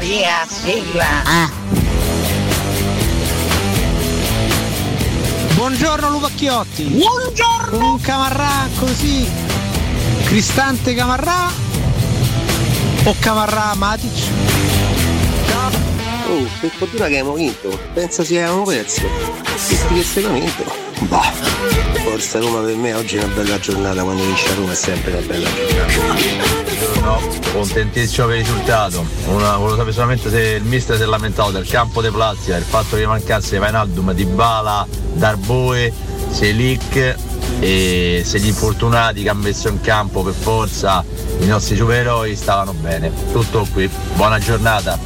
Buongiorno Lupacchiotti. Buongiorno. Con un Camarrà così, Cristante Camarrà o Camarrà Matic? Oh, per fortuna che abbiamo vinto, penso se avevamo perso. Che secondo me, bah, forza Roma per me oggi è una bella giornata, quando vince Roma è sempre una bella giornata. No, contentissimo per il risultato. Volevo sapere solamente se il mister si è lamentato del campo di Plastica, il fatto che mancasse Wijnaldum, Dybala, Darboe, Selic e se gli infortunati che ha messo in campo per forza i nostri supereroi stavano bene. Tutto qui, buona giornata.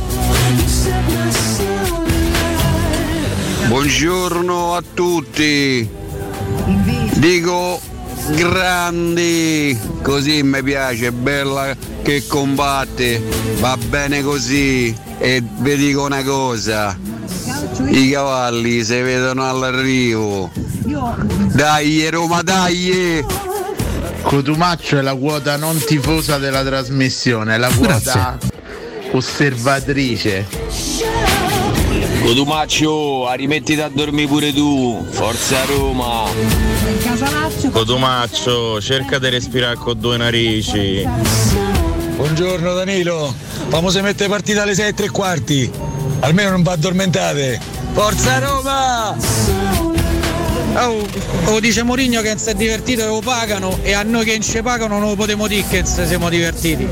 Buongiorno a tutti, dico grandi, così mi piace, bella che combatte, va bene così. E vi dico una cosa, i cavalli si vedono all'arrivo, dai Roma, dai! Cotumaccio è la quota non tifosa della trasmissione, è la quota osservatrice. Cotumaccio, rimettiti a dormire pure tu, forza Roma! Cotumaccio, cerca di respirare con due narici. Buongiorno Danilo, famosi mette partita alle 6:15, almeno non vi addormentate. Forza Roma! Oh, dice Mourinho che non si è divertito e lo pagano, e a noi che non ci pagano non lo potremo dire che non siamo divertiti.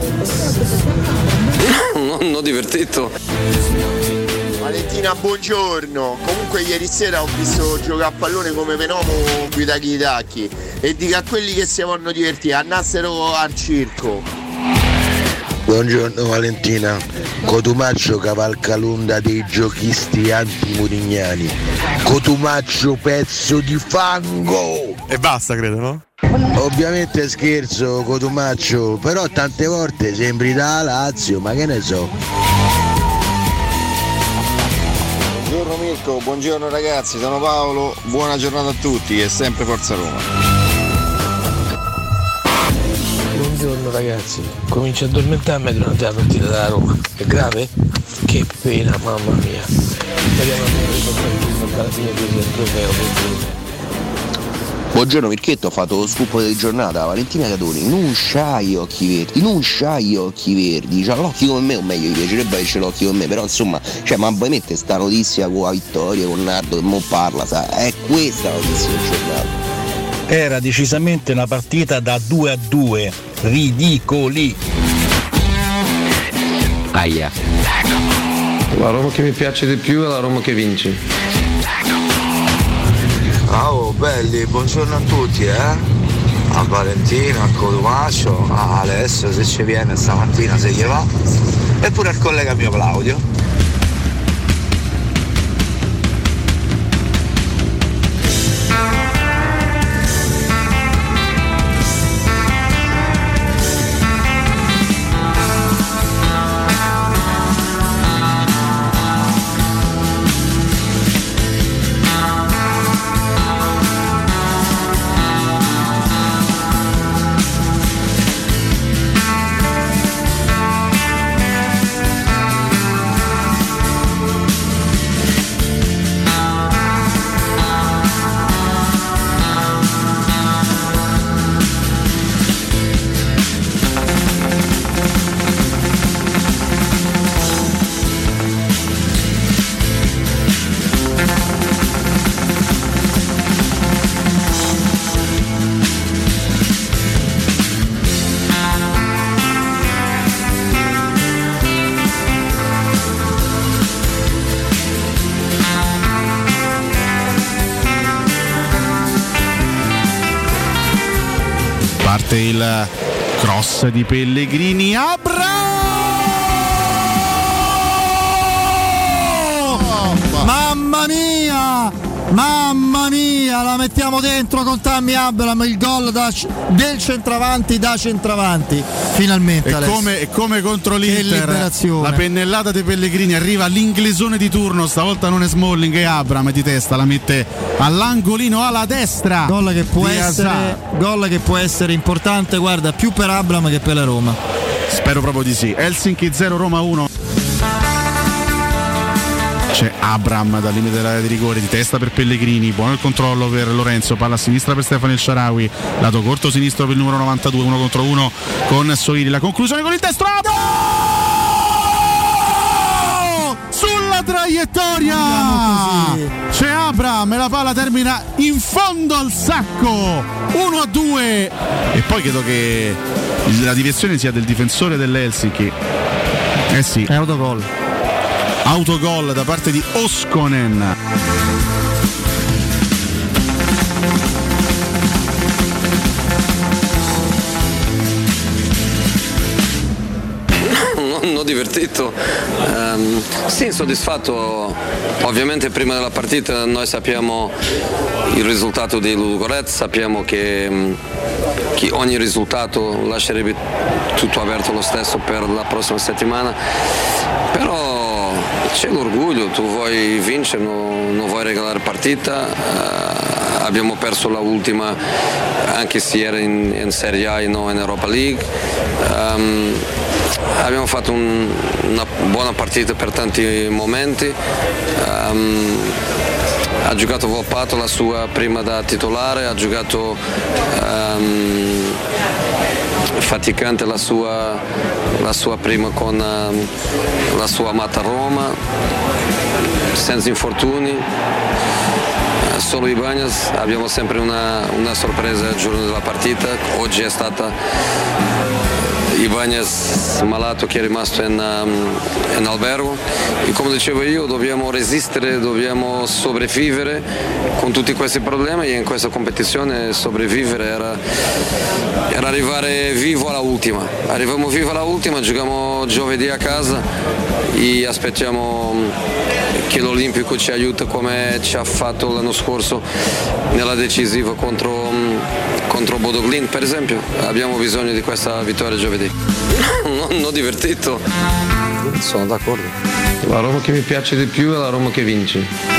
Non ho divertito. Valentina, buongiorno. Comunque ieri sera ho visto giocare a pallone come fenomeno Guidaki Tacchi e dico a quelli che si vogliono divertire, andassero al circo. Buongiorno Valentina, Cotumaccio cavalca l'onda dei giochisti anti-murignani. Cotumaccio pezzo di fango! E basta, credo, no? Ovviamente scherzo, Cotumaccio, però tante volte sembri da Lazio, ma che ne so. Buongiorno Mirko, buongiorno ragazzi, sono Paolo, buona giornata a tutti e sempre Forza Roma. Buongiorno ragazzi, comincio a addormentarmi durante la partita della Roma. È grave? Che pena, mamma mia. Speriamo che alla fine presi il trofeo. Buongiorno Mirchetto, ho fatto lo scoop di giornata. Valentina Catoni, non c'hai occhi verdi, c'ha l'occhio come me, o meglio, gli piacerebbe avere l'occhio come me, però insomma, cioè, ma voi mette sta notizia con la vittoria, con Nardo che mo parla, sa, è questa la notizia di giornata. Era decisamente una partita da 2-2, ridicoli. Aia. La Roma che mi piace di più è la Roma che vince. Oh belli, buongiorno a tutti, a Valentino, a Cotumaccio, a Alessio se ci viene stamattina se gli va, e pure al collega mio Claudio. Il cross di Pellegrini, mamma mia, la mettiamo dentro con Tammy Abraham, il gol del centravanti da centravanti, finalmente. E come contro l'Inter, la pennellata di Pellegrini, arriva l'inglesone di turno, stavolta non è Smalling, è Abraham, di testa la mette all'angolino alla destra. Gol che può essere importante, guarda, più per Abraham che per la Roma. Spero proprio di sì. Helsinki 0 Roma 1. c'è Abram dal limite dell'area di rigore, di testa per Pellegrini, buono il controllo per Lorenzo, palla a sinistra per Stefano El Shaarawy, lato corto sinistro per il numero 92, 1 contro 1 con Soili, la conclusione con il destro, sulla traiettoria c'è Abram e la palla termina in fondo al sacco, 1-2, e poi credo che la direzione sia del difensore dell'Helsinki. Sì, è autogol da parte di Oskonen. Non ho divertito, sì, soddisfatto. Ovviamente prima della partita noi sappiamo il risultato di Ludogorets, sappiamo che ogni risultato lascerebbe tutto aperto lo stesso per la prossima settimana, però c'è l'orgoglio, tu vuoi vincere, non vuoi regalare partita, abbiamo perso la ultima anche se era in Serie A e non in Europa League. Abbiamo fatto una buona partita per tanti momenti, ha giocato Volpato la sua prima da titolare, ha giocato faticante la sua prima con la sua amata Roma, senza infortuni, solo Ibañez. Abbiamo sempre una sorpresa il giorno della partita, oggi è stata Ibañez malato che è rimasto in albergo, e come dicevo io dobbiamo resistere, dobbiamo sopravvivere con tutti questi problemi, e in questa competizione sopravvivere era arrivare vivo alla ultima. Arriviamo vivo alla ultima, giochiamo giovedì a casa e aspettiamo che l'Olimpico ci aiuti come ci ha fatto l'anno scorso nella decisiva contro Bodo Glimt, per esempio. Abbiamo bisogno di questa vittoria giovedì. Non ho divertito. Sono d'accordo. La Roma che mi piace di più è la Roma che vince.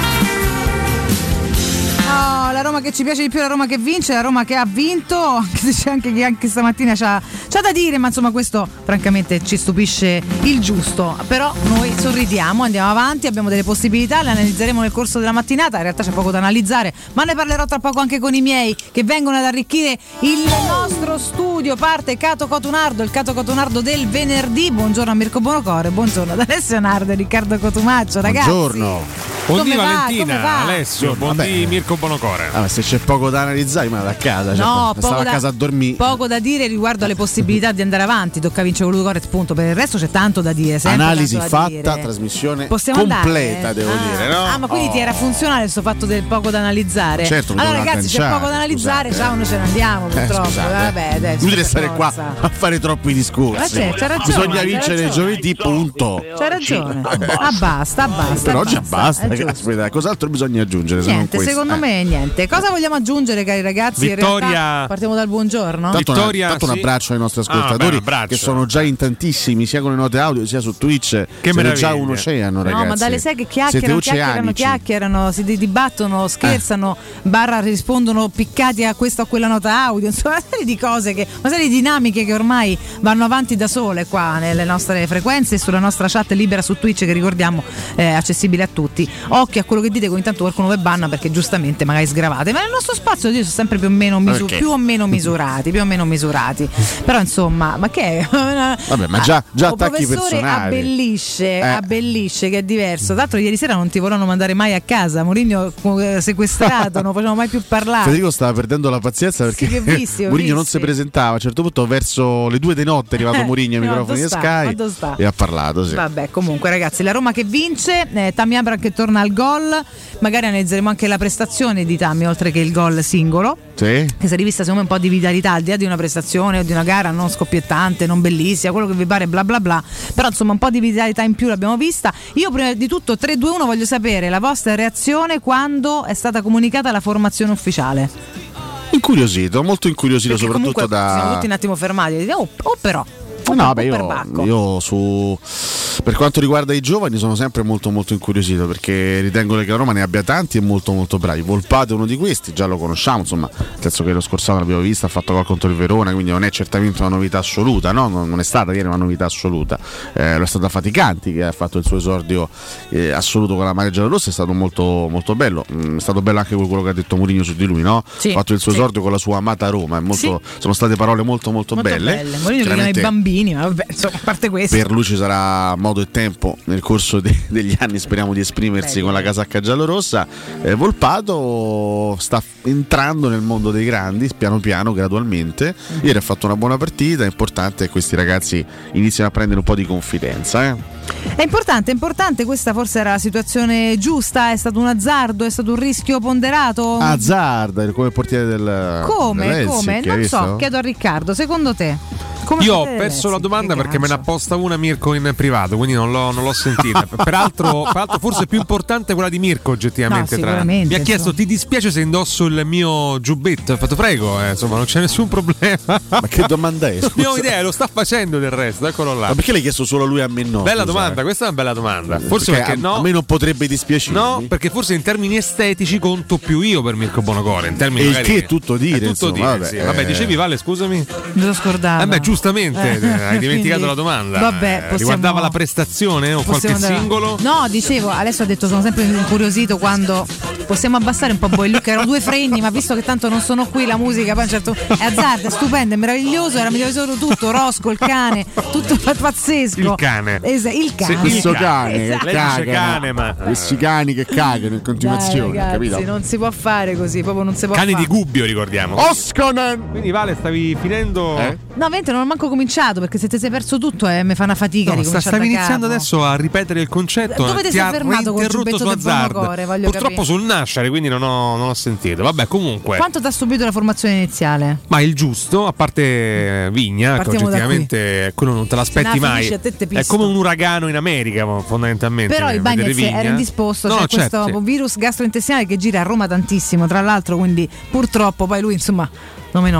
La Roma che ci piace di più è la Roma che vince, la Roma che ha vinto, anche se c'è anche chi anche stamattina c'ha da dire, ma insomma questo francamente ci stupisce il giusto. Però noi sorridiamo, andiamo avanti, abbiamo delle possibilità, le analizzeremo nel corso della mattinata. In realtà c'è poco da analizzare, ma ne parlerò tra poco anche con i miei che vengono ad arricchire il nostro studio. Parte Cato Cotunardo, il Cato Cotunardo del venerdì. Buongiorno a Mirko Bonocore, buongiorno ad Alessio Nardo e Riccardo Cotumaccio, ragazzi. Buongiorno. Buondì Valentina, Alessio, buondì Mirko Bonocore. Ma se c'è poco da analizzare, ma da casa, no, stavo a casa a dormire. Poco da dire riguardo alle possibilità di andare avanti, tocca vincere con Ludogorets, punto. Per il resto c'è tanto da dire. Analisi fatta, dire. Trasmissione possiamo completa, andare? Devo dire, no? Ma quindi ti era funzionale questo fatto del poco da analizzare? Certo, allora ragazzi, c'è poco da analizzare, ciao, noi ce ne andiamo purtroppo. Vabbè, dai, inutile stare qua a fare troppi discorsi. C'è ragione, bisogna vincere giovedì, punto. C'hai ragione. Basta. Per oggi basta. Aspetta, cos'altro bisogna aggiungere? Niente, secondo me niente. Cosa vogliamo aggiungere, cari ragazzi? Vittoria. In realtà partiamo dal buongiorno. Tanto un abbraccio ai nostri ascoltatori che sono già in tantissimi, sia con le note audio sia su Twitch. Che siete già un oceano, ragazzi. No, ma dalle 6 che chiacchierano, si dibattono, scherzano, rispondono piccati a questa o quella nota audio, insomma una serie di cose, una serie di dinamiche che ormai vanno avanti da sole qua nelle nostre frequenze e sulla nostra chat libera su Twitch, che ricordiamo è accessibile a tutti. Occhio a quello che dite, che ogni tanto qualcuno vi banna perché giustamente magari sgravate, ma nel nostro spazio io sono sempre più o meno misurati, però insomma, ma che è? Vabbè, ma già attacchi personali. Abbellisce, che è diverso. Tra l'altro ieri sera non ti volevano mandare mai a casa, Mourinho sequestrato, non facevamo mai più parlare. Federico stava perdendo la pazienza perché Mourinho non si presentava. A un certo punto verso le 2 di notte è arrivato Mourinho ai microfoni di Sky e ha parlato. Sì. Vabbè, comunque ragazzi, la Roma che vince, Tammy Abraham che torna al gol, magari analizzeremo anche la prestazione di Tammy oltre che il gol singolo, che si è rivista secondo me un po' di vitalità al di là di una prestazione o di una gara non scoppiettante, non bellissima, quello che vi pare, bla bla bla, però insomma un po' di vitalità in più l'abbiamo vista. Io prima di tutto 3-2-1 voglio sapere la vostra reazione quando è stata comunicata la formazione ufficiale. Molto incuriosito, perché soprattutto siamo tutti un attimo fermati, però No, beh, io per quanto riguarda i giovani sono sempre molto molto incuriosito, perché ritengo che la Roma ne abbia tanti e molto molto bravi. Volpato è uno di questi, già lo conosciamo, insomma, nel senso che lo scorso anno l'abbiamo visto, ha fatto gol contro il Verona, quindi non è certamente una novità assoluta, no? Non è stata ieri una novità assoluta. Lo è stata Faticanti, che ha fatto il suo esordio assoluto con la maglia giallorossa, è stato molto molto bello. È stato bello anche quello che ha detto Mourinho su di lui, no? Sì, ha fatto il suo esordio con la sua amata Roma, sono state parole molto molto belle. Mourinho che chiama i bambini, ma vabbè, insomma, a parte questo, per lui ci sarà modo e tempo nel corso degli anni, speriamo, di esprimersi con la casacca giallorossa. Volpato sta entrando nel mondo dei grandi piano piano, gradualmente. Ieri ha fatto una buona partita, è importante che questi ragazzi iniziano a prendere un po' di confidenza. È importante, questa forse era la situazione giusta, è stato un azzardo, è stato un rischio ponderato? Azzardo, come portiere del Come? Non so, chiedo a Riccardo, secondo te? Io ho perso la domanda perché me ne ha posta una Mirko in privato, quindi non l'ho sentita. Peraltro forse è più importante quella di Mirko, oggettivamente. No, mi ha chiesto: ti dispiace se indosso il mio giubbetto? Ho fatto prego, insomma, non c'è nessun problema. Ma che domanda è? Non ho idea, lo sta facendo del resto, eccolo là. Ma perché l'hai chiesto solo lui, a me no? Bella domanda, questa è una bella domanda. Forse perché no. A me non potrebbe dispiacere. No, perché forse in termini estetici conto più io per Mirko Bonocore. In termini il che è tutto dire. Vabbè, sì. Vabbè, dicevi, Vale, scusami. Me lo scordavo. Beh, giustamente. Hai dimenticato la domanda. Vabbè, riguardava la prestazione o qualche singolo? No, dicevo, adesso ho detto sono sempre incuriosito quando possiamo abbassare un po' Boy che erano due fregni, ma visto che tanto non sono qui, la musica poi certo è azzarda, è stupenda, è meraviglioso, era meraviglioso tutto, Rosco, il cane, tutto pazzesco. Il cane. Il cane. Questo cane esatto. che caga. Ma questi cani che cagano in continuazione, ragazzi, capito? Non si può fare così, proprio non si può cani fare. di Gubbio, ricordiamo. Oskonen! Quindi Vale, stavi finendo? No, veramente non ho manco cominciato, perché se ti sei perso tutto mi fa una fatica. No, stavi iniziando adesso a ripetere il concetto. Dove ti sei fermato col giubbetto del Bonocore? Purtroppo capire. sul nascere, quindi non ho sentito. Vabbè, comunque. Quanto ti ha subito la formazione iniziale? Ma il giusto, a parte Vigna, che oggettivamente quello non te l'aspetti mai. È come un uragano in America, fondamentalmente. Però il Bagnez era indisposto, c'è questo virus gastrointestinale che gira a Roma tantissimo, tra l'altro, quindi purtroppo poi lui, insomma, nome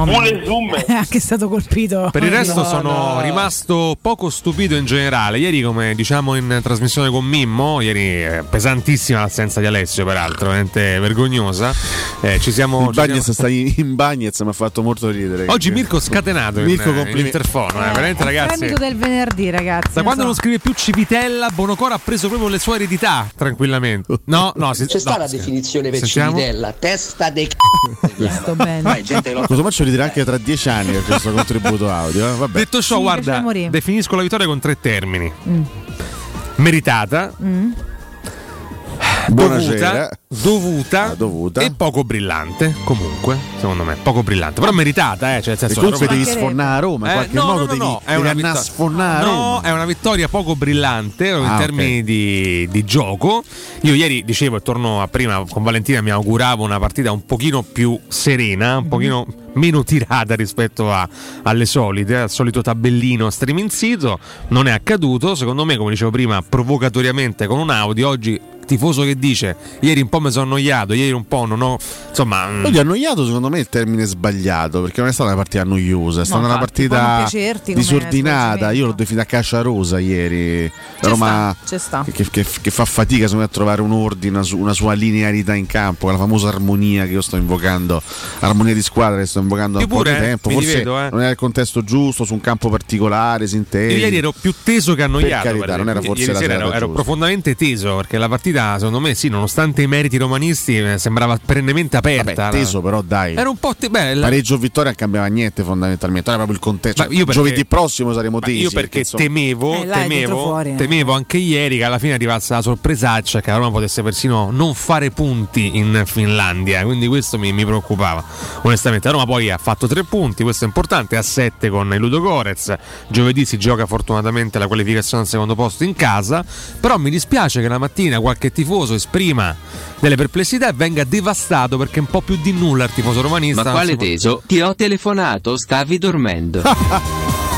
è anche stato colpito. Per il resto sono rimasto poco stupito in generale. Ieri, come diciamo in trasmissione con Mimmo, ieri pesantissima l'assenza di Alessio, peraltro veramente vergognosa. Ci siamo stai in Bagnez, mi ha fatto molto ridere. Oggi Mirko scatenato in interfono, veramente, ragazzi. Premio del venerdì, ragazzi. Da quando non scrive più Civitella, Bonocore ha preso proprio le sue eredità tranquillamente. No, c'è sta la definizione per Civitella, testa dei sto bene. Faccio ridere anche tra 10 anni per questo contributo audio. Vabbè. Detto ciò, guarda, definisco la vittoria con 3 termini: meritata, dovuta e poco brillante. Comunque, secondo me, poco brillante, però meritata, cioè, e comunque devi sfonnare a Roma in qualche modo, devi sfonnare a Roma. No, è una vittoria poco brillante in termini di gioco. Io ieri dicevo, e torno a prima con Valentina, mi auguravo una partita un pochino più serena, un pochino meno tirata rispetto alle solite, al solito tabellino striminzito. Non è accaduto, secondo me, come dicevo prima, provocatoriamente con un audio. Oggi tifoso che dice ieri un po' mi sono annoiato, ieri un po' non ho, insomma. Oggi annoiato secondo me è il termine sbagliato, perché non è stata una partita noiosa, è stata una partita disordinata. Io l'ho definita caccia rosa ieri. La Roma che fa fatica secondo me a trovare un ordine, una sua linearità in campo, la famosa armonia che io sto invocando, armonia di squadra che sto invocando da un po' di tempo. Forse non era il contesto giusto, su un campo particolare, sintetico. Io ieri ero più teso che annoiato. Per carità, non era forse ieri sera ero profondamente teso, perché la partita, secondo me, sì, nonostante i meriti romanisti, sembrava perennemente aperta. Vabbè, teso, però dai. Era un po' pareggio o vittoria non cambiava niente fondamentalmente. Era proprio il contesto. Giovedì prossimo saremo tesi. Io perché temevo anche ieri che alla fine arrivasse la sorpresaccia che la Roma potesse persino non fare punti in Finlandia. Quindi questo mi preoccupava. Onestamente, la Roma poi ha fatto 3 punti, questo è importante, a 7 con il Ludogorets. Giovedì si gioca fortunatamente la qualificazione al secondo posto in casa. Però mi dispiace che la mattina qualche tifoso esprima delle perplessità e venga devastato perché un po' più di nulla il tifoso romanista. Ma quale teso? Ti ho telefonato, stavi dormendo.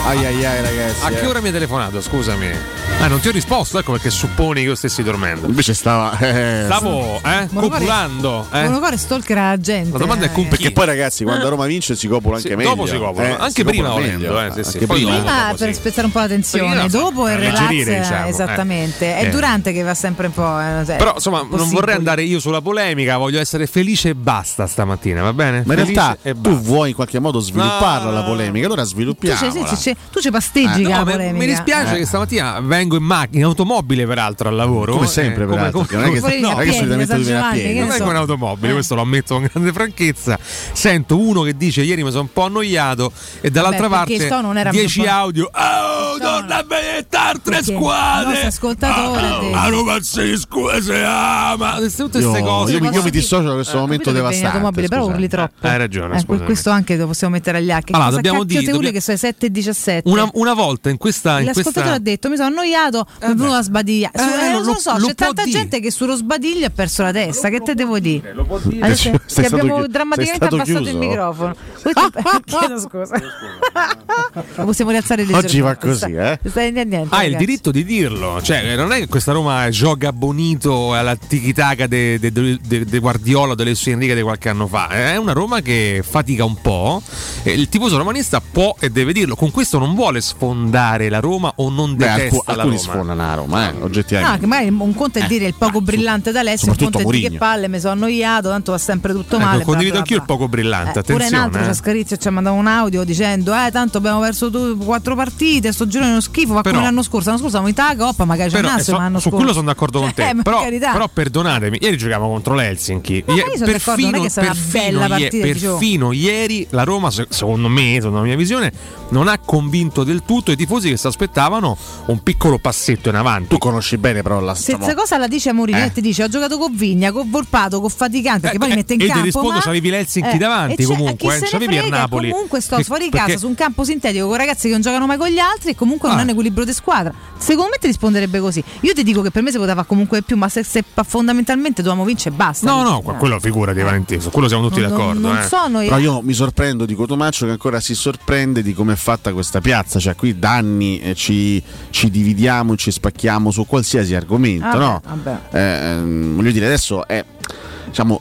Ai ragazzi. A che ora mi hai telefonato? Scusami. Non ti ho risposto, ecco perché supponi che io stessi dormendo. Invece stavo copulando. Buoncore stalker la gente. La domanda è perché poi ragazzi, quando Roma vince si copula anche meglio. Dopo si copula. Anche prima volendo. Prima per spezzare un po' la tensione, dopo il relax. Diciamo. Esattamente. È Durante che va sempre un po'. Però insomma, non vorrei andare io sulla polemica, voglio essere felice e basta stamattina, va bene? Ma in realtà tu vuoi in qualche modo svilupparla la polemica, allora sviluppiamola. Tu ci pasteggi la polemica. Mi dispiace che stamattina vengo in macchina, in automobile peraltro al lavoro. Come sempre, peraltro. Non è che solitamente tu vieni a piedi. Non vengo in automobile, questo lo ammetto con grande franchezza. Sento uno che dice ieri mi sono un po' annoiato e dall'altra parte 10 audio. Torna a benettare 3 squadre. Ascoltatore. Ma Roma si ama. Tutte queste cose. Io mi dissocio da questo momento devastante. Però urli troppo. Hai ragione. Questo anche lo possiamo mettere agli archi. Allora, dobbiamo dire che sono 7:17. Una volta in questa. L'ascoltatore ha detto: mi sono annoiato, mi è venuta a sbadigliare. Non lo so, c'è tanta gente che sullo sbadiglio ha perso la testa. Che te devo dire? Adesso ti abbiamo drammaticamente abbassato il microfono. Chiedo scusa. Possiamo rialzare le oggi va così, Niente, hai il diritto di dirlo. Cioè, non è che questa Roma gioca bonito alla tiki-taka de Guardiola, delle sue Enrique di qualche anno fa. È una Roma che fatica un po'. Il tifoso romanista può e deve dirlo. Con questo non vuole sfondare la Roma o non detesta la Roma. Alcuni sfondano la Roma, oggettivamente. Che magari un conto è dire il poco brillante da Alessio, un conto è dire che palle, mi sono annoiato, tanto va sempre tutto male. Condivido anch'io il poco brillante, attenzione. Pure un altro c'ha Scarizio ci ha mandato un audio dicendo tanto abbiamo perso 4 partite, sto girone è uno schifo, ma come l'anno scorso avevamo vinto la Coppa, magari c'è un asso, ma l'anno su quello sono d'accordo con te. Però perdonatemi, ieri giocavamo contro l'Helsinki. Perfino ieri la Roma, secondo me, secondo la mia visione, non ha convinto del tutto i tifosi che si aspettavano un piccolo passetto in avanti. Tu conosci bene però la storia. Stessa cosa la dice a Mourinho, ti dice ho giocato con Vigna, con Volpato, con Faticante, che poi li mette in campo. E ti rispondo, c'avevi l'Helsinki davanti comunque, c'avevi il Napoli. Comunque sto fuori casa su un campo sintetico con ragazzi che non giocano mai con gli altri e comunque non è un equilibrio di squadra. Secondo me ti risponderebbe così. Io ti dico che per me si poteva comunque di più, ma se fondamentalmente dovevamo vincere basta. No, quello figurati, Valentino, su quello siamo tutti d'accordo. Però io mi sorprendo di Cotomaccio che ancora si sorprende di come è fatta questa piazza, cioè qui da anni ci dividiamo, ci spacchiamo su qualsiasi argomento, no? Voglio dire, adesso è diciamo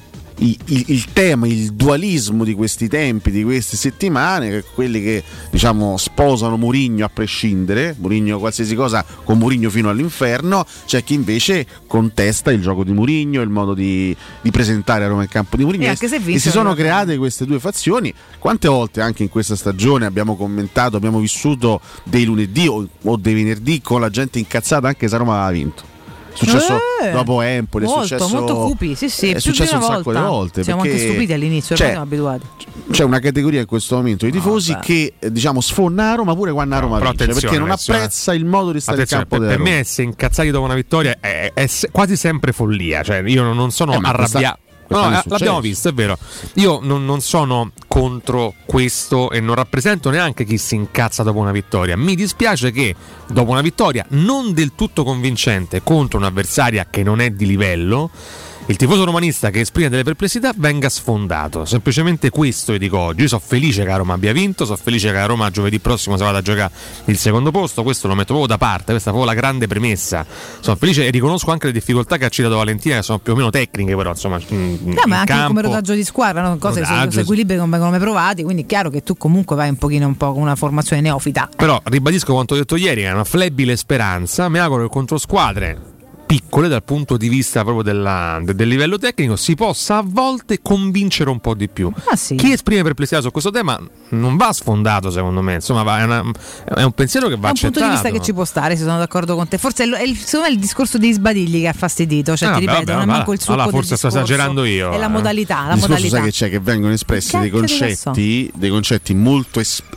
il tema, il dualismo di questi tempi, di queste settimane, quelli che diciamo sposano Mourinho a prescindere, Mourinho qualsiasi cosa, con Mourinho fino all'inferno, c'è chi invece contesta il gioco di Mourinho, il modo di presentare a Roma il campo di Mourinho, e si sono create queste due fazioni. Quante volte anche in questa stagione abbiamo commentato, abbiamo vissuto dei lunedì o dei venerdì con la gente incazzata anche se Roma aveva vinto. È successo dopo Empoli, molto cupi, sì, è successo un sacco di volte. Siamo anche stupiti all'inizio, siamo abituati. C'è una categoria in questo momento di tifosi che diciamo sfonda a Roma pure quando a Roma vince, perché non apprezza il modo di stare in campo per me essere incazzati dopo una vittoria è quasi sempre follia, cioè io non sono arrabbiato. No, l'abbiamo visto, è vero. Io non sono contro questo e non rappresento neanche chi si incazza dopo una vittoria. Mi dispiace che dopo una vittoria non del tutto convincente contro un'avversaria che non è di livello, il tifoso romanista che esprime delle perplessità venga sfondato. Semplicemente questo io dico oggi. Io sono felice che la Roma abbia vinto, sono felice che la Roma giovedì prossimo si vada a giocare il secondo posto, questo lo metto proprio da parte, questa è proprio la grande premessa. Sono felice e riconosco anche le difficoltà che ha citato Valentina, che sono più o meno tecniche, però insomma ma anche campo, come rodaggio di squadra, no? Cose che equilibri non vengono mai provati, quindi è chiaro che tu comunque vai un po' con una formazione neofita. Però ribadisco quanto ho detto ieri, è una flebile speranza, mi auguro che contro squadre piccole dal punto di vista proprio del livello tecnico si possa a volte convincere un po' di più. Chi esprime perplessità su questo tema non va sfondato, secondo me, insomma è un pensiero che va accettato. È un punto di vista che ci può stare, se sono d'accordo con te. Forse secondo me è il discorso dei sbagli che ha fastidito, cioè ti ripeto, non è manco il succo del forse sto esagerando io. È la modalità, il discorso sai che c'è, che vengono espressi dei concetti molto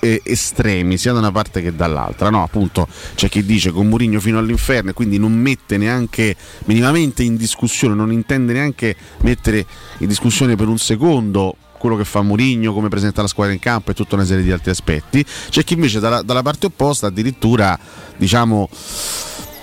estremi sia da una parte che dall'altra, no? Appunto c'è chi dice con Mourinho fino all'inferno e quindi non mette neanche minimamente in discussione, non intende neanche mettere in discussione per un secondo quello che fa Mourinho, come presenta la squadra in campo e tutta una serie di altri aspetti. C'è chi invece dalla parte opposta addirittura diciamo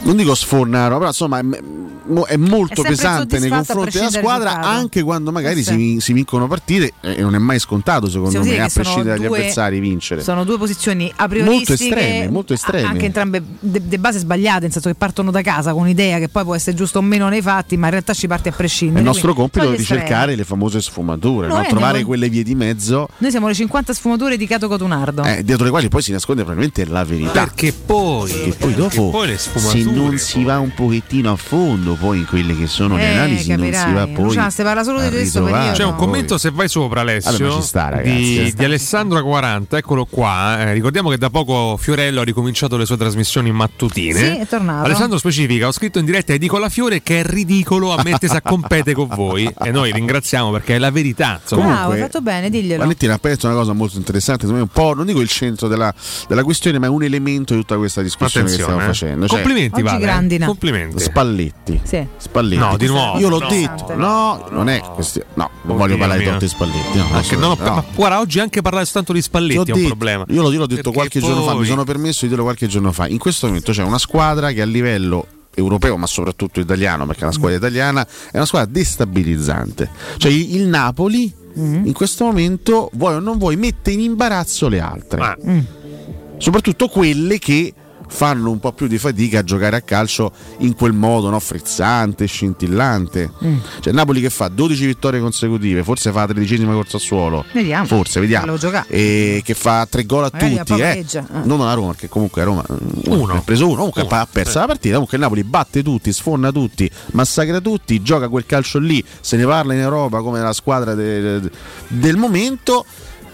non dico sfornare, però insomma è molto pesante nei confronti della squadra, anche quando magari si vincono partite, e non è mai scontato secondo me, a prescindere dagli avversari, vincere. Sono due posizioni a prioristiche, molto estreme, anche entrambe de base sbagliate, nel senso che partono da casa con un'idea che poi può essere giusto o meno nei fatti, ma in realtà ci parti a prescindere. Il nostro compito è ricercare le famose sfumature, trovare quelle vie di mezzo. Noi siamo le 50 sfumature di Cato Cotunardo, dietro le quali poi si nasconde probabilmente la verità, perché poi dopo le sfumature, se non si va un pochettino a fondo poi in quelle che sono le analisi, capirai. Non si va poi Luciano, se parla solo di questo periodo. C'è un commento, se vai sopra, Alessio, ci sta, ragazzi, di Alessandro 40, eccolo qua. Ricordiamo che da poco Fiorello ha ricominciato le sue trasmissioni mattutine. Sì, è tornato. Alessandro specifica: ho scritto in diretta e dico la Fiore che è ridicolo ammettersi a compete con voi, e noi ringraziamo perché è la verità. Bravo, hai fatto bene, diglielo. Valentina ha detto una cosa molto interessante, secondo me un po', non dico il centro della questione, ma è un elemento di tutta questa discussione che stiamo facendo. Complimenti, Grandina. Complimenti. Spalletti. Sì. Spalletti. No, di nuovo. Io l'ho detto. No, non è questione. No, non voglio parlare di Totti e Spalletti. Ma guarda, oggi anche parlare soltanto di Spalletti è un problema. Io l'ho detto qualche giorno fa, mi sono permesso di dirlo qualche giorno fa. In questo momento c'è una squadra che a livello europeo, ma soprattutto italiano, perché è una squadra italiana, è una squadra destabilizzante. Cioè il Napoli in questo momento, vuoi o non vuoi, mette in imbarazzo le altre. Soprattutto quelle che fanno un po' più di fatica a giocare a calcio in quel modo, no? Frizzante, scintillante. Cioè Napoli che fa 12 vittorie consecutive, forse fa la 13ª col Sassuolo. Vediamo. Forse, vediamo. E che fa 3 gol a magari tutti. Non a Roma, perché comunque a Roma ha preso uno, comunque ha perso la partita. Comunque il Napoli batte tutti, sforna tutti, massacra tutti, gioca quel calcio lì, se ne parla in Europa come la squadra del momento.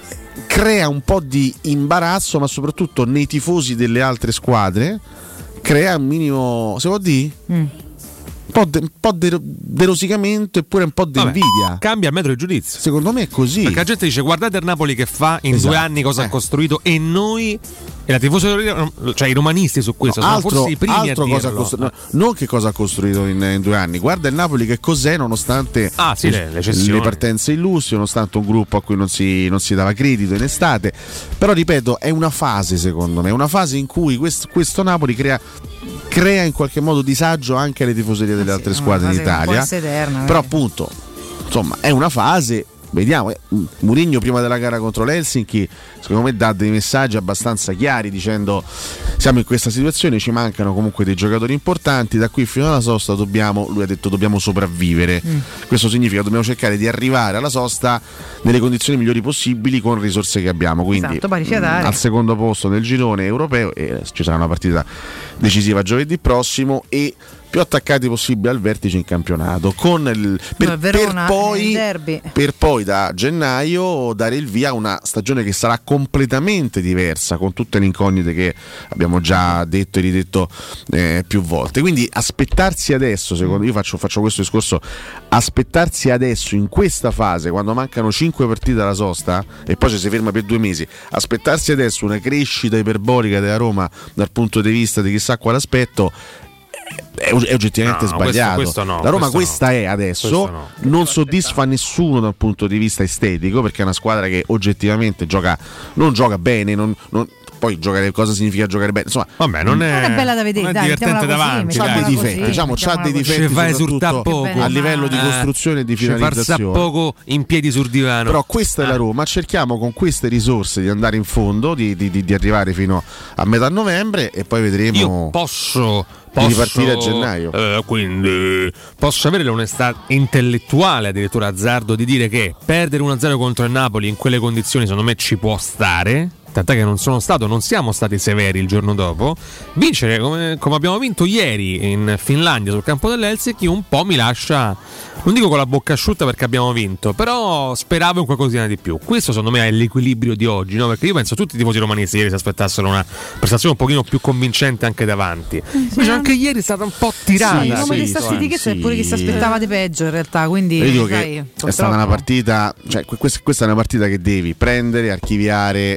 Crea un po' di imbarazzo, ma soprattutto nei tifosi delle altre squadre crea un minimo, se può dire, un po' derosicamento, eppure un po' di invidia. Cambia il metro di giudizio. Secondo me è così. Perché la gente dice: guardate il Napoli che fa in 2 anni cosa ha costruito, e noi, e la tifoseria, cioè i romanisti su questo sono forse i primi a dirlo. Non che cosa ha costruito in 2 anni. Guarda il Napoli che cos'è, nonostante le partenze illussi, nonostante un gruppo a cui non si dava credito in estate. Però ripeto, è una fase, secondo me, una fase in cui questo Napoli crea in qualche modo disagio anche alle tifoserie delle altre squadre in Italia. Però appunto, insomma, è una fase. Vediamo, Mourinho prima della gara contro l'Helsinki secondo me dà dei messaggi abbastanza chiari dicendo: siamo in questa situazione, ci mancano comunque dei giocatori importanti, da qui fino alla sosta lui ha detto dobbiamo sopravvivere. Questo significa dobbiamo cercare di arrivare alla sosta nelle condizioni migliori possibili con le risorse che abbiamo, quindi al secondo posto nel girone europeo, e ci sarà una partita decisiva giovedì prossimo, e più attaccati possibile al vertice in campionato, con per poi da gennaio dare il via a una stagione che sarà completamente diversa, con tutte le incognite che abbiamo già detto e ridetto più volte. Quindi aspettarsi adesso, secondo io faccio questo discorso, aspettarsi adesso in questa fase, quando mancano 5 partite alla sosta e poi ci si ferma per 2 mesi, aspettarsi adesso una crescita iperbolica della Roma dal punto di vista di chissà quale aspetto è oggettivamente sbagliato. Questo no, la Roma questa è adesso, non soddisfa nessuno dal punto di vista estetico, perché è una squadra che oggettivamente non gioca bene, poi giocare, cosa significa giocare bene? Insomma, vabbè, non è bella da vedere, non è divertente davanti, c'ha dei difetti, c'ha dei difetti soprattutto a livello di costruzione e di finalizzazione. Poco in piedi sul divano. Però questa è la Roma, cerchiamo con queste risorse di andare in fondo, di arrivare fino a metà novembre, e poi vedremo. Io posso ripartire a gennaio. Quindi posso avere l'onestà intellettuale, addirittura azzardo, di dire che perdere 1-0 contro il Napoli in quelle condizioni secondo me ci può stare. Tant'è che non siamo stati severi il giorno dopo. Vincere come abbiamo vinto ieri in Finlandia sul campo dell'Helsinki un po' mi lascia, non dico con la bocca asciutta perché abbiamo vinto, però speravo in qualcosina di più. Questo secondo me è l'equilibrio di oggi, no? Perché io penso tutti i tifosi romanisti ieri si aspettassero una prestazione un pochino più convincente anche davanti. Invece anche ieri è stata un po' tirata. Il nome di sta stitichezza è pure chi si aspettava di peggio in realtà, quindi io dico che è stata una partita, cioè questa è una partita che devi prendere, archiviare, la lasci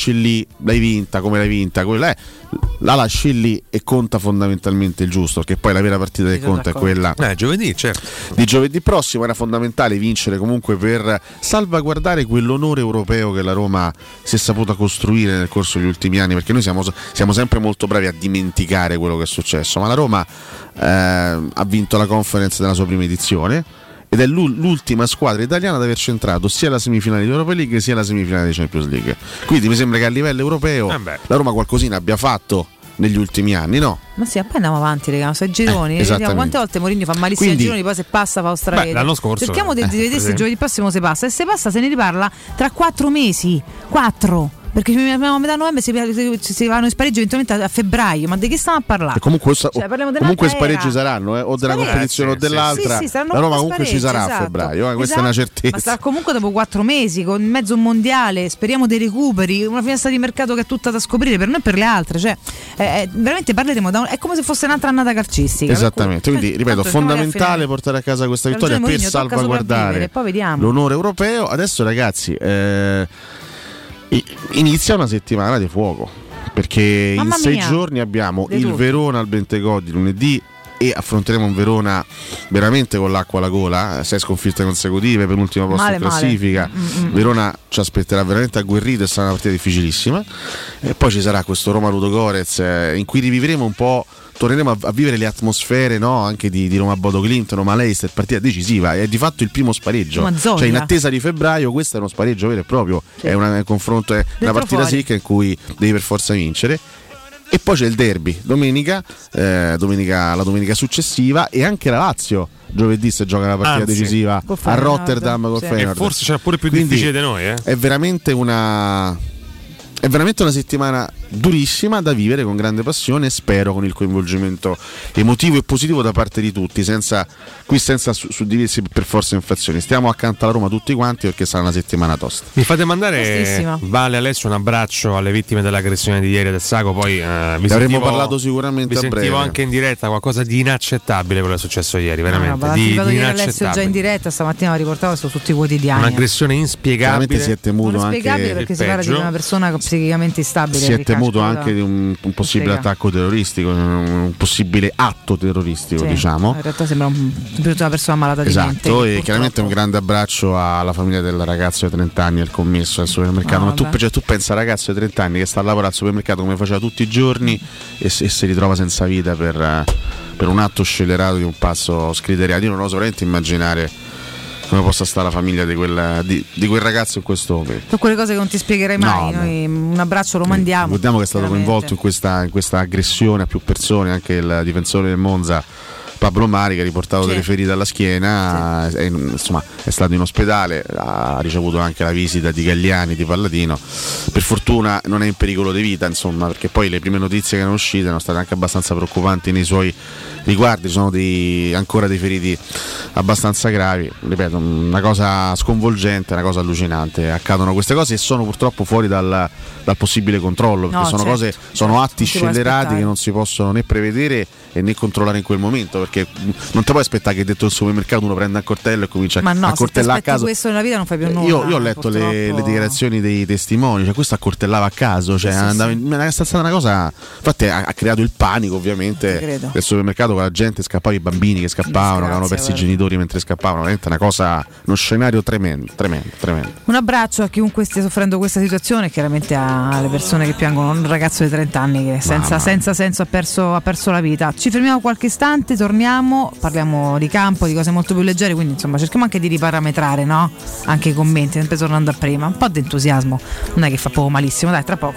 lasci lì, l'hai vinta, come l'hai vinta, quella è, la lasci lì e conta fondamentalmente il giusto, perché poi la vera partita che conta è quella giovedì, certo. Di giovedì prossimo. Era fondamentale vincere comunque per salvaguardare quell'onore europeo che la Roma si è saputa costruire nel corso degli ultimi anni, perché noi siamo sempre molto bravi a dimenticare quello che è successo, ma la Roma ha vinto la Conference nella sua prima edizione ed è l'ultima squadra italiana ad aver centrato sia la semifinale di Europa League sia la semifinale di Champions League. Quindi mi sembra che a livello europeo la Roma qualcosina abbia fatto negli ultimi anni, no? Ma sì, poi andiamo avanti, raga, sei gironi. Vediamo quante volte Mourinho fa malissimo ai gironi, poi se passa fa Ostravete. L'anno scorso cerchiamo di vedere se giovedì prossimo se passa. E se passa se ne riparla tra 4 mesi. 4. Perché a metà novembre si vanno in spareggio eventualmente a febbraio, ma di che stiamo a parlare? E comunque spareggi saranno, o della competizione o dell'altra. Sì, la Roma comunque ci sarà a febbraio, questa è una certezza. Ma sarà comunque dopo 4 mesi, con in mezzo un mondiale, speriamo dei recuperi, una finestra di mercato che è tutta da scoprire per noi e per le altre. Cioè, veramente parleremo è come se fosse un'altra annata calcistica. Esattamente, quindi ripeto, fondamentale portare a casa questa vittoria per salvaguardare l'onore europeo. Adesso ragazzi, inizia una settimana di fuoco, perché in 6 giorni abbiamo il Verona al Bentegodi lunedì e affronteremo un Verona veramente con l'acqua alla gola, 6 sconfitte consecutive, penultimo posto in classifica. Verona ci aspetterà veramente agguerrito e sarà una partita difficilissima, e poi ci sarà questo Roma Ludogorets in cui rivivremo un po', torneremo a vivere le atmosfere, no? Anche di Roma Bodo Clint, Roma Leicester, partita decisiva, è di fatto il primo spareggio, cioè in attesa di febbraio questo è uno spareggio vero e proprio, è un confronto, è una partita secca in cui devi per forza vincere. E poi c'è il derby domenica, la domenica successiva, e anche la Lazio giovedì se gioca la partita decisiva a Rotterdam col Feyenoord. E forse c'era pure più difficile di noi, È veramente una settimana durissima da vivere con grande passione, e spero con il coinvolgimento emotivo e positivo da parte di tutti, senza suddividersi per forza in fazioni. Stiamo accanto alla Roma tutti quanti, perché sarà una settimana tosta. Mi fate mandare, Vale, Alessio, un abbraccio alle vittime dell'aggressione di ieri del Sago, poi vi avremmo parlato sicuramente a breve. Vi sentivo anche in diretta, qualcosa di inaccettabile quello che è successo ieri, veramente di inaccettabile. Alessio già in diretta stamattina, riportavo su tutti i quotidiani. Un'aggressione inspiegabile. Veramente si è temuto anche perché si parla di una persona psicicamente instabile. Si è temuto anche di un possibile attacco terroristico, un possibile atto terroristico, diciamo. In realtà sembra una persona malata di mente. Esatto, e chiaramente un grande abbraccio alla famiglia del ragazzo di 30 anni, al commesso al supermercato. Ma tu pensa al ragazzo di 30 anni che sta a lavorare al supermercato come faceva tutti i giorni e si ritrova senza vita per un atto scellerato di un passo scriteriato. Io non oso veramente immaginare come possa stare la famiglia di quel ragazzo in questo momento. Sono quelle cose che non ti spiegherai mai. Noi un abbraccio lo mandiamo. Ricordiamo che è stato coinvolto in questa aggressione a più persone anche il difensore del Monza, Pablo Mari, che ha riportato delle ferite alla schiena, insomma è stato in ospedale, ha ricevuto anche la visita di Galliani, di Palladino. Per fortuna non è in pericolo di vita, insomma, perché poi le prime notizie che erano uscite erano state anche abbastanza preoccupanti nei suoi riguardi. Sono ancora dei feriti abbastanza gravi. Ripeto, una cosa sconvolgente, una cosa allucinante. Accadono queste cose e sono purtroppo fuori dal possibile controllo, perché sono atti scellerati che non si possono né prevedere e né controllare in quel momento, perché non ti puoi aspettare che dentro il supermercato uno prenda un coltello e comincia a coltellare a caso. Questo nella vita non fai più nulla. Io ho letto le dichiarazioni dei testimoni, cioè questo accortellava a caso, cioè è stata una cosa, infatti ha creato il panico ovviamente del supermercato, con la gente scappava, i bambini che scappavano, che avevano perso i genitori mentre scappavano, veramente uno scenario tremendo. Un abbraccio a chiunque stia soffrendo questa situazione, chiaramente alle persone che piangono un ragazzo di 30 anni che senza senso ha perso la vita. Ci fermiamo qualche istante, torniamo, parliamo di campo, di cose molto più leggere, quindi insomma cerchiamo anche di riparametrare, no? Anche i commenti, sempre tornando a prima, un po' di entusiasmo, non è che fa poco malissimo, dai, tra poco.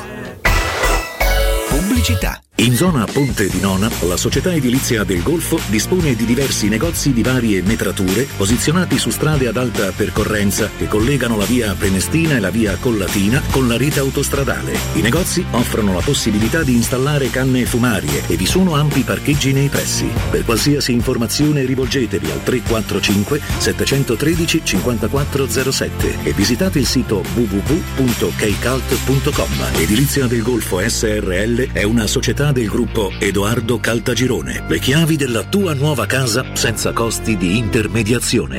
Pubblicità. In zona Ponte di Nona, la società edilizia del Golfo dispone di diversi negozi di varie metrature posizionati su strade ad alta percorrenza che collegano la via Prenestina e la via Collatina con la rete autostradale. I negozi offrono la possibilità di installare canne fumarie e vi sono ampi parcheggi nei pressi. Per qualsiasi informazione rivolgetevi al 345 713 5407 e visitate il sito www.keicalt.com. Edilizia del Golfo SRL è una società del gruppo Edoardo Caltagirone. Le chiavi della tua nuova casa senza costi di intermediazione.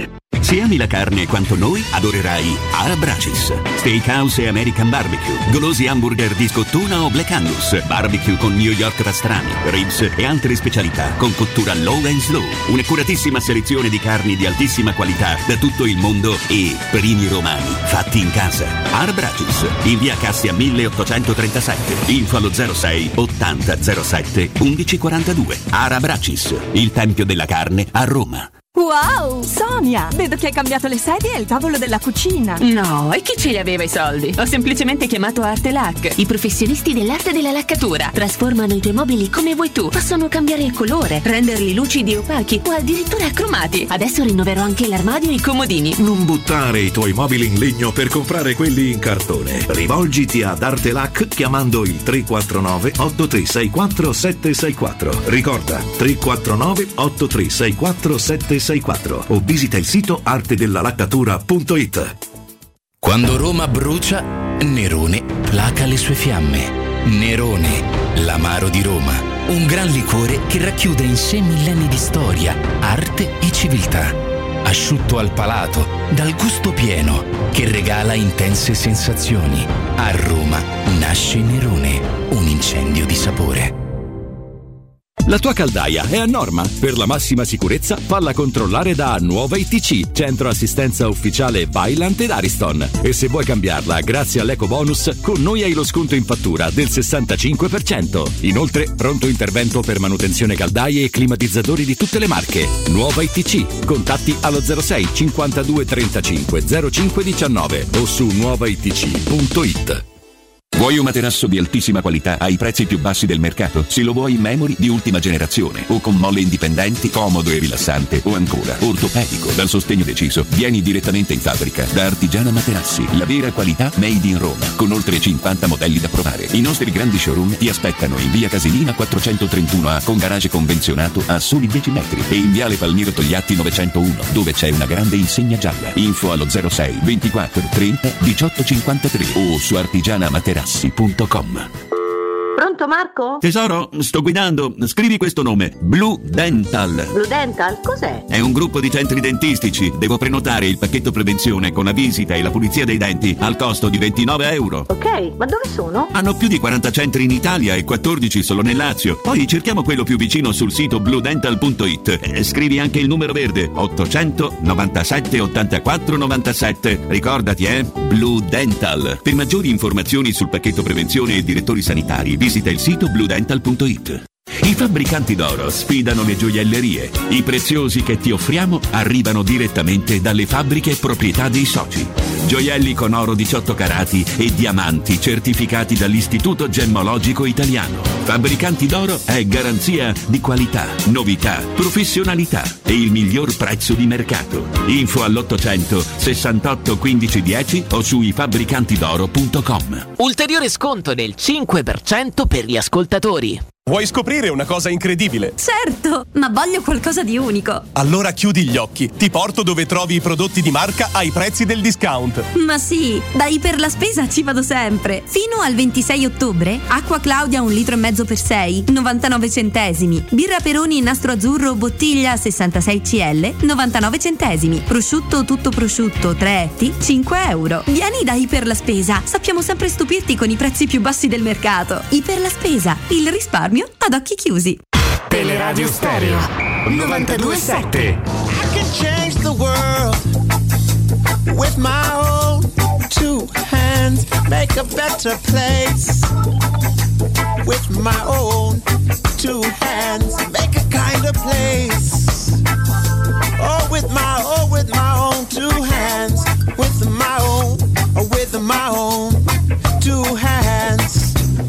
Se ami la carne quanto noi, adorerai Arabracis. Steakhouse e American Barbecue, golosi hamburger di scottuna o Black Angus, barbecue con New York pastrami, ribs e altre specialità con cottura low and slow. Un'accuratissima selezione di carni di altissima qualità da tutto il mondo e primi romani fatti in casa. Arabracis, in via Cassia 1837, info allo 06 80 07 1142. Arabracis, il tempio della carne a Roma. Wow, Sonia, vedo che hai cambiato le sedie e il tavolo della cucina. No, e chi ce li aveva i soldi? Ho semplicemente chiamato Artelac, i professionisti dell'arte della laccatura. Trasformano i tuoi mobili come vuoi tu. Possono cambiare il colore, renderli lucidi e opachi o addirittura cromati. Adesso rinnoverò anche l'armadio e i comodini. Non buttare i tuoi mobili in legno per comprare quelli in cartone. Rivolgiti ad Artelac chiamando il 349 8364 764. Ricorda, 349 8364 764 o visita il sito artedellalaccatura.it. Quando Roma brucia, Nerone placa le sue fiamme. Nerone, l'amaro di Roma, un gran liquore che racchiude in sé millenni di storia, arte e civiltà. Asciutto al palato, dal gusto pieno, che regala intense sensazioni. A Roma nasce Nerone, un incendio di sapore. La tua caldaia è a norma? Per la massima sicurezza falla controllare da Nuova ITC, centro assistenza ufficiale Vaillant ed Ariston. E se vuoi cambiarla grazie all'eco bonus, con noi hai lo sconto in fattura del 65%. Inoltre, pronto intervento per manutenzione caldaie e climatizzatori di tutte le marche. Nuova ITC, contatti allo 06 52 35 05 19 o su nuovaitc.it. Vuoi un materasso di altissima qualità ai prezzi più bassi del mercato? Se lo vuoi in memory di ultima generazione o con molle indipendenti, comodo e rilassante o ancora ortopedico dal sostegno deciso, vieni direttamente in fabbrica da Artigiana Materassi, la vera qualità made in Roma, con oltre 50 modelli da provare. I nostri grandi showroom ti aspettano in via Casilina 431A con garage convenzionato a soli 10 metri e in viale Palmiro Togliatti 901 dove c'è una grande insegna gialla. Info allo 06 24 30 18 53 o su artigianamaterassi.com. Pronto Marco? Tesoro, sto guidando. Scrivi questo nome: Blue Dental. Blue Dental? Cos'è? È un gruppo di centri dentistici. Devo prenotare il pacchetto prevenzione con la visita e la pulizia dei denti al costo di 29 euro. Ok, ma dove sono? Hanno più di 40 centri in Italia e 14 solo nel Lazio. Poi cerchiamo quello più vicino sul sito bluedental.it. Scrivi anche il numero verde 800 97 84 97. Ricordati, Blue Dental. Per maggiori informazioni sul pacchetto prevenzione e direttori sanitari, visita il sito bluedental.it. I fabbricanti d'oro sfidano le gioiellerie. I preziosi che ti offriamo arrivano direttamente dalle fabbriche e proprietà dei soci. Gioielli con oro 18 carati e diamanti certificati dall'Istituto Gemmologico Italiano. Fabbricanti d'oro è garanzia di qualità, novità, professionalità e il miglior prezzo di mercato. Info all'800 68 15 10 o su ifabbricantidoro.com. Ulteriore sconto del 5% per gli ascoltatori. Vuoi scoprire una cosa incredibile? Certo, ma voglio qualcosa di unico. Allora chiudi gli occhi, ti porto dove trovi i prodotti di marca ai prezzi del discount. Ma sì, da Iper la Spesa ci vado sempre. Fino al 26 ottobre, acqua Claudia 1,5 litri per 6, 99 centesimi. Birra Peroni in nastro azzurro bottiglia 66 CL, 99 centesimi. Prosciutto tutto prosciutto 3 etti, 5 euro. Vieni da Iper la Spesa, sappiamo sempre stupirti con i prezzi più bassi del mercato. Iper la Spesa, il risparmio ad occhi chiusi. Teleradio Stereo 92.7. I can change the world with my own two hands, make a better place with my own two hands, make a kinder place. Oh, with my own two hands, with my own two hands.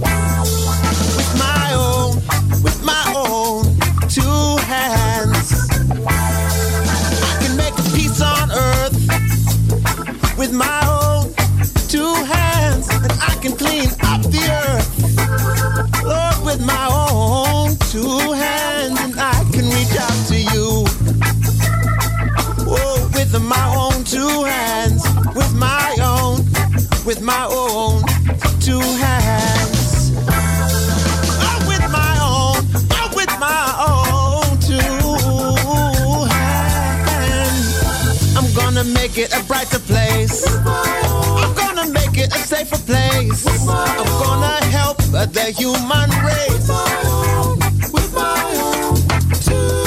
With my own two hands, I can make a peace on earth. With my own two hands, and I can clean up the earth. Lord, with my own two hands, and I can reach out to you. gonna make it a brighter place. I'm gonna make it a safer place. I'm gonna help the human race with my own two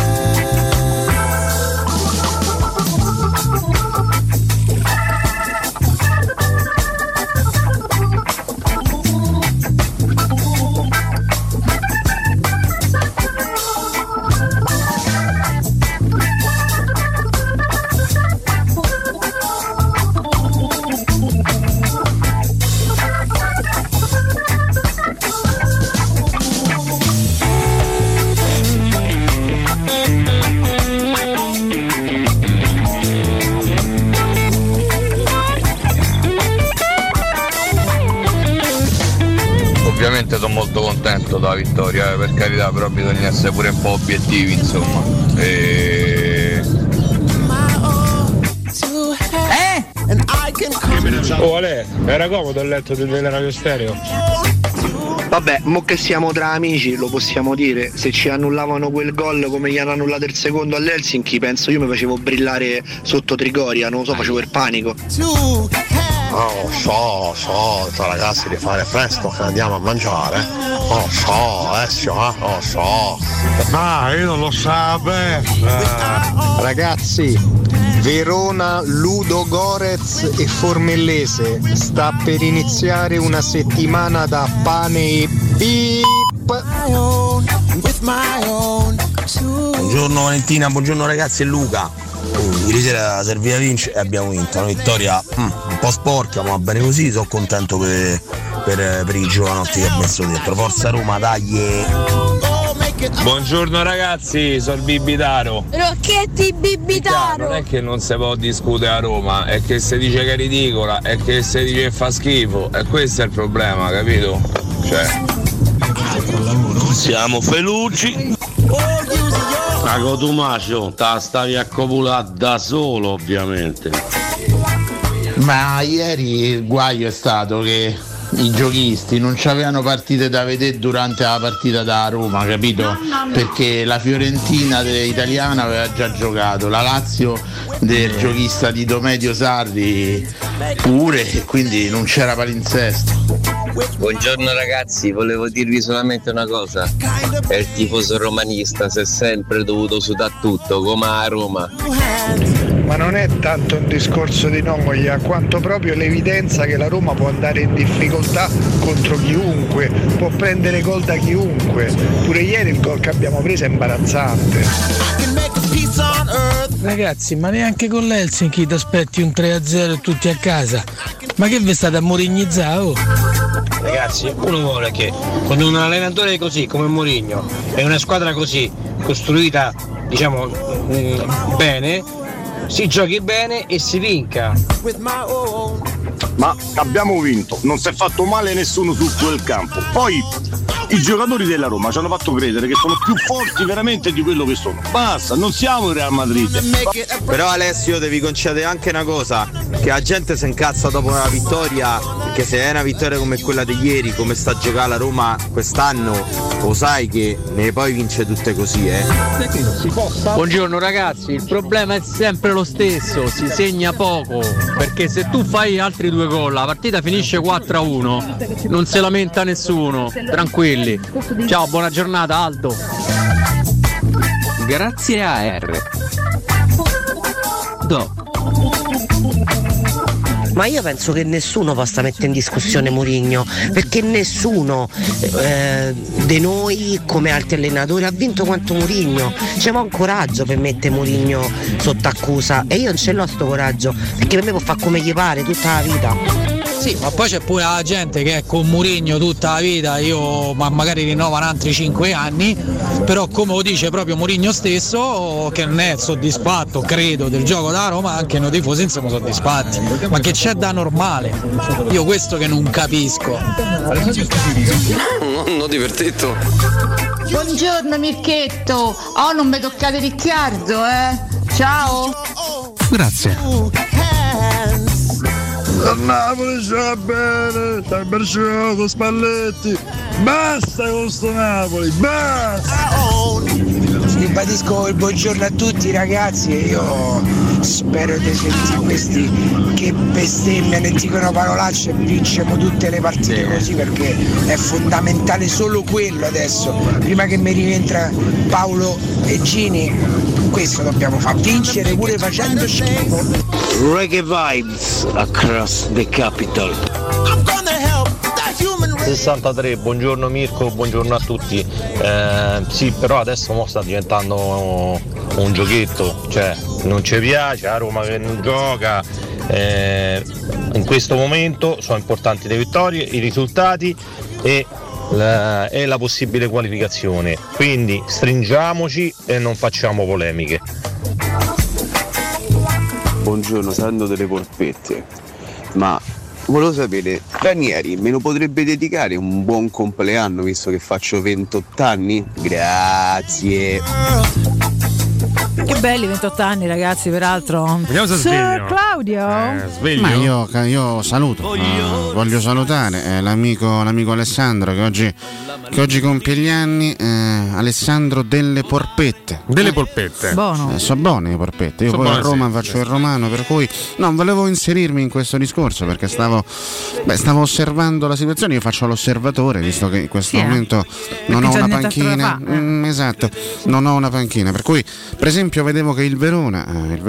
Ovviamente sono molto contento della vittoria, per carità, però bisogna essere pure un po' obiettivi, insomma. Oh Ale, era comodo il letto del Radio Stereo? Vabbè, mo che siamo tra amici lo possiamo dire, se ci annullavano quel gol come gli hanno annullato il secondo all'Helsinki, penso io mi facevo brillare sotto Trigoria, non lo so, facevo il panico. Ragazzi, di fare presto che andiamo a mangiare. Io non lo so, Ragazzi, Verona, Ludogorez e Formellese, sta per iniziare una settimana da pane e beep. Buongiorno Valentina, buongiorno ragazzi, e Luca. Ieri sera serviva vincere e abbiamo vinto, una vittoria un po' sporca, ma va bene così, sono contento per i giovanotti che ha messo dentro. Forza Roma, dai! Buongiorno ragazzi, sono il Bibitaro. Rocchetti Bibitaro. Non è che non si può discutere a Roma, è che si dice che è ridicola, è che si dice che fa schifo, e questo è il problema, capito? Cioè, siamo felici. La Cotumaccio te la stavi a copulare da solo, ovviamente. Ma ieri il guaio è stato che i giochisti non c'avevano partite da vedere durante la partita da Roma, capito? No. Perché la Fiorentina italiana aveva già giocato, la Lazio del giochista di Domedio Sarri pure, e quindi non c'era palinsesto. Buongiorno ragazzi, volevo dirvi solamente una cosa: è il tifoso romanista, si è sempre dovuto sudare tutto, come a Roma. Ma non è tanto un discorso di noia, quanto proprio l'evidenza che la Roma può andare in difficoltà contro chiunque, può prendere gol da chiunque. Pure ieri il gol che abbiamo preso è imbarazzante. Ragazzi, ma neanche con l'Helsinki ti aspetti un 3-0 e tutti a casa? Ma che vi state a morignizzare? Ragazzi, uno vuole che con un allenatore così come Mourinho e una squadra così costruita, diciamo, bene, si giochi bene e si vinca. Ma abbiamo vinto, non si è fatto male nessuno su quel campo. Poi i giocatori della Roma ci hanno fatto credere che sono più forti veramente di quello che sono. Basta, non siamo il Real Madrid. Però Alessio, devi concedere anche una cosa, che la gente si incazza dopo una vittoria, perché se è una vittoria come quella di ieri, come sta a giocare la Roma quest'anno, lo sai che ne poi vince tutte così, Buongiorno ragazzi, il problema è sempre lo stesso, si segna poco, perché se tu fai altri 2 gol, la partita finisce 4-1, non si lamenta nessuno, tranquilli. Ciao, buona giornata Aldo. Grazie a R. Ma io penso che nessuno possa mettere in discussione Mourinho, perché nessuno di noi, come altri allenatori, ha vinto quanto Mourinho. C'è un coraggio per mettere Mourinho sotto accusa, e io non ce l'ho sto coraggio, perché per me può fare come gli pare tutta la vita. Sì, ma poi c'è pure la gente che è con Mourinho tutta la vita, ma magari rinnovano altri 5 anni, però come lo dice proprio Mourinho stesso, che non è soddisfatto, credo, del gioco da Roma, anche noi tifosi siamo soddisfatti. Ma che c'è da normale? Io questo che non capisco. Non divertito. Buongiorno Mirchetto, non mi toccate Riccardo, Ciao. Grazie. A Napoli sta bene, sta perciò con Spalletti, basta con sto Napoli, basta! ribadisco il buongiorno a tutti ragazzi e io spero di sentire questi che bestemmiano e dicono parolacce e vinciamo tutte le partite così, perché è fondamentale solo quello adesso, prima che mi rientra Paolo e Gini, questo dobbiamo fare, vincere pure facendo schifo. Reggae vibes across the capital. 63, buongiorno Mirko, buongiorno a tutti. Sì, però adesso sta diventando un giochetto, cioè non ci piace, la Roma che non gioca. In questo momento sono importanti le vittorie, i risultati e la possibile qualificazione. Quindi stringiamoci e non facciamo polemiche. Buongiorno, Sando delle Polpette, ma volevo sapere, Ranieri me lo potrebbe dedicare un buon compleanno visto che faccio 28 anni? Grazie. Che belli 28 anni ragazzi, peraltro. Vediamo se Sir sveglio. Claudio. Sveglio? Ma io saluto, voglio salutare l'amico Alessandro che oggi compie gli anni, Alessandro delle Porpette. Delle polpette. Buono. Sono buone le porpette. Io So poi buone, a Roma sì, faccio il romano, per cui no, volevo inserirmi in questo discorso perché stavo osservando la situazione. Io faccio l'osservatore, visto che in questo momento non ho una panchina. Esatto, non ho una panchina. Per cui, per esempio, vedevo che il Verona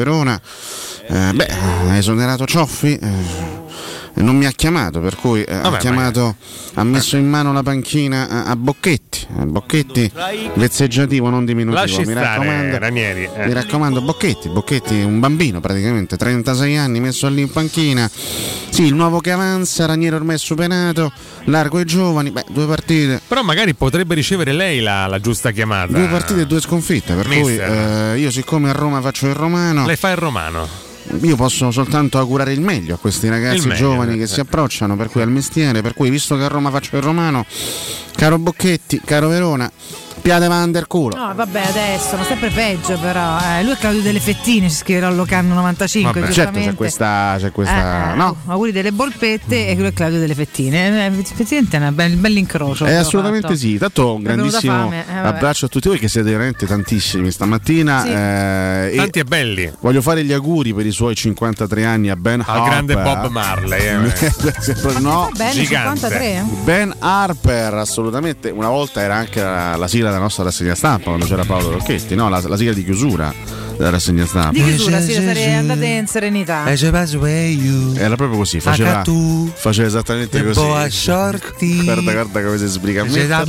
ha esonerato Cioffi. Non mi ha chiamato, per cui ha messo in mano la panchina a Bocchetti, vezzeggiativo non diminutivo, mi raccomando, Bocchetti un bambino praticamente, 36 anni, messo lì in panchina. Sì, il nuovo che avanza, Ranieri ormai è superato, largo ai giovani, 2 partite. Però magari potrebbe ricevere lei la giusta chiamata. 2 partite e 2 sconfitte, per cui io siccome a Roma faccio il romano. Lei fa il romano. Io posso soltanto augurare il meglio a questi ragazzi giovani che si approcciano per cui al mestiere, per cui visto che a Roma faccio il romano, caro Bocchetti, caro Verona, piade van der culo. No, vabbè, adesso, ma sempre peggio però. Lui è Claudio delle Fettine, si scriverà al Locarno 95. Vabbè, certo, c'è questa no. Auguri delle Polpette e lui è Claudio delle Fettine. Effettivamente è un bel incrocio. Assolutamente fatto. Sì, tanto un grandissimo abbraccio a tutti voi che siete veramente tantissimi stamattina. Sì. Tanti e belli. Voglio fare gli auguri per i suoi 53 anni a Ben Harper. Al grande Bob Marley. No, Ben 53. Ben Harper, assolutamente. Una volta era anche la sigla della nostra rassegna stampa quando c'era Paolo Rocchetti, no? La sigla di chiusura della rassegna stampa. Di chiusura, sì, sarei andate in serenità. Era proprio così, faceva esattamente così. Guarda come si sbriga.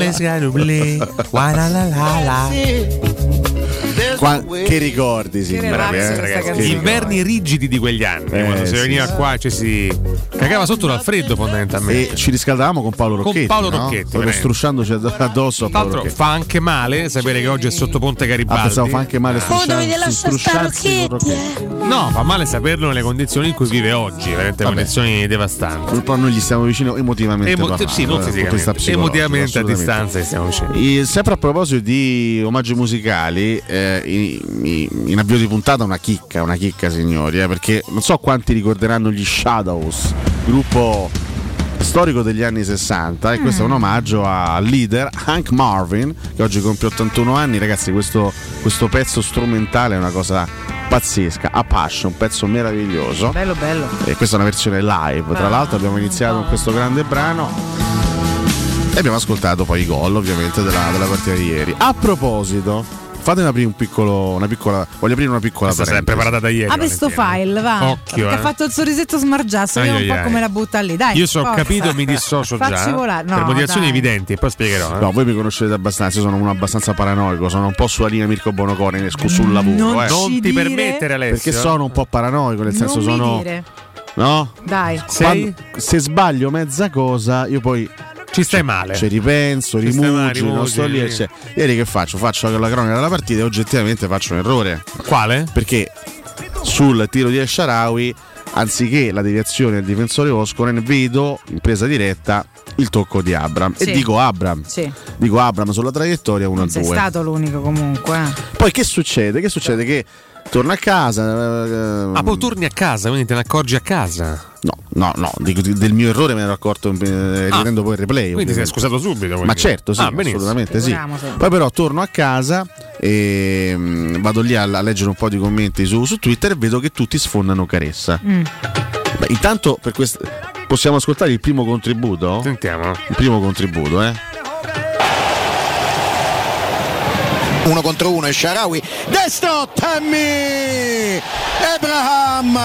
Che ricordi, signori, ragazzi. Gli inverni rigidi di quegli anni, quando si veniva qua ci si cagava sotto dal freddo fondamentalmente. E ci riscaldavamo con Paolo Rocchetti. Proprio strusciandoci addosso a Paolo Rocchetti. Fa anche male sapere che oggi è sotto Ponte Garibaldi. Pensavo fa anche male strusciarsi con Rocchetti. No, fa male saperlo nelle condizioni in cui vive oggi, veramente condizioni devastanti. Però noi gli stiamo vicino emotivamente sì, non fisicamente, emotivamente a distanza stiamo vicino. Sempre a proposito di omaggi musicali, in avvio di puntata una chicca signori, perché non so quanti ricorderanno gli Shadows, gruppo storico degli anni 60, e questo è un omaggio al leader Hank Marvin che oggi compie 81 anni. Ragazzi, questo pezzo strumentale è una cosa pazzesca, Apache, un pezzo meraviglioso, bello e questa è una versione live, tra l'altro abbiamo iniziato con questo grande brano e abbiamo ascoltato poi i gol ovviamente della partita di ieri. A proposito, fatemi aprire voglio aprire una piccola parentesi. È preparata da ieri. Apri sto file, va. Occhio, ha fatto il sorrisetto smargiasso, vediamo un po' come la butta lì. Dai. Io so capito, mi dissocio già. Facci volare. No, per motivazioni evidenti, poi spiegherò. No, voi mi conoscete abbastanza, io sono uno abbastanza paranoico, sono un po' sulla linea Mirko Bonocore sul lavoro. Non ti permettere, Alessio. Perché sono un po' paranoico, nel senso sono. No? Dai. Se sbaglio mezza cosa, io poi ci stai male. Ci ripenso, rimugi, non sto lì. Ieri che faccio? Faccio la cronaca della partita e oggettivamente faccio un errore. Quale? Perché sul tiro di El Shaarawy, anziché la deviazione del difensore Oskonen, vedo in presa diretta il tocco di Abram. Sì. E dico Abram. Sì. Dico Abram sulla traiettoria 1-2. Sei stato l'unico comunque. Poi che succede? Che torno a casa. Poi torni a casa, quindi te ne accorgi a casa. No, del mio errore me ne ero accorto rivedendo poi il replay. Quindi sei scusato subito. Ma certo, sì, assolutamente sì. Poi però torno a casa e vado lì a leggere un po' di commenti su Twitter e vedo che tutti sfondano Caressa. Beh, intanto per questo possiamo ascoltare il primo contributo? Sentiamo. Il primo contributo, 1 contro 1 e Shaarawy, destro Tammy Abraham.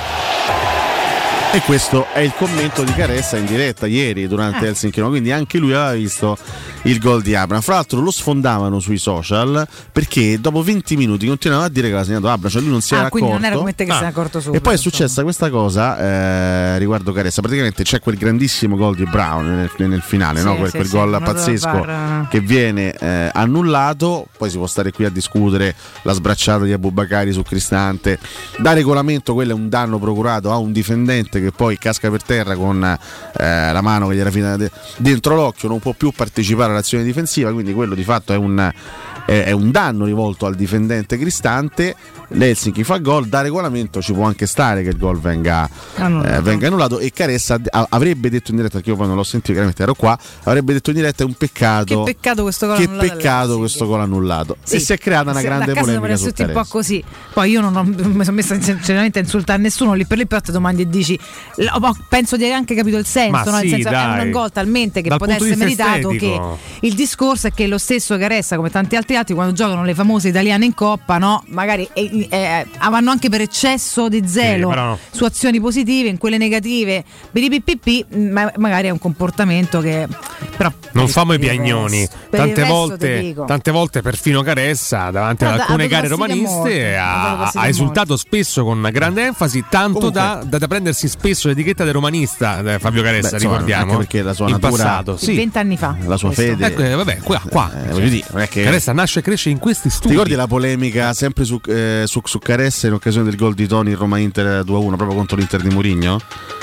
E questo è il commento di Caressa in diretta ieri durante Helsinki, quindi anche lui aveva visto il gol di Abraham. Fra l'altro lo sfondavano sui social perché dopo 20 minuti continuava a dire che aveva segnato Abraham, cioè lui non si era accorto. Quindi non era come te che se ne è accorto subito. E poi è successa questa cosa riguardo Caressa, praticamente c'è quel grandissimo gol di Brown nel finale, quel gol pazzesco che viene annullato. Poi si può stare qui a discutere la sbracciata di Aboubakari su Cristante. Da regolamento quello è un danno procurato a un difendente che poi casca per terra con la mano che gli era finita dentro l'occhio, non può più partecipare all'azione difensiva, quindi quello di fatto è un danno rivolto al difendente Cristante. L'Helsinki fa gol, da regolamento ci può anche stare che il gol venga annullato, e Caressa avrebbe detto in diretta, che io poi non l'ho sentito, chiaramente ero qua, avrebbe detto in diretta: è un peccato, che peccato questo gol annullato, questo gol annullato. E si è creata una grande polemica su Caressa. Un po' così. Poi io non mi sono messa sinceramente a insultare nessuno, lì per lì, però ti domandi e dici, penso di aver anche capito il senso, nel senso è un gol talmente che potesse essere meritato, che il discorso è che lo stesso Caressa, come tanti altri quando giocano le famose italiane in coppa, magari vanno anche per eccesso di zelo su azioni positive, in quelle negative magari è un comportamento che però non famo i piagnoni. Tante volte perfino Caressa davanti ad alcune gare romaniste ha esultato spesso con grande enfasi, tanto da prendersi spesso l'etichetta del romanista Fabio Caressa, ricordiamo, anche perché la sua in natura, passato, 20 anni fa, la sua fede, qua voglio dire, non è che Caressa nasce e cresce in questi studi. Ti ricordi la polemica sempre su Caressa in occasione del gol di Toni in Roma-Inter 2-1 proprio contro l'Inter di Mourinho?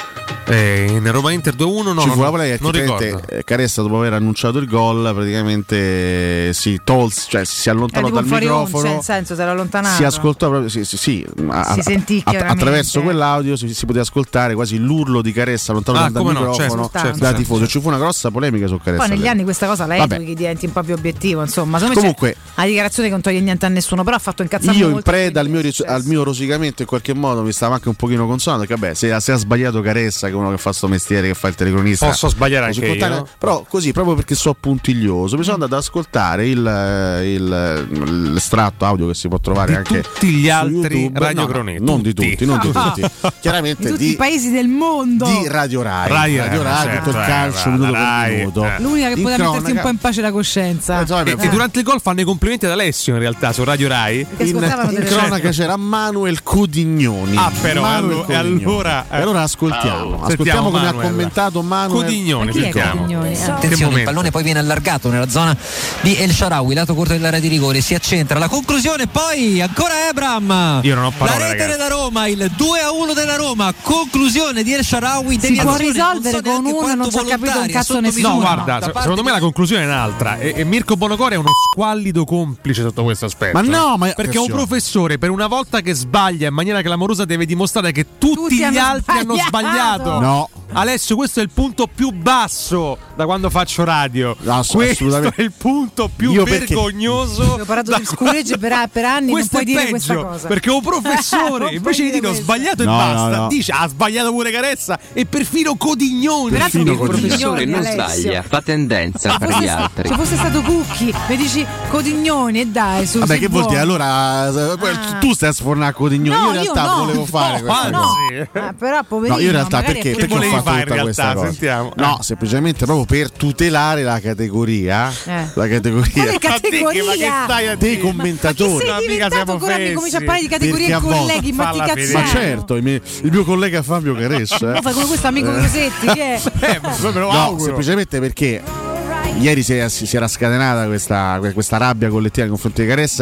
In Roma-Inter 2-1 ci fu la polemica, non ricordo. Caressa, dopo aver annunciato il gol, praticamente si tolse, cioè si allontanò dal microfono, nel senso, si era allontanato, si ascoltò proprio, si sentì attraverso quell'audio si poteva ascoltare quasi l'urlo di Caressa lontano dal microfono da tifoso. Ci fu una grossa polemica su Caressa. Poi negli anni questa cosa la educhi, diventi un po' più obiettivo, insomma. Comunque la dichiarazione che non toglie niente a nessuno, però ha fatto incazzare molto. Io in preda al mio rosicamento in qualche modo mi stava anche un pochino consonante, perché se ha sbagliato Caressa, che è uno che fa sto mestiere, che fa il telecronista, posso sbagliare anche io, però così, proprio perché so puntiglioso, mi sono andato ad ascoltare l'estratto audio che si può trovare di anche tutti gli altri YouTube. radiocronisti, non di tutti, chiaramente di tutti i paesi del mondo, di Radio Rai, tutto il calcio minuto per minuto, l'unica che poteva metterti un po' in pace la coscienza. E durante il gol fanno i complimenti ad Alessio, in realtà, su Radio Rai. In cronaca c'era Manuel Codignoni. Però allora ascoltiamo come ha commentato Manuel Codignoni. Attenzione, il pallone poi viene allargato nella zona di El Shaarawy, lato corto dell'area di rigore, si accentra la conclusione, poi ancora Abraham. Io non ho parole, la rete ragazzi. della Roma, il 2-1 della Roma, conclusione di El Shaarawy. Si può risolvere con uno, non ci ha capito un cazzo nessuno. No, guarda, secondo me la conclusione è un'altra, e Mirko Bonocore è uno squallido complice sotto questo aspetto. Perché è un professore, per una volta che sbaglia in maniera clamorosa, deve dimostrare che tutti gli altri hanno sbagliato. No. Alessio, questo è il punto più basso da quando faccio radio. Questo è il punto più vergognoso. Ho parlato di scuregge per anni, non puoi dire questa cosa. Perché un professore, invece di dire ho sbagliato e basta, dice ha sbagliato pure Caressa e perfino Codignoni. Il professore non sbaglia, fa tendenza per gli altri. Se fosse stato Cucchi, mi dici Codignoni e dai su. Vabbè, che vuol dire? Allora tu stai a sfornare Codignoni. Io in realtà volevo fare questa cosa. Però poverino. No, io in realtà perché ho fatto tutta questa cosa? Sentiamo. No, semplicemente proprio per tutelare la categoria. La categoria. Quale categoria? Dei commentatori. Ma che sei diventato comincia a parlare di categorie e colleghi, ma ti cazzo. Ma certo, il mio collega Fabio Caressa. Ma fai come questo amico Rosetti, che è? No, semplicemente perché ieri si era scatenata questa rabbia collettiva nei confronti di Caressa,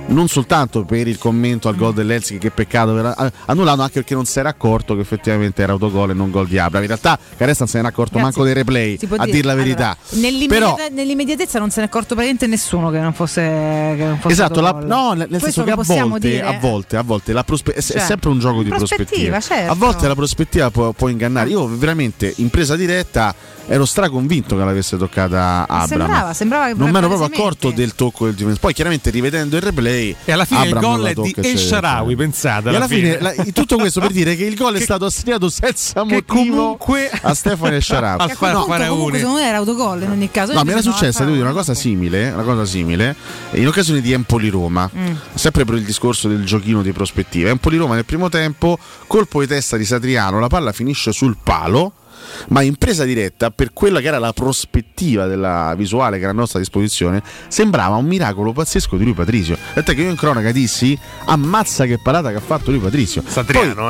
non soltanto per il commento al gol dell'Helsinki, che peccato annullato, anche perché non si era accorto che effettivamente era autogol e non gol di Abram. In realtà Caressa non se ne è accorto manco dei replay, a dire la verità. Allora, nell'immediatezza non se ne è accorto praticamente nessuno che non fosse esatto, nel senso che a volte la è sempre un gioco di prospettiva. Certo. A volte la prospettiva può ingannare. Io veramente in presa diretta ero straconvinto che l'avesse toccata Abram. Sembrava che non mi ero proprio accorto del tocco del difensore. Poi chiaramente rivedendo il replay, e alla fine Abram il gol è di El Shaarawy, pensate. E alla fine tutto questo per dire che il gol è stato assegnato senza motivo a Stefano El Shaarawy. Comunque secondo me era autogol in ogni caso. No, mi era successa devo dire una cosa simile in occasione di Empoli-Roma, sempre per il discorso del giochino di prospettiva. Empoli-Roma nel primo tempo, colpo di testa di Satriano, la palla finisce sul palo, ma in presa diretta, per quella che era la prospettiva della visuale che era a nostra disposizione, sembrava un miracolo pazzesco di Rui Patricio. Tant'è che io in cronaca dissi: ammazza che parata che ha fatto Rui Patricio. Satriano,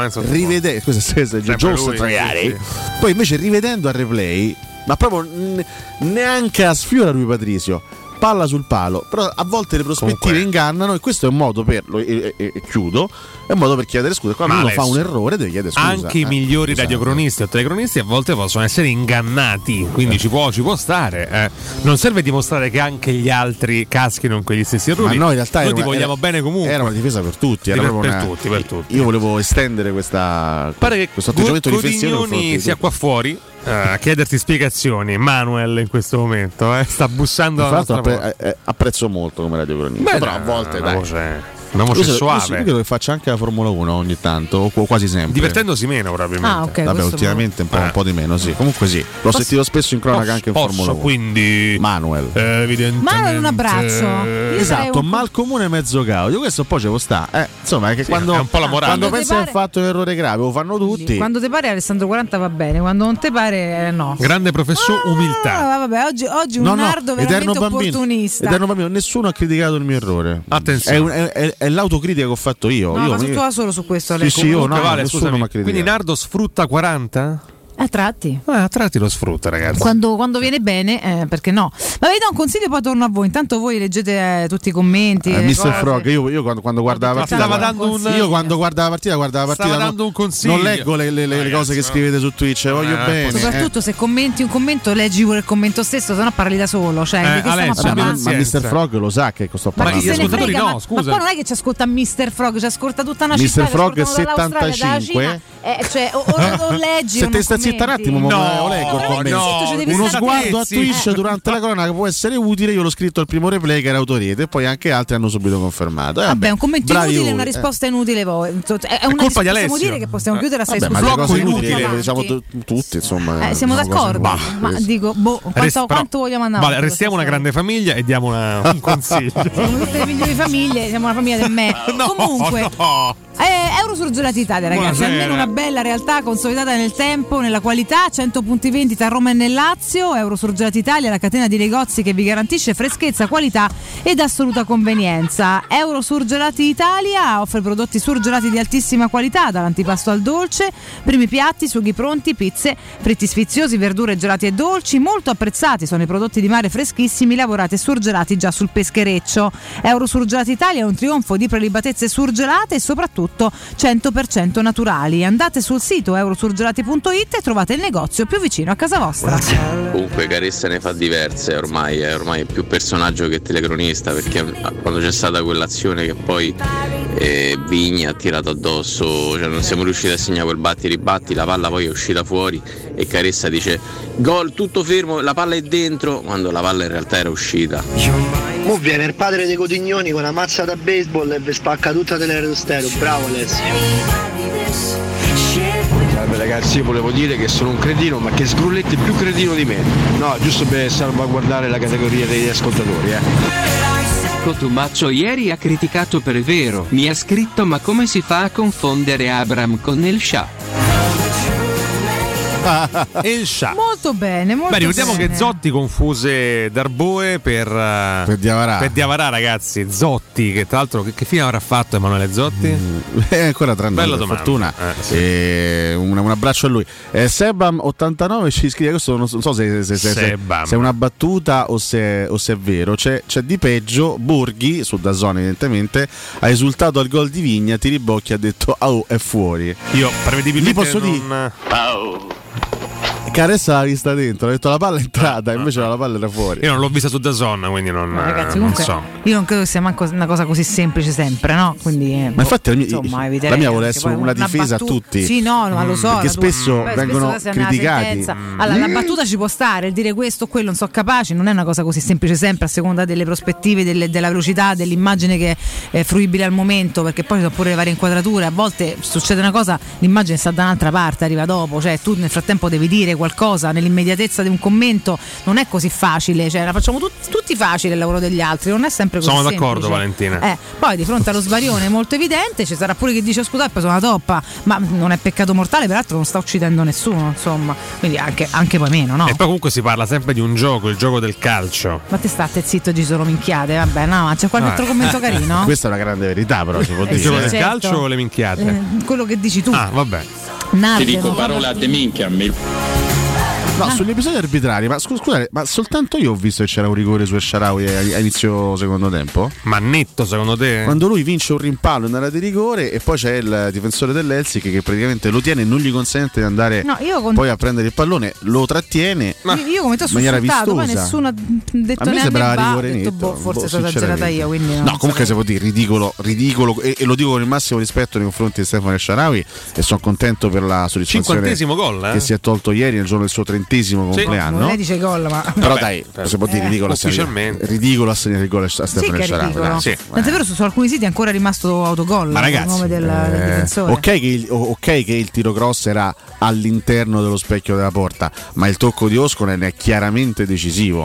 poi invece rivedendo al replay, ma proprio neanche a sfiora Rui Patricio, palla sul palo. Però a volte le prospettive ingannano, e questo è un modo per chiudo, è un modo per chiedere scusa. Quando uno fa un errore deve chiedere scusa. Anche i migliori radiocronisti o telecronisti a volte possono essere ingannati, quindi ci può stare. Non serve dimostrare che anche gli altri caschino in quegli stessi errori. Ma noi in realtà ti vogliamo bene comunque. Era una difesa per tutti, era per tutti. Io volevo estendere questo atteggiamento difensivo. Sia qua fuori a chiederti spiegazioni. Manuel in questo momento sta bussando alla nostra porta. Apprezzo molto come radiocronista, però a volte una voce suave. Io credo che faccia anche la Formula 1 ogni tanto, o quasi sempre. Divertendosi meno probabilmente. Vabbè, ultimamente un po' di meno, sì. Comunque sì, l'ho sentito spesso in cronaca anche in Formula 1. Quindi Manuel, Manuel, un abbraccio. Esatto, mal comune mezzo gaudio. Questo poi ci può sta. Insomma, è che quando, è un po' la morale. Quando pensi che ha fatto un errore grave, lo fanno tutti. Quando te pare Alessandro 40 va bene, quando non te pare no. Grande professore, umiltà. Vabbè, oggi un nardo veramente opportunista. Eterno bambino, nessuno ha criticato il mio errore. Attenzione. È l'autocritica che ho fatto io. No, ma solo su questo. Sì, io nessuno mi ha criticato. Quindi Nardo sfrutta 40? A tratti. A tratti lo sfrutta, ragazzi. Quando viene bene, perché no? Ma vi do un consiglio, poi torno a voi. Intanto voi leggete tutti i commenti. Mr. Frog, io quando guardo la partita guardo la partita dando un consiglio. Non leggo le cose che scrivete su Twitch, voglio bene. Soprattutto se commenti un commento, leggi pure il commento stesso, sennò parli da solo. Cioè, ma Mr. Frog lo sa che sto parlando. Ma gli ascoltatori no, scusa. Ma poi non è che ci ascolta Mr. Frog, ci ascolta tutta una città. Mr. Frog 75. O leggi. Se te stai zitta un attimo, lo leggo il commento. Uno sguardo a Twitch durante la cronaca può essere utile. Io l'ho scritto al primo replay che era Autoriete, e poi anche altri hanno subito confermato. Vabbè, un commento inutile e una risposta inutile. È una colpa di Alessio. Possiamo dire che possiamo chiudere assai ma le cose inutili diciamo tutti, insomma. Siamo d'accordo. Ma dico, quanto vogliamo andare? Vale, restiamo una grande famiglia e diamo un consiglio. Siamo tutte le migliori famiglie, siamo una famiglia del me. Comunque, Eurosurgelati Italia, ragazzi, almeno una bella realtà consolidata nel tempo, nella qualità, 100 punti vendita a Roma e nel Lazio. Eurosurgelati Italia, la catena di negozi che vi garantisce freschezza, qualità ed assoluta convenienza. Eurosurgelati Italia offre prodotti surgelati di altissima qualità, dall'antipasto al dolce, primi piatti, sughi pronti, pizze, fritti sfiziosi, verdure gelati e dolci. Molto apprezzati sono i prodotti di mare freschissimi, lavorati e surgelati già sul peschereccio. Eurosurgelati Italia è un trionfo di prelibatezze surgelate e soprattutto 100% naturali. Andate sul sito eurosurgelati.it e trovate il negozio più vicino a casa vostra. Comunque Caressa ne fa diverse, ormai è più personaggio che telecronista, perché quando c'è stata quell'azione che poi Vigni ha tirato addosso, cioè non siamo riusciti a segnare quel batti-ribatti, la palla poi è uscita fuori e Caressa dice gol, tutto fermo, la palla è dentro, quando la palla in realtà era uscita. Mo viene il padre dei Cotignoni con una mazza da baseball e vi spacca tutta dell'aerostero. Bravo Alessio. Salve ragazzi, io volevo dire che sono un cretino, ma che Sgrulletti è più cretino di me. No, giusto per salvaguardare la categoria degli ascoltatori, Cotumaccio ieri ha criticato per vero. Mi ha scritto: ma come si fa a confondere Abram con El Shah? El Shah. Molto molto bene. Molto ricordiamo bene. che Zotti confuse Darboe per Diavarà, ragazzi. Zotti, che tra l'altro che fine avrà fatto Emanuele Zotti? Ancora tranne per fortuna. Sì. Un abbraccio a lui. Sebam89 ci scrive, questo non so se è una battuta o se è vero. C'è di peggio. Borghi su DAZN evidentemente ha esultato al gol di Vigna, Tiribocchi ha detto è fuori. Io prevedibilmente gli posso dire Caressa l'ha vista dentro, ha detto la palla è entrata, invece la palla era fuori. Io non l'ho vista su DAZN, quindi ragazzi, non comunque, so. Io non credo sia manco una cosa così semplice sempre, no? Quindi, ma infatti la mia vuole essere una difesa a tutti. Sì, no, ma lo so. Perché spesso vengono criticati. Allora, la battuta ci può stare, il dire questo o quello non so capaci, non è una cosa così semplice sempre a seconda delle prospettive, della velocità, dell'immagine che è fruibile al momento, perché poi ci sono pure le varie inquadrature. A volte succede una cosa, l'immagine sta da un'altra parte, arriva dopo, cioè tu nel frattempo devi dire qualcosa nell'immediatezza di un commento, non è così facile, cioè la facciamo tutti facile il lavoro degli altri, non è sempre così Sono semplice. d'accordo, Valentina. Poi di fronte allo svarione molto evidente ci sarà pure chi dice scusate, ho preso una toppa, ma non è peccato mortale, peraltro non sta uccidendo nessuno, insomma, quindi anche poi meno, no? E poi comunque si parla sempre di un gioco, il gioco del calcio. Ma te state zitto, ci sono minchiate, vabbè, no, ma c'è qualche altro commento carino? Questa è una grande verità, però si può dire. Il gioco del certo. calcio o le minchiate? Quello che dici tu. Vabbè. Narde, ti dico parole a de minchia. No, sugli episodi arbitrari, ma scusate, ma soltanto io ho visto che c'era un rigore su El Shaarawy a inizio secondo tempo? Ma netto secondo te? Quando lui vince un rimpallo in area di rigore e poi c'è il difensore dell'Helsinki che praticamente lo tiene e non gli consente di andare poi a prendere il pallone, lo trattiene io come te ho in maniera sussultato, vistosa. Poi nessuno ha detto a me neanche sembrava va, rigore ho detto, netto, forse sono esagerata io, quindi no, comunque si può dire ridicolo e lo dico con il massimo rispetto nei confronti di Stefano El Shaarawy e sono contento per la soddisfazione 50° gol, che si è tolto ieri nel giorno del suo 30° compleanno. Non lei dice gol, ma però dai, si può dire ridicolo assegnare il gol a Stefano El Shaarawy. Sì. Tant'è vero, su alcuni siti è ancora rimasto autogol. Ma ragazzi, il nome del difensore. Ok che il tiro cross era all'interno dello specchio della porta, ma il tocco di Oskonen è chiaramente decisivo.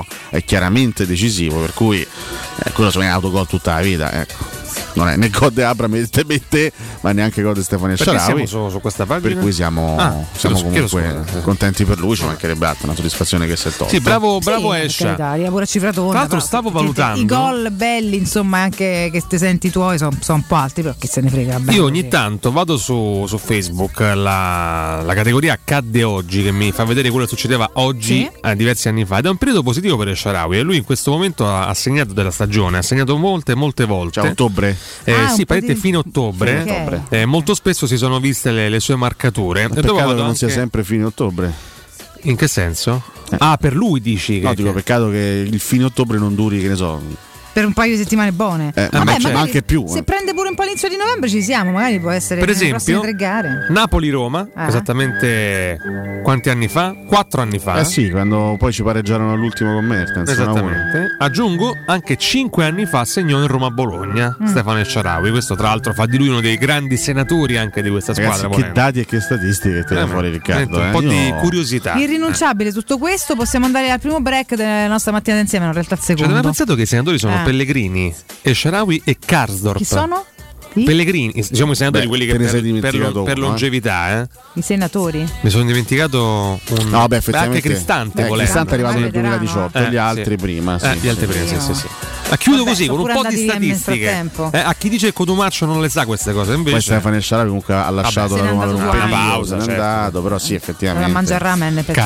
Per cui quello secondo me è autogol tutta la vita, ecco. Non è né gol di Abraham ma neanche gol di Stefano El Shaarawy. Siamo su questa pagina? Per cui siamo comunque contenti per lui, ci mancherebbe altro, una soddisfazione che si è tolta. Sì, bravo Escia. Pure cifratona. Tra l'altro stavo valutando i gol belli, insomma, anche che ti senti tuoi sono un po' alti, però che se ne frega. Io ogni tanto vado su Facebook la categoria accadde oggi, che mi fa vedere quello che succedeva oggi, diversi anni fa, ed è un periodo positivo per El Shaarawy e lui in questo momento ha segnato della stagione, ha segnato molte volte. Cioè, ottobre? Fine ottobre. Okay. Molto spesso si sono viste le sue marcature. Peccato che non sia sempre fine ottobre. In che senso? Per lui dici? No, dico peccato che il fine ottobre non duri, che ne so, per un paio di settimane buone. Ma anche più. Se prende pure un po' all'inizio di novembre ci siamo, magari può essere per nelle esempio, prossime 3 gare. Napoli-Roma, esattamente quanti anni fa? 4 anni fa. Sì, quando poi ci pareggiarono all'ultimo con Mertens. Esattamente. Aggiungo, anche 5 anni fa segnò in Roma-Bologna Stefano El Shaarawy. Questo tra l'altro fa di lui uno dei grandi senatori anche di questa squadra. Che dati e che statistiche tira fuori Riccardo. Un po' di curiosità. Irrinunciabile tutto questo, possiamo andare al primo break della nostra mattina insieme, in realtà al secondo. Cioè, avete pensato che i senatori sono Pellegrini, El Shaarawy e Karsdorp? Chi sono? Pellegrini, diciamo i senatori, quelli che per longevità, I senatori? Mi sono dimenticato anche Cristante. Cristante è arrivato nel 2018, gli altri prima. Gli altri prima, sì. Ma chiudo così con un po' di statistiche. A chi dice che Cotumaccio non le sa queste cose, invece. Poi Stefano El Shaarawy comunque ha lasciato la Roma per un pausa, è andato, però sì, effettivamente. A mangiare ramen per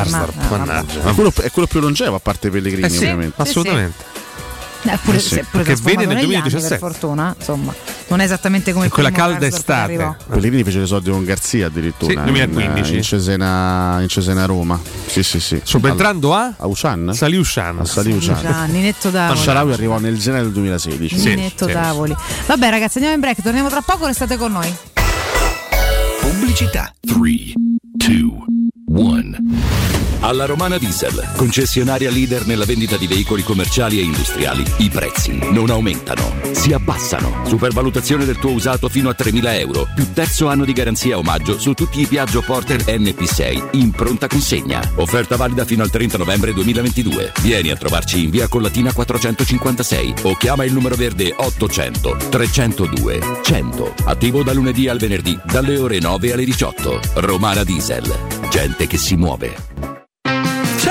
è quello più longevo, a parte Pellegrini, ovviamente. Assolutamente. Perché venne nel 2017 per fortuna, insomma, non è esattamente come quella calda estate. Pellegrini fece le soldi con Garzia addirittura 2015 in Cesena Roma. Sì. Subentrando a Ushan? Saliushan. Ninetto Davoli. El Shaarawy arrivò nel gennaio del 2016. Ninetto Davoli. Vabbè ragazzi, andiamo in break, torniamo tra poco, restate con noi. Pubblicità. 3, 2, 1. Alla Romana Diesel, concessionaria leader nella vendita di veicoli commerciali e industriali, i prezzi non aumentano, si abbassano. Supervalutazione del tuo usato fino a 3.000 euro, più terzo anno di garanzia omaggio su tutti i Piaggio Porter NP6 in pronta consegna. Offerta valida fino al 30 novembre 2022. Vieni a trovarci in via Collatina 456 o chiama il numero verde 800 302 100. Attivo da lunedì al venerdì dalle ore 9 alle 18. Romana Diesel, gente che si muove.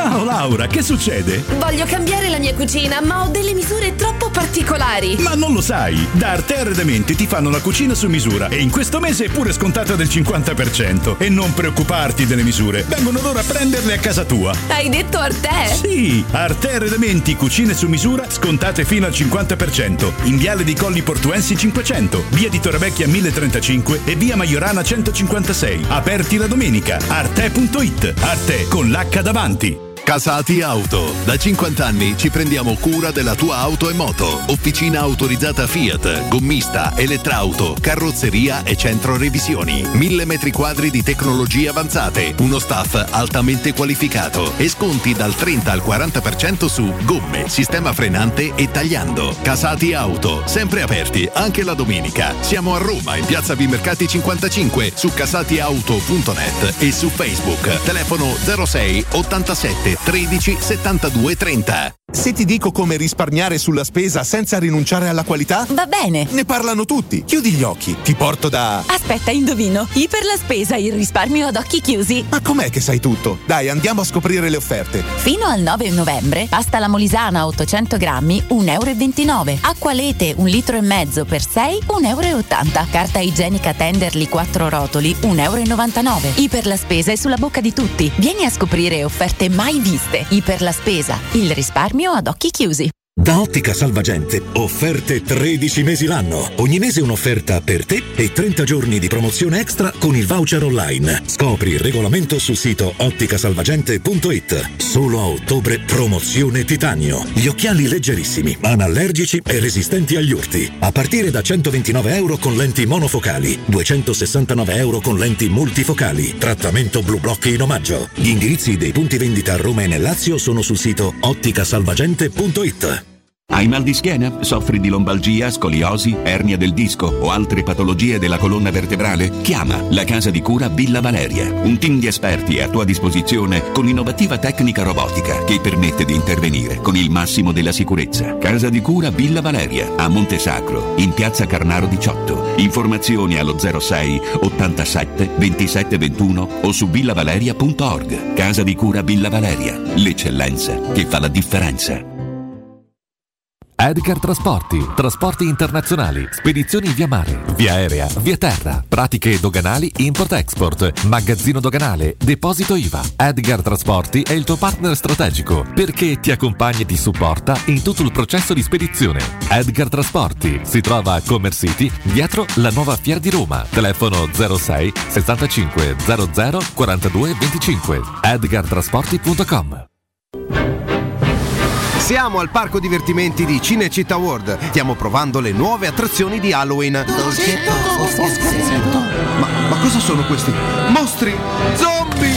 Ciao Laura, che succede? Voglio cambiare la mia cucina, ma ho delle misure troppo particolari. Ma non lo sai, da Arte Arredamenti ti fanno la cucina su misura e in questo mese è pure scontata del 50%. E non preoccuparti delle misure, vengono loro a prenderle a casa tua. Hai detto Arte? Sì, Arte Arredamenti, cucine su misura scontate fino al 50%. In Viale dei Colli Portuensi 500, via di Torrevecchia 1035 e via Maiorana 156. Aperti la domenica. Arte.it. Arte con l'H davanti. Casati Auto. Da 50 anni ci prendiamo cura della tua auto e moto. Officina autorizzata Fiat, gommista, elettrauto, carrozzeria e centro revisioni. 1000 metri quadri di tecnologie avanzate. Uno staff altamente qualificato. E sconti dal 30 al 40% su gomme, sistema frenante e tagliando. Casati Auto. Sempre aperti, anche la domenica. Siamo a Roma, in piazza Vimercati 55, su casatiauto.net e su Facebook. Telefono 06 87 13 72 30. Se ti dico come risparmiare sulla spesa senza rinunciare alla qualità? Va bene. Ne parlano tutti. Chiudi gli occhi. Ti porto da... Aspetta, indovino. Iper la spesa, il risparmio ad occhi chiusi. Ma com'è che sai tutto? Dai, andiamo a scoprire le offerte. Fino al 9 novembre, pasta alla Molisana 800 grammi, 1,29 €. Acqua Lete 1,5 litri per 6, 1,80 €. Carta igienica Tenderly 4 rotoli, 1,99 €. Iper la spesa è sulla bocca di tutti. Vieni a scoprire offerte mai viste. Iper la spesa, il risparmio ad occhi chiusi. Da Ottica Salvagente, offerte 13 mesi l'anno. Ogni mese un'offerta per te e 30 giorni di promozione extra con il voucher online. Scopri il regolamento sul sito otticasalvagente.it. Solo a ottobre promozione titanio. Gli occhiali leggerissimi, anallergici e resistenti agli urti. A partire da 129 € con lenti monofocali, 269 € con lenti multifocali. Trattamento Blue Block in omaggio. Gli indirizzi dei punti vendita a Roma e nel Lazio sono sul sito otticasalvagente.it. Hai mal di schiena? Soffri di lombalgia, scoliosi, ernia del disco o altre patologie della colonna vertebrale? Chiama la Casa di Cura Villa Valeria. Un team di esperti è a tua disposizione con innovativa tecnica robotica che permette di intervenire con il massimo della sicurezza. Casa di Cura Villa Valeria a Montesacro, in piazza Carnaro 18. Informazioni allo 06 87 27 21 o su villavaleria.org. Casa di Cura Villa Valeria, l'eccellenza che fa la differenza. Edgar trasporti internazionali, spedizioni via mare, via aerea, via terra, pratiche doganali import-export, magazzino doganale, deposito IVA. Edgar Trasporti è il tuo partner strategico perché ti accompagna e ti supporta in tutto il processo di spedizione. Edgar Trasporti si trova a Commerce City, dietro la nuova Fiera di Roma. Telefono 06 65 00 42 25. edgartrasporti.com. Siamo al parco divertimenti di Cinecittà World. Stiamo provando le nuove attrazioni di Halloween. Ma cosa sono questi? Mostri! Zombie!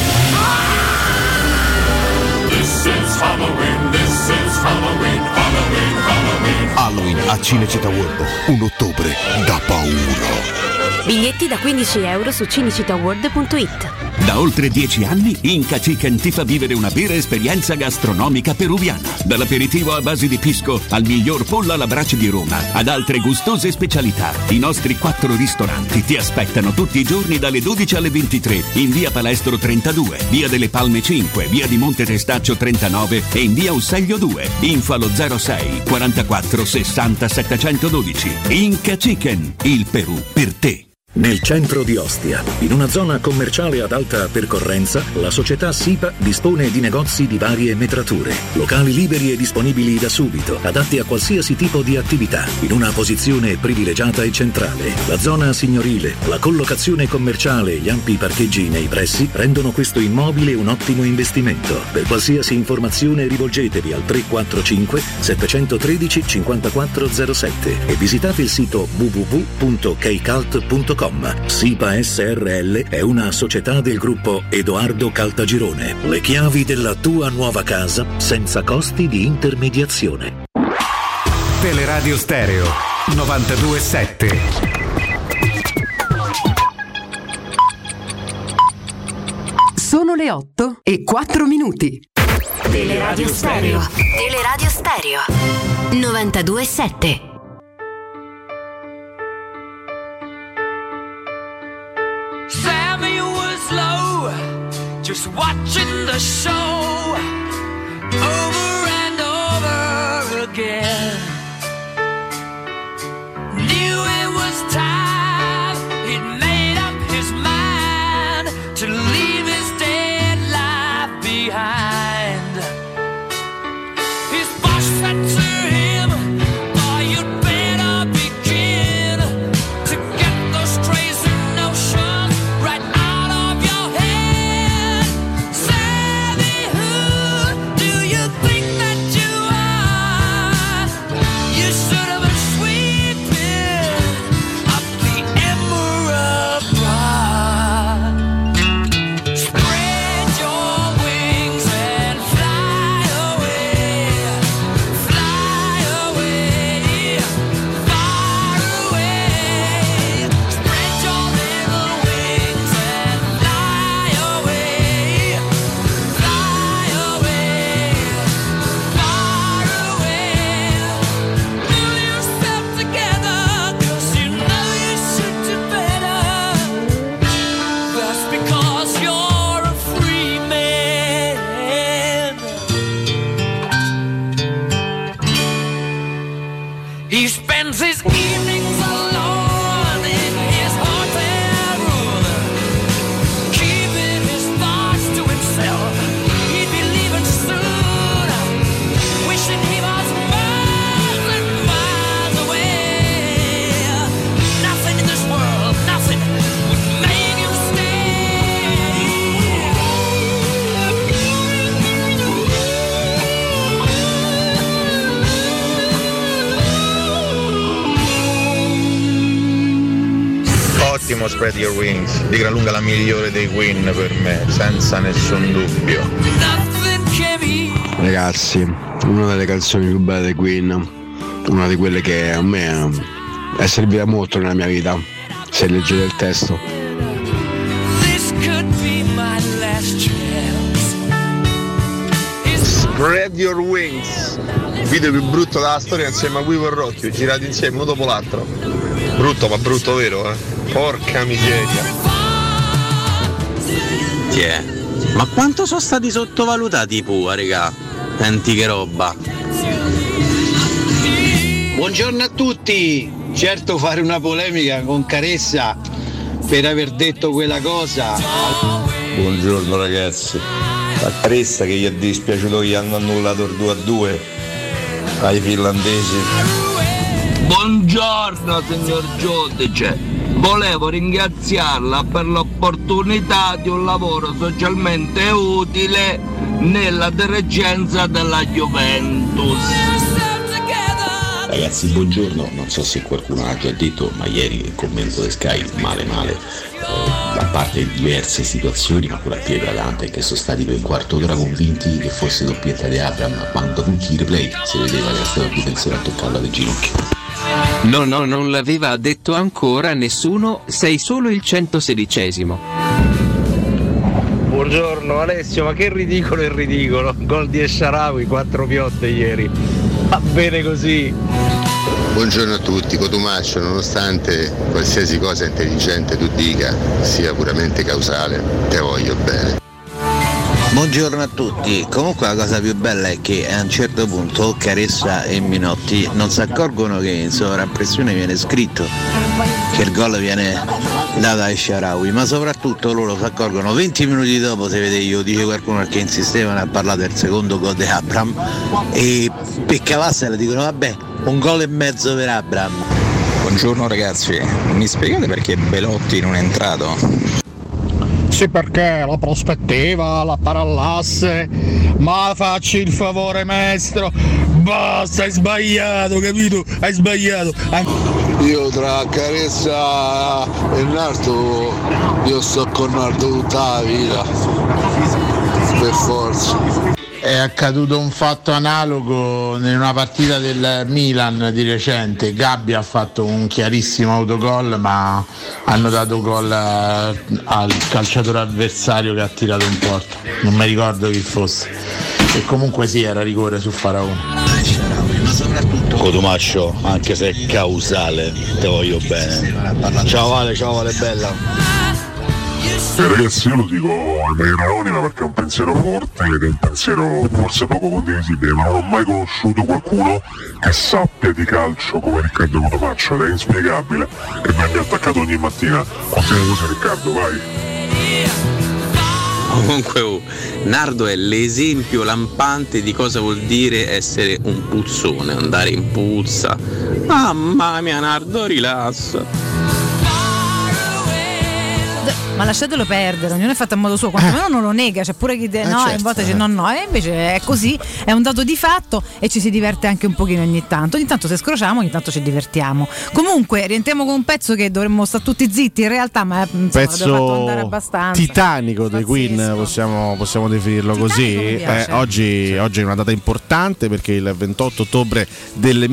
This is Halloween, this is Halloween, Halloween, Halloween. Halloween a Cinecittà World. Un ottobre da paura. Biglietti da 15 € su cinecittàworld.it. Da oltre 10 anni Inca Chicken ti fa vivere una vera esperienza gastronomica peruviana. Dall'aperitivo a base di pisco al miglior pollo alla brace di Roma, ad altre gustose specialità. I nostri 4 ristoranti ti aspettano tutti i giorni dalle 12 alle 23 in via Palestro 32, via delle Palme 5, via di Monte Testaccio 39 e in via Usseglio 2. Info allo 06 44 60 712. Inca Chicken, il Perù per te. Nel centro di Ostia, in una zona commerciale ad alta percorrenza, la società SIPA dispone di negozi di varie metrature, locali liberi e disponibili da subito, adatti a qualsiasi tipo di attività, in una posizione privilegiata e centrale. La zona signorile, la collocazione commerciale e gli ampi parcheggi nei pressi rendono questo immobile un ottimo investimento. Per qualsiasi informazione rivolgetevi al 345 713 5407 e visitate il sito www.keicalt.com. SIPA SRL è una società del gruppo Edoardo Caltagirone. Le chiavi della tua nuova casa senza costi di intermediazione. Teleradio Stereo 92.7. Sono le 8:04. Teleradio Stereo. Teleradio Stereo 92.7. just watching the show over and over again. Knew it was time, he'd made up his mind to leave his dead life behind. His boss said to him, boy, you'd better begin to get those crazy notions right out of your head. Savvy, who do you think that you are? You should have been sweeping up the Emerald Broad. Spread your wings and fly away, far away. Spread your little wings and fly away, far away. Pull yourself together, 'cause you know you should do better. That's because you're a free man. He spends his evenings alone in his hotel room, keeping his thoughts to himself. He'd be leaving soon, wishing he was miles and miles away. Nothing in this world, nothing would make him Ottimo Spread Your Wings, di gran lunga la migliore dei Queen per me, senza nessun dubbio. Ragazzi, una delle canzoni più belle dei Queen, una di quelle che a me è servita molto nella mia vita, se leggete il testo. This could be my last chance. Spread Your Wings, video più brutto della storia insieme a Vivo e Rocchio, girati insieme uno dopo l'altro. Brutto, ma brutto vero, eh? Porca miseria. Ma quanto sono stati sottovalutati i Pua, regà? Senti che roba. Buongiorno a tutti. Certo, fare una polemica con Caressa per aver detto quella cosa. Buongiorno ragazzi. A Caressa che gli è dispiaciuto che gli hanno annullato il 2-2 ai finlandesi. Buongiorno signor giudice. Volevo ringraziarla per l'opportunità di un lavoro socialmente utile nella dirigenza della Juventus. Ragazzi, buongiorno, non so se qualcuno l'ha già detto, ma ieri il commento di Sky male, a parte diverse situazioni, ma quella più eclatante è che sono stati per un quarto d'ora convinti che fosse doppietta di Abraham, quando tutti i replay si vedeva che era stato il difensore a toccarla del ginocchio. No, non l'aveva detto ancora nessuno, sei solo il 116esimo. Buongiorno Alessio, ma che ridicolo il ridicolo. Gol di Esharawi, 4 piotte ieri. Va bene così. Buongiorno a tutti, Cotumaccio, nonostante qualsiasi cosa intelligente tu dica sia puramente causale, te voglio bene. Buongiorno a tutti, comunque la cosa più bella è che a un certo punto Caressa e Minotti non si accorgono che in sovraimpressione viene scritto che il gol viene dato a Esharawi, ma soprattutto loro si accorgono 20 minuti dopo, se vede io, dice qualcuno che insistevano a parlare del secondo gol di Abraham e per cavarsela dicono vabbè, un gol e mezzo per Abraham. Buongiorno ragazzi, mi spiegate perché Belotti non è entrato? Sì, perché la prospettiva, la parallasse, ma facci il favore maestro, basta, hai sbagliato, capito? Hai sbagliato. Io tra Caressa e Nardo, io sto con Nardo tutta la vita, per forza. È accaduto un fatto analogo in una partita del Milan di recente. Gabbia ha fatto un chiarissimo autogol, ma hanno dato gol al calciatore avversario che ha tirato in porta. Non mi ricordo chi fosse. E comunque sì, era rigore su Faraone. Cotumaccio, anche se è causale, te voglio bene. Ciao Vale bella. Ragazzi, io lo dico in maniera anonima perché è un pensiero forte ed è un pensiero forse poco condivisibile, ma non ho mai conosciuto qualcuno che sappia di calcio come Riccardo Cotomaccio, ed è inspiegabile che venga attaccato ogni mattina. Continua così, Riccardo, vai. Comunque Nardo è l'esempio lampante di cosa vuol dire essere un puzzone, andare in puzza. Mamma mia, Nardo, rilassa. Ma lasciatelo perdere, ognuno è fatto a modo suo, quantomeno non lo nega, c'è pure chi no, certo, in volte dice no, e invece è così, è un dato di fatto e ci si diverte anche un pochino ogni tanto se scrociamo, ogni tanto ci divertiamo. Comunque rientriamo con un pezzo che dovremmo stare tutti zitti in realtà, ma insomma, pezzo fatto andare abbastanza titanico dei Queen, possiamo definirlo così. Oggi è una data importante perché il 28 ottobre del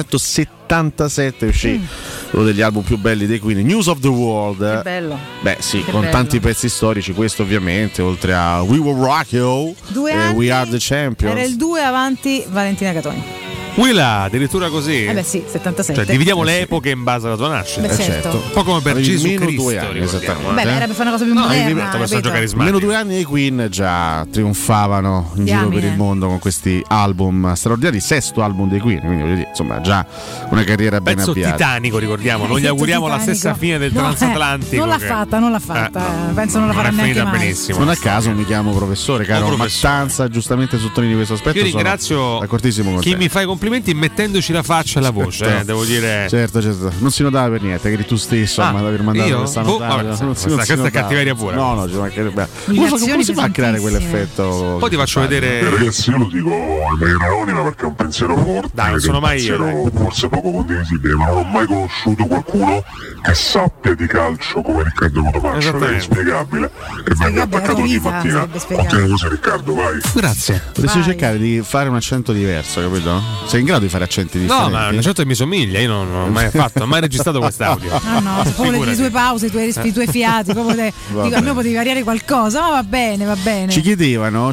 1977 uscì uno degli album più belli dei Queen, News of the World. Che bello. Beh sì, che con bello. Tanti pezzi storici, questo ovviamente, oltre a We Will Rock You, We Are the Champions. Era il 2 avanti Valentina Catoni. Willa, addirittura così? Beh sì, 77. Cioè dividiamo le epoche in base alla tua nascita. Beh, certo. Un po' come per Gesù Cristo. Meno 2 anni, esattamente. Beh, era per fare una cosa più moderna. Meno 2 anni i Queen già trionfavano in giro per il mondo con questi album straordinari, sesto album dei Queen, quindi voglio dire, insomma, già una carriera ben pezzo avviata. Titanico, ricordiamo, non gli auguriamo la stessa fine del transatlantico. Non l'ha fatta, penso non la farà neanche mai. Benissimo. Non a caso mi chiamo professore, caro Mattanza, giustamente sottolinei questo aspetto. Io ringrazio chi mi fa i complimenti mettendoci la faccia e la voce, devo dire. Certo, non si notava per niente, che eri tu stesso a aver mandato questa notata. Questa è cattiveria pura. No, ci mancherebbe. Come si fa a creare quell'effetto? Poi ti faccio vedere. Ragazzi, io lo dico in maniera anonima perché è un pensiero forte. Dai, non sono mai io. Forse poco condivisibile, ma non ho mai conosciuto qualcuno che sappia di calcio come Riccardo Cotomaccio, ed è inspiegabile che venga attaccato ogni mattina. Continua così, Riccardo, vai. Grazie. Potresti cercare di fare un accento diverso, capito? Sei in grado di fare accenti differenti? No, ma un accento che mi somiglia, io non ho mai fatto, non ho mai registrato quest'audio. No, se proprio le tue pause, i tuoi fiati, proprio almeno potevi variare qualcosa, ma va bene. Ci chiedevano,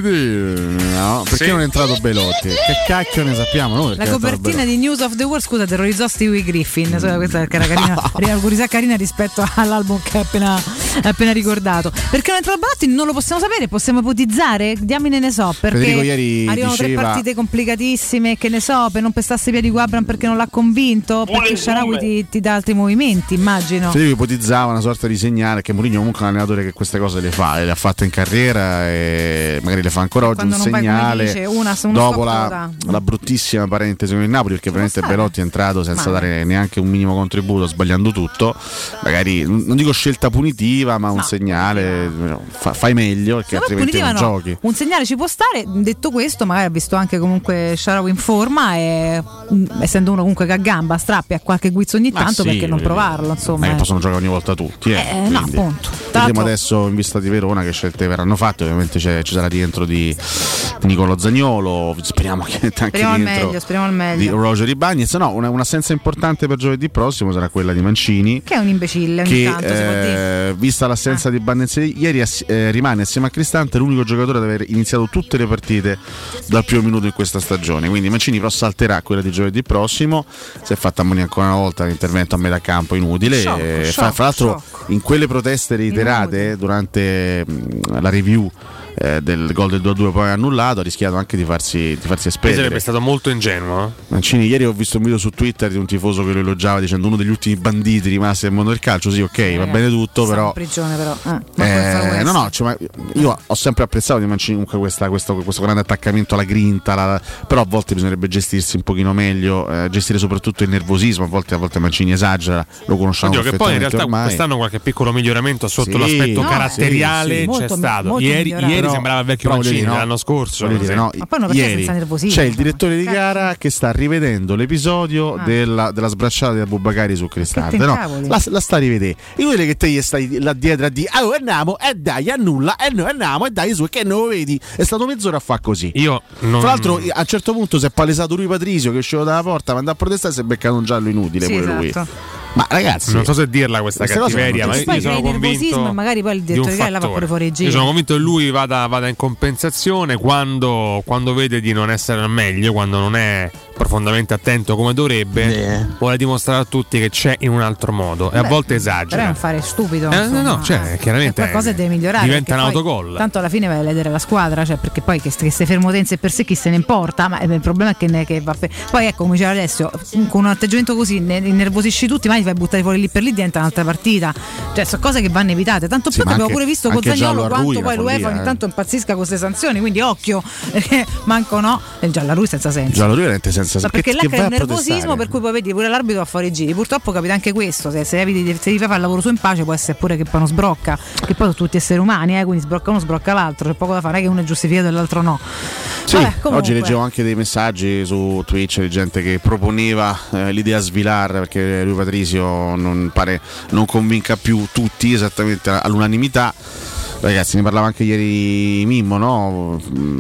perché non è entrato Belotti? Che cacchio ne sappiamo noi? La copertina di News of the World, scusa, terrorizzò Stewie Griffin, questa che era carina, curiosità carina rispetto all'album che hai appena ricordato. Perché non è entrato Belotti non lo possiamo sapere, possiamo ipotizzare, diamine ne so, perché arrivano 3 partite complicatissime, che ne so, per non pestasse via di Guabran perché non l'ha convinto, perché Shaarawy ti dà altri movimenti, immagino. Federico ipotizzava una sorta di segnale che Mourinho comunque è un allenatore che queste cose le ha fatte in carriera e magari le fa ancora oggi, un segnale dopo la bruttissima parentesi con il Napoli, perché veramente Belotti è entrato senza dare neanche un minimo contributo, sbagliando tutto, magari non dico scelta punitiva, ma un segnale, fai meglio perché altrimenti non giochi. Un segnale ci può stare. Detto questo, magari ha visto anche comunque Shaarawy in forma e essendo uno comunque che a gamba strappi a qualche guizzo ogni tanto, perché non provarlo, insomma. Ma possono giocare ogni volta tutti, no, appunto. Vedremo adesso in vista di Verona che scelte verranno fatte. Ovviamente ci sarà rientro di Nicolo Zaniolo, speriamo che anche rientro speriamo al meglio di Roger Ibañez. No, un'assenza importante per giovedì prossimo sarà quella di Mancini, che è un imbecille ogni tanto, si può dire. Vista l'assenza di Ibañez ieri, rimane assieme a Cristante l'unico giocatore ad aver iniziato tutte le partite dal primo minuto in questa stagione, quindi Mancini però salterà quella di giovedì prossimo. Si è fatta ammonire ancora una volta l'intervento a metà campo inutile, fra l'altro in quelle proteste reiterate durante la review del gol del 2-2 poi annullato, ha rischiato anche di farsi espellere. Sarebbe stato molto ingenuo. Mancini, ieri ho visto un video su Twitter di un tifoso che lo elogiava dicendo uno degli ultimi banditi rimasti nel mondo del calcio. Sì, ok, va bene tutto, però in prigione, però. Io ho sempre apprezzato di Mancini comunque questo grande attaccamento alla grinta, però a volte bisognerebbe gestirsi un pochino meglio, gestire soprattutto il nervosismo. A volte Mancini esagera, lo conosciamo perfettamente. Che poi in realtà ormai quest'anno qualche piccolo miglioramento sotto l'aspetto caratteriale c'è stato. Ieri sembrava il vecchio Mancini dell'anno scorso. Ma poi non perché senza nervosismo. C'è il direttore di gara che sta rivedendo l'episodio della sbracciata di Abubakari su Cristante. La sta rivedendo. Io vedo che te gli stai là dietro a dire andiamo e dai, annulla e noi andiamo e dai su, che non lo vedi. È stato mezz'ora a fare così. Tra l'altro a un certo punto si è palesato lui Patrizio che usciva dalla porta, ma andava a protestare e si è beccato un giallo inutile lui. Ma ragazzi, non so se dirla questa cattiveria, ma io sono convinto magari poi il direttore di gara la fa pure fuori giro. Io sono convinto che lui vada in compensazione quando vede di non essere al meglio, quando non è profondamente attento come dovrebbe, vuole dimostrare a tutti che c'è in un altro modo e a volte esagera. Però è un fare stupido. Cioè, chiaramente qualcosa deve migliorare. Diventa un autogol. Tanto alla fine vai a ledere la squadra, cioè, perché poi che queste fermotenze per sé chi se ne importa, ma il problema è che poi ecco, come diceva Alessio, con un atteggiamento così innervosisci tutti, ma li fai buttare fuori lì per lì, diventa un'altra partita. Cioè, sono cose che vanno evitate. Tanto più che abbiamo pure visto con Zaniolo quanto poi l'UEFA ogni tanto impazzisca con queste sanzioni, quindi occhio, perché manco il giallo a lui senza senso. Giallo lui veramente senza senso. Perché là crea un nervosismo per cui poi vedi pure l'arbitro a fuori giri. Purtroppo capita anche questo, se devi fare il lavoro su in pace può essere pure che poi non sbrocca, che poi sono tutti esseri umani, quindi sbrocca uno sbrocca l'altro, c'è poco da fare, che uno è giustificato e l'altro no. Sì, oggi leggevo anche dei messaggi su Twitch di gente che proponeva l'idea Svilar, perché lui Patrizio non convinca più tutti esattamente all'unanimità. Ragazzi, ne parlava anche ieri Mimmo, no?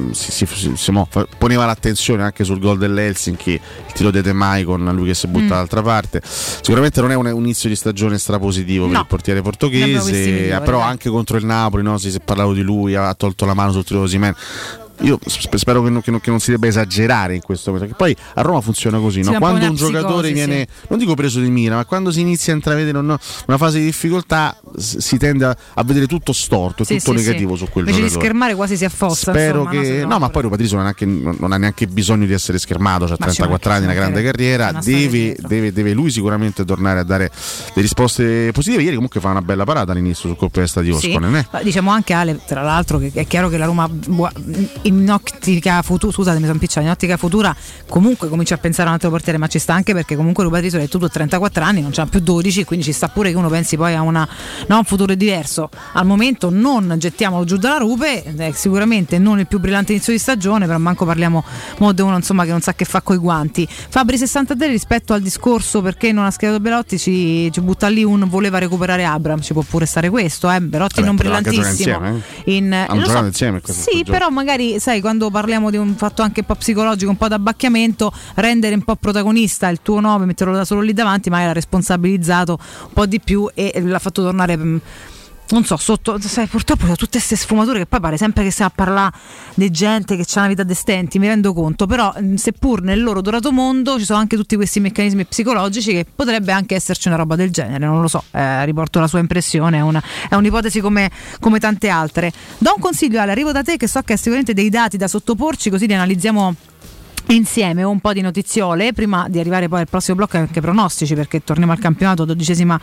Poneva l'attenzione anche sul gol dell'Helsinki, il tiro di Temai con lui che si butta dall'altra parte. Sicuramente non è un inizio di stagione strapositivo per il portiere portoghese, però anche contro il Napoli, no? Si è parlato di lui, ha tolto la mano sul tiro di Osimhen. Io spero che non si debba esagerare in questo momento, che poi a Roma funziona così, no? Quando un giocatore viene, non dico preso di mira, ma quando si inizia a intravedere una fase di difficoltà, si tende a vedere tutto storto, tutto negativo su quel invece giocatore. Invece di schermare quasi si affossa. Spero che ma poi Patrizio non ha neanche bisogno di essere schermato, c'ha 34 anni, una grande carriera, deve lui sicuramente tornare a dare le risposte positive. Ieri comunque fa una bella parata all'inizio sul colpo di testa di Oskonen. Diciamo anche Ale, tra l'altro, che è chiaro che la Roma in ottica futura, scusate mi sono impicciato, in ottica futura comunque comincia a pensare a un altro portiere, ma ci sta anche perché comunque Patrizio è tutto 34 anni, non c'ha più 12, quindi ci sta pure che uno pensi poi a un futuro diverso. Al momento non gettiamolo giù dalla rupe, sicuramente non il più brillante inizio di stagione, però manco parliamo di uno insomma che non sa che fa coi guanti. Fabri 63 rispetto al discorso perché non ha schierato Belotti ci butta lì un voleva recuperare Abram, ci può pure stare questo, Belotti non brillantissimo hanno giocato insieme sì, però magari sai, quando parliamo di un fatto anche un po' psicologico, un po' d'abbacchiamento, rendere un po' protagonista il tuo nome, metterlo da solo lì davanti, magari l'ha responsabilizzato un po' di più e l'ha fatto tornare, non so, sotto, sai, purtroppo sono tutte queste sfumature che poi pare sempre che stiamo a parlare di gente che ha una vita d'estenti, mi rendo conto, però seppur nel loro dorato mondo ci sono anche tutti questi meccanismi psicologici che potrebbe anche esserci una roba del genere, non lo so, riporto la sua impressione, è un'ipotesi come tante altre. Do un consiglio Ale, arrivo da te che so che hai sicuramente dei dati da sottoporci, così li analizziamo insieme, un po' di notiziole prima di arrivare poi al prossimo blocco, anche pronostici, perché torniamo al campionato, 12ª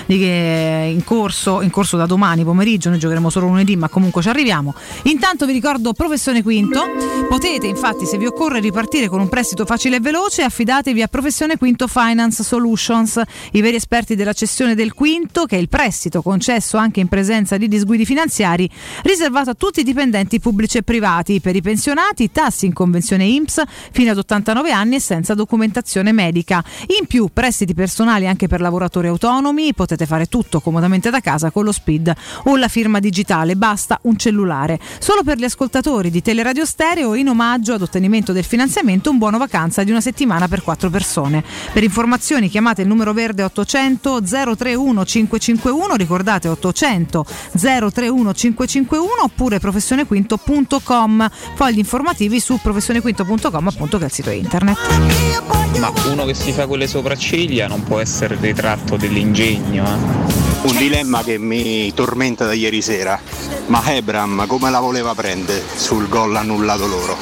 in corso da domani pomeriggio. Noi giocheremo solo lunedì, ma comunque ci arriviamo. Intanto vi ricordo Professione Quinto, potete infatti, se vi occorre, ripartire con un prestito facile e veloce, affidatevi a Professione Quinto Finance Solutions, i veri esperti della cessione del quinto, che è il prestito concesso anche in presenza di disguidi finanziari, riservato a tutti i dipendenti pubblici e privati, per i pensionati, tassi in convenzione INPS fino ad 89 anni e senza documentazione medica. In più prestiti personali anche per lavoratori autonomi, potete fare tutto comodamente da casa con lo SPID o la firma digitale, basta un cellulare. Solo per gli ascoltatori di Teleradio Stereo, in omaggio ad ottenimento del finanziamento, un buono vacanza di una settimana per 4 persone. Per informazioni chiamate il numero verde 800 031 551, ricordate 800 031 551, oppure professionequinto.com, fogli informativi su professionequinto.com, appunto, che è il sito internet. Ma uno che si fa quelle sopracciglia non può essere il ritratto dell'ingegno, Un dilemma che mi tormenta da ieri sera, ma Ebram come la voleva prendere sul gol annullato loro?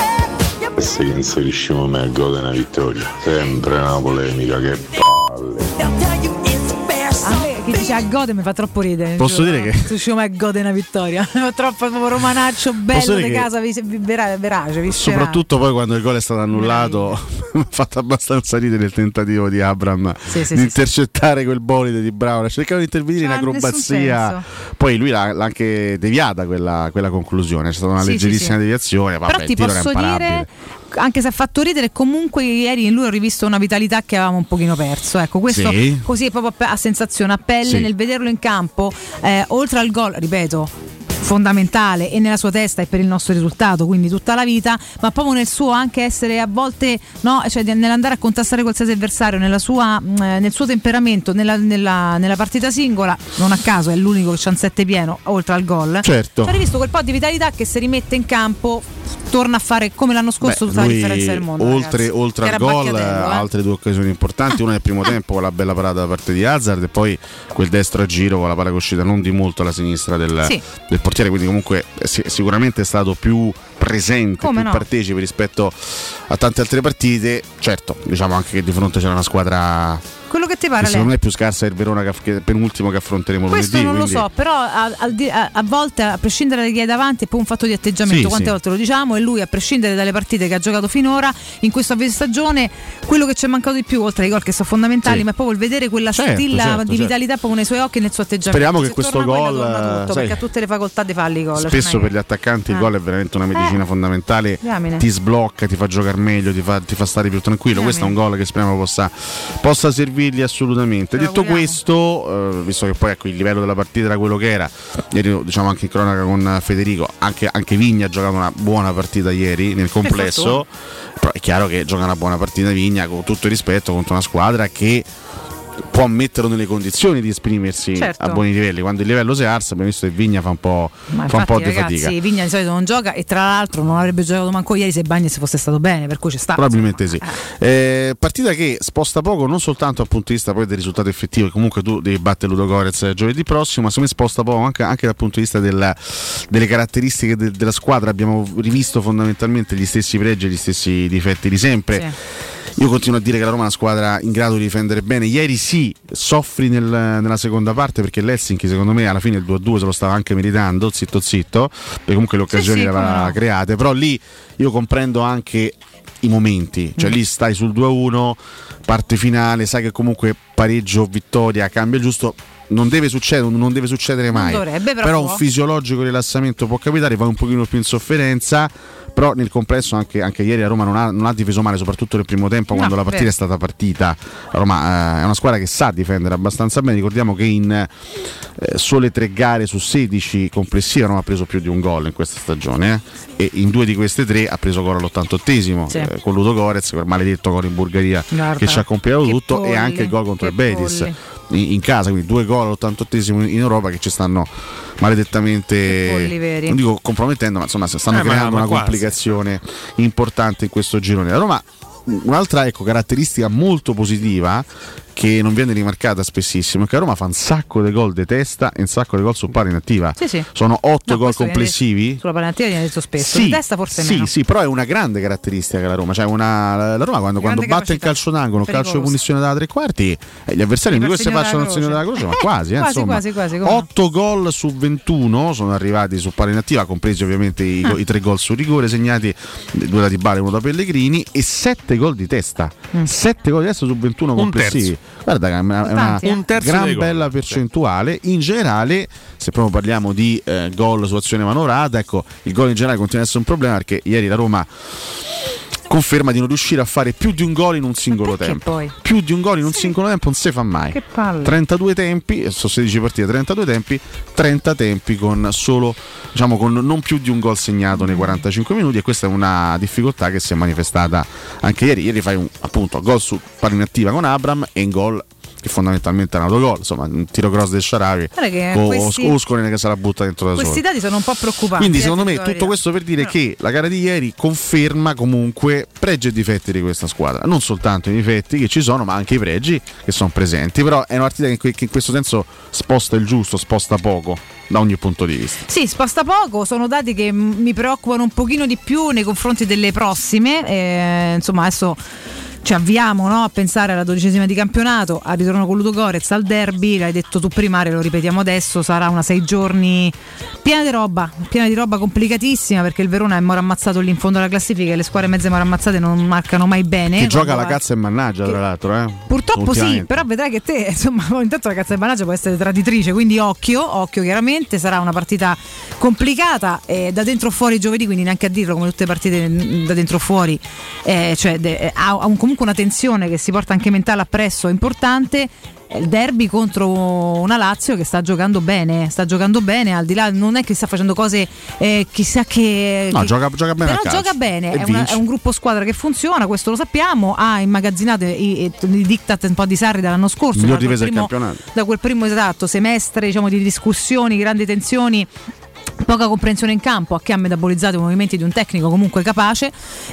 Queste che inserisciamo mai a gol una vittoria, sempre una polemica, che palle. Chi dice a gode mi fa troppo ridere. Posso dire che usciamo a gode una vittoria. Troppo romanaccio bello di casa, verace, viscerale. Soprattutto poi quando il gol è stato annullato, mi ha fatto abbastanza ridere il tentativo di Abram di intercettare quel bolide di Brown. Cercava di intervenire in acrobazia. Poi lui l'ha anche deviata quella conclusione. C'è stata una leggerissima deviazione. Vabbè, però ti posso dire, anche se ha fatto ridere, comunque ieri in lui ho rivisto una vitalità che avevamo un pochino perso. Ecco, questo così proprio a sensazione, a pelle, nel vederlo in campo, oltre al gol, ripeto, fondamentale e nella sua testa e per il nostro risultato, quindi tutta la vita, ma proprio nel suo anche essere a volte, no, cioè nell'andare a contrastare qualsiasi avversario, nel suo temperamento, nella partita singola, non a caso è l'unico che c'ha un 7 pieno oltre al gol. Certo. Ci hai visto quel po' di vitalità che si rimette in campo torna a fare come l'anno scorso tutta la differenza del mondo. Oltre al gol, altre due occasioni importanti, una nel primo tempo con la bella parata da parte di Hazard e poi quel destro a giro con la palla che è uscita non di molto alla sinistra del portiere, quindi comunque sicuramente è stato più presente, più partecipe rispetto a tante altre partite. Certo, diciamo anche che di fronte c'era una squadra, quello che ti pare, secondo me è più scarsa del Verona che penultimo che affronteremo questo lunedì. Non lo so, però a volte, a prescindere da chi è davanti, è poi un fatto di atteggiamento. Quante volte lo diciamo, e lui, a prescindere dalle partite che ha giocato finora in questa stagione, quello che ci è mancato di più, oltre ai gol che sono fondamentali, ma è proprio il vedere quella stilla di vitalità proprio nei suoi occhi e nel suo atteggiamento. Speriamo che questo gol, perché ha tutte le facoltà di farli gol. Spesso per gli attaccanti il gol è veramente una medicina fondamentale. Ti sblocca, ti fa giocare meglio, ti fa stare più tranquillo. Questo è un gol che speriamo possa servirgli assolutamente. Detto questo, visto che poi il livello della partita era quello che era, ieri diciamo anche in cronaca con Federico, anche Vigna ha giocato una buona partita ieri nel complesso, però è chiaro che gioca una buona partita Vigna, con tutto il rispetto, contro una squadra che può metterlo nelle condizioni di esprimersi a buoni livelli. Quando il livello si alza, abbiamo visto che Vigna fa un po' di fatica. Vigna di solito non gioca, e tra l'altro non avrebbe giocato manco ieri se Bagnez fosse stato bene, per cui c'è stato. Probabilmente sì. Partita che sposta poco non soltanto dal punto di vista poi del risultato effettivo, comunque tu devi battere Ludogorets giovedì prossimo, ma secondo me sposta poco anche dal punto di vista delle caratteristiche della squadra. Abbiamo rivisto fondamentalmente gli stessi pregi e gli stessi difetti di sempre. Io continuo a dire che la Roma è una squadra in grado di difendere bene. Ieri soffri nella seconda parte, perché l'Helsinki secondo me alla fine il 2-2 se lo stava anche meritando, zitto, perché comunque le occasioni le aveva create, però lì io comprendo anche i momenti, cioè lì stai sul 2-1, parte finale, sai che comunque pareggio o vittoria cambia il giusto. Non deve succedere mai, però un fisiologico rilassamento può capitare, vai un pochino più in sofferenza, però nel complesso anche ieri la Roma non ha difeso male, soprattutto nel primo tempo, quando la partita è stata partita. La Roma è una squadra che sa difendere abbastanza bene. Ricordiamo che in sole 3 gare su 16 complessive la Roma ha preso più di un gol in questa stagione, e in 2 di queste 3 ha preso gol all'88esimo con Ludogorets, quel maledetto gol in Bulgaria che ci ha complicato tutto, e anche il gol contro il Betis in casa, quindi 2 gol all'88esimo in Europa che ci stanno maledettamente, non dico compromettendo, ma insomma stanno creando una complicazione importante in questo girone. La Roma, un'altra caratteristica molto positiva che non viene rimarcata spessissimo è che a Roma fa un sacco di gol di testa e un sacco di gol su palla inattiva. Sono 8 gol complessivi. Sulla palla inattiva viene detto spesso, di testa forse meno. Sì, però è una grande caratteristica della Roma, cioè la Roma quando batte il calcio d'angolo, calcio di punizione da 3 quarti, gli avversari di questo facciano il segno della croce, ma quasi, insomma. Quasi, 8 gol su 21 sono arrivati su palla inattiva, compresi ovviamente i 3 gol su rigore segnati, 2 da Dybala e 1 da Pellegrini, e 7 gol di testa. 7 gol di testa su 21 complessivi. Guarda che è una gran bella percentuale. In generale, se proprio parliamo di gol su azione manovrata, il gol in generale continua ad essere un problema, perché ieri la Roma conferma di non riuscire a fare più di un gol in un singolo tempo. Più di un gol in un singolo tempo non si fa mai. Che palle. 32 tempi, sono 16 partite, 32 tempi, 30 tempi con solo, con non più di un gol segnato nei 45 minuti, e questa è una difficoltà che si è manifestata anche ieri. Ieri fai appunto gol su palla inattiva con Abraham e un gol che fondamentalmente è un autogol, insomma un tiro cross del Sharawi o Oskonen che se la butta dentro da solo. Questi dati sono un po' preoccupanti. Quindi secondo me tutto questo per dire che la gara di ieri conferma comunque pregi e difetti di questa squadra, non soltanto i difetti che ci sono, ma anche i pregi che sono presenti. Però è una partita che in questo senso sposta il giusto, sposta poco da ogni punto di vista. Sì, sposta poco, sono dati che mi preoccupano un pochino di più nei confronti delle prossime, insomma adesso ci avviamo a pensare alla 12ª di campionato, al ritorno con Ludogorets, al derby, l'hai detto tu prima, lo ripetiamo adesso, sarà una 6 giorni piena di roba complicatissima, perché il Verona è mora ammazzato lì in fondo alla classifica e le squadre mezze mora ammazzate non marcano mai bene. Che gioca la cazza e mannaggia, tra l'altro. Purtroppo sì, però vedrai che te, insomma, intanto la cazza e mannaggia può essere traditrice, quindi occhio chiaramente, sarà una partita complicata, da dentro fuori giovedì, quindi neanche a dirlo, come tutte le partite da dentro fuori, ha comunque una tensione che si porta anche mentale appresso importante. Il derby contro una Lazio che sta giocando bene, al di là, non è che sta facendo cose chissà che, gioca bene, però gioca bene, è un gruppo squadra che funziona, questo lo sappiamo, ha immagazzinato i diktat un po' di Sarri dall'anno scorso, da quel primo semestre di discussioni, grandi tensioni poca comprensione in campo, a che ha metabolizzato i movimenti di un tecnico comunque capace,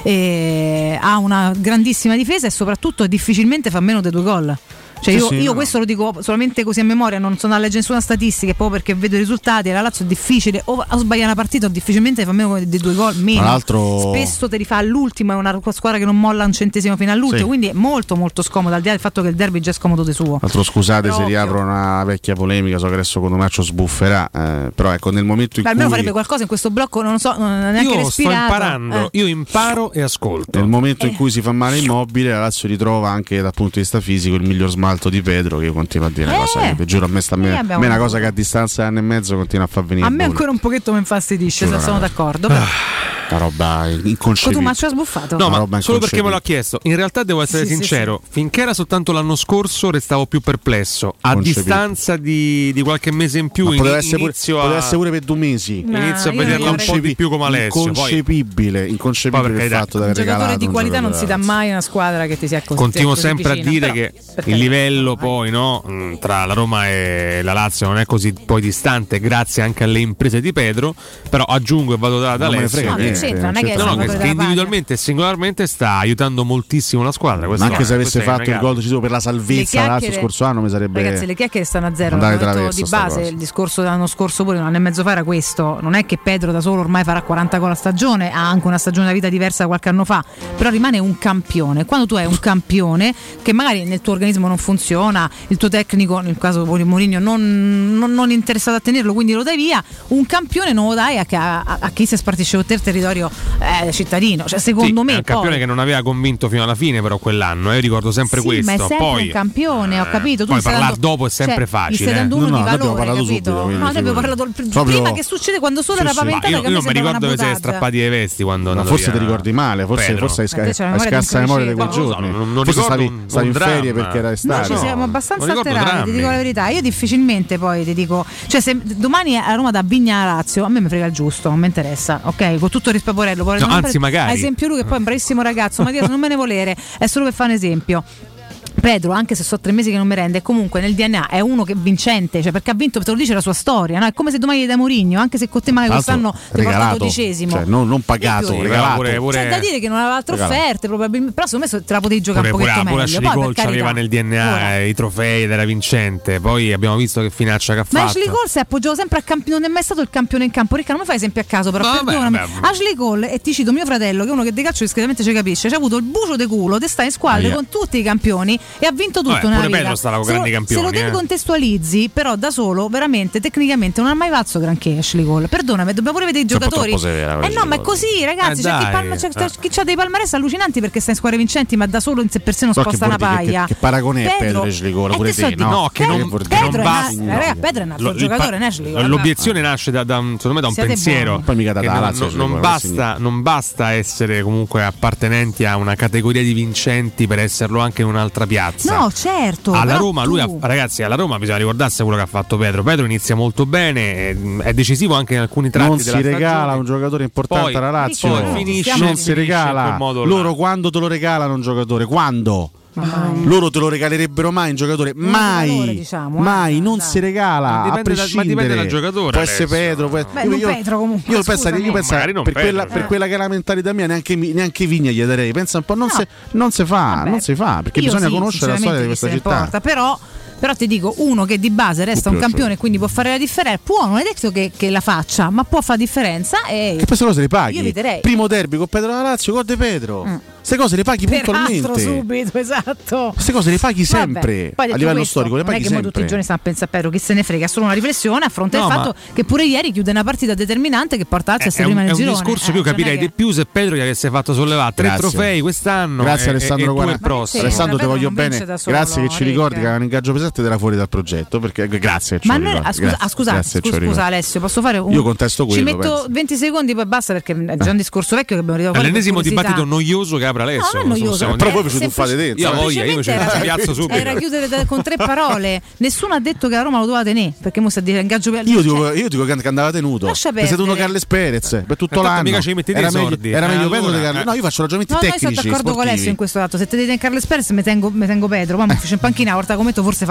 ha una grandissima difesa e soprattutto difficilmente fa meno dei 2 gol. Cioè io questo lo dico solamente così a memoria, non sono a leggere nessuna statistica, proprio perché vedo i risultati. La Lazio è difficile, o sbaglia una partita o difficilmente fa meno di 2 gol, meno. Tra l'altro, spesso te li fa all'ultimo, è una squadra che non molla un centesimo fino all'ultimo, quindi è molto molto scomoda, al di là del fatto che il derby già è scomodo di suo. Tra l'altro, scusate se riapro una vecchia polemica, so che adesso Cotumaccio sbufferà, però ecco, nel momento in cui almeno farebbe qualcosa in questo blocco, non so, non è neanche respirato. Io sto imparando, io imparo e ascolto. Nel momento in cui si fa male Immobile, la Lazio ritrova anche dal punto di vista fisico il miglior smalto di Pedro, che io continuo a dire una cosa che, giuro, a me è una cosa che a distanza di anno e mezzo continua a far venire. A me ancora un pochetto mi infastidisce, se sono d'accordo. Una roba inconcepibile. Cotumaccio ha sbuffato. No, ma solo perché me l'ho chiesto. In realtà devo essere sincero, finché era soltanto l'anno scorso restavo più perplesso. A distanza di qualche mese in più poteva essere pure per 2 mesi. Inizio a vederla un po' di più come Alessio. Inconcepibile il fatto di aver regalato un giocatore di qualità non si dà mai a una squadra che ti sia così. Continuo sempre a dire che il livello poi tra la Roma e la Lazio non è così poi distante, grazie anche alle imprese di Pedro. Però aggiungo e vado da Alessio. Che individualmente e singolarmente sta aiutando moltissimo la squadra. Ma anche se avesse fatto il gol decisivo per la salvezza l'altro scorso anno, mi sarebbe. Ragazzi, le chiacchiere stanno a zero. Di base il discorso dell'anno scorso, pure un anno e mezzo fa, era questo. Non è che Pedro da solo ormai farà 40 gol a stagione, ha anche una stagione della vita diversa da qualche anno fa, però rimane un campione. Quando tu hai un campione che magari nel tuo organismo non funziona, il tuo tecnico, nel caso Mourinho, non è interessato a tenerlo, quindi lo dai via, un campione non lo dai a chi si spartisce con te il territorio cittadino, cioè secondo me è un campione che non aveva convinto fino alla fine, però quell'anno io ricordo sempre questo. Ma è sempre poi un campione, ho capito. Poi parlare dopo è sempre facile. Stai dando uno di valore, capito? Abbiamo parlato prima che succede, quando solo era paventato. Io non mi ricordo dove sei strappati le vesti quando. Ma forse ti ricordi male, forse hai scarsa memoria di quei giorni. Forse stavi in ferie perché era estate. Ci siamo abbastanza alterati, ti dico la verità. Io difficilmente poi ti dico, cioè se domani a Roma da Vigna a Lazio, a me mi frega il giusto, non mi interessa, ok? Con tutto il rispetto, anzi magari ad esempio lui che poi è un bravissimo ragazzo, ma non me ne volere, è solo per fare un esempio. Pedro, anche se so 3 mesi che non mi rende, comunque nel DNA è uno che è vincente, cioè perché ha vinto, te lo dice la sua storia, no? È come se domani gli dai Mourinho, anche se con te magari quest'anno ti porta 12esimo, cioè non pagato, regalato. C'è da dire che non aveva altre offerte probabilmente, però secondo me te la potevi giocare un pochetto meglio. Ashley Cole aveva nel DNA i trofei ed era vincente, poi abbiamo visto che finaccia che ha fatto. Ma Ashley Cole si è appoggiato sempre a campione, non è mai stato il campione in campo. Ricca, non mi fai esempio a caso, però perdonami. Ashley Cole, e ti cito mio fratello, che è uno che di calcio discretamente ci capisce, c'ha avuto il bucio de culo di stare in squadre con tutti i campioni e ha vinto tutto. Pure Pedro stava con grandi campioni. Se lo decontestualizzi, però da solo, veramente, tecnicamente non ha mai valso granché Ashley Cole. Perdonami, dobbiamo pure vedere i giocatori. Severa, no, ma è così, ragazzi. C'è chi ha dei palmarès allucinanti perché sta in squadre vincenti, ma da solo in sé per sé non sposta una paia. Che paragone è Pedro Ashley Cole? Pure te, no? Che non basta. Pedro è un altro giocatore, Ashley Cole. L'obiezione nasce secondo me da un pensiero. Poi mica da Lazio. Non basta essere comunque appartenenti a una categoria di vincenti per esserlo anche in un'altra piazza. No, certo. Alla Roma, ragazzi, alla Roma bisogna ricordarsi quello che ha fatto Pedro. Pedro inizia molto bene, è decisivo anche in alcuni tratti non della si regala stagione. Un giocatore importante alla Lazio, poi finisce, non si regala. Loro quando te lo regalano un giocatore? Quando? Loro te lo regalerebbero mai un giocatore? Mai, mai, non si regala, a prescindere. Ma dipende dal giocatore. Può essere Pedro, Pedro comunque. Io penso per quella che è la mentalità mia, neanche Vigna gli darei. Pensa un po', non si fa, perché bisogna conoscere la storia di questa città. Però ti dico, uno che di base resta un campione e quindi può fare la differenza, non è detto che la faccia, ma può fare differenza. E che queste cose le paghi. Io eviterei. Primo derby con Pedro alla Lazio, gol di Pedro. Queste cose le paghi puntualmente. Subito, esatto. Queste cose le paghi sempre. Poi a livello questo, storico le paghi sempre. Non è che tutti i giorni stanno a pensare a Pedro, chi se ne frega, è solo una riflessione a fronte del fatto che pure ieri chiude una partita determinante che porta Lazio a essere prima nel girone. È un discorso che io capirei di più se Pedro gli avesse fatto sollevare 3 trofei quest'anno. Grazie Alessandro Guarda. Alessandro, ti voglio bene. Grazie che ci ricordi che aveva un ingaggio pesante ed era fuori dal progetto, perché grazie. Scusa Alessio, posso fare un... Io contesto quello. Ci metto 20 secondi poi basta, perché è già un discorso vecchio che abbiamo ritrovato. È l'ennesimo dibattito noioso che apre Alessio. No, non è noioso. Però voi vi ci tuffate dentro. Io ci piazzo subito. Era chiudere con 3 parole. Nessuno ha detto che la Roma lo doveva tenere, perché mo sta a dire ingaggio per... Io dico che andava tenuto. Perché sei tenuto Carles Perez per tutto l'anno. Mica ci mettete i soldi. Era meglio Pedro di Carles. No, io faccio ragionamenti tecnici. Io sono d'accordo con Alessio in questo dato. Se te dite in Carles Perez mi tengo Pedro, ma mi faccio in panchina, porta commento, forse fa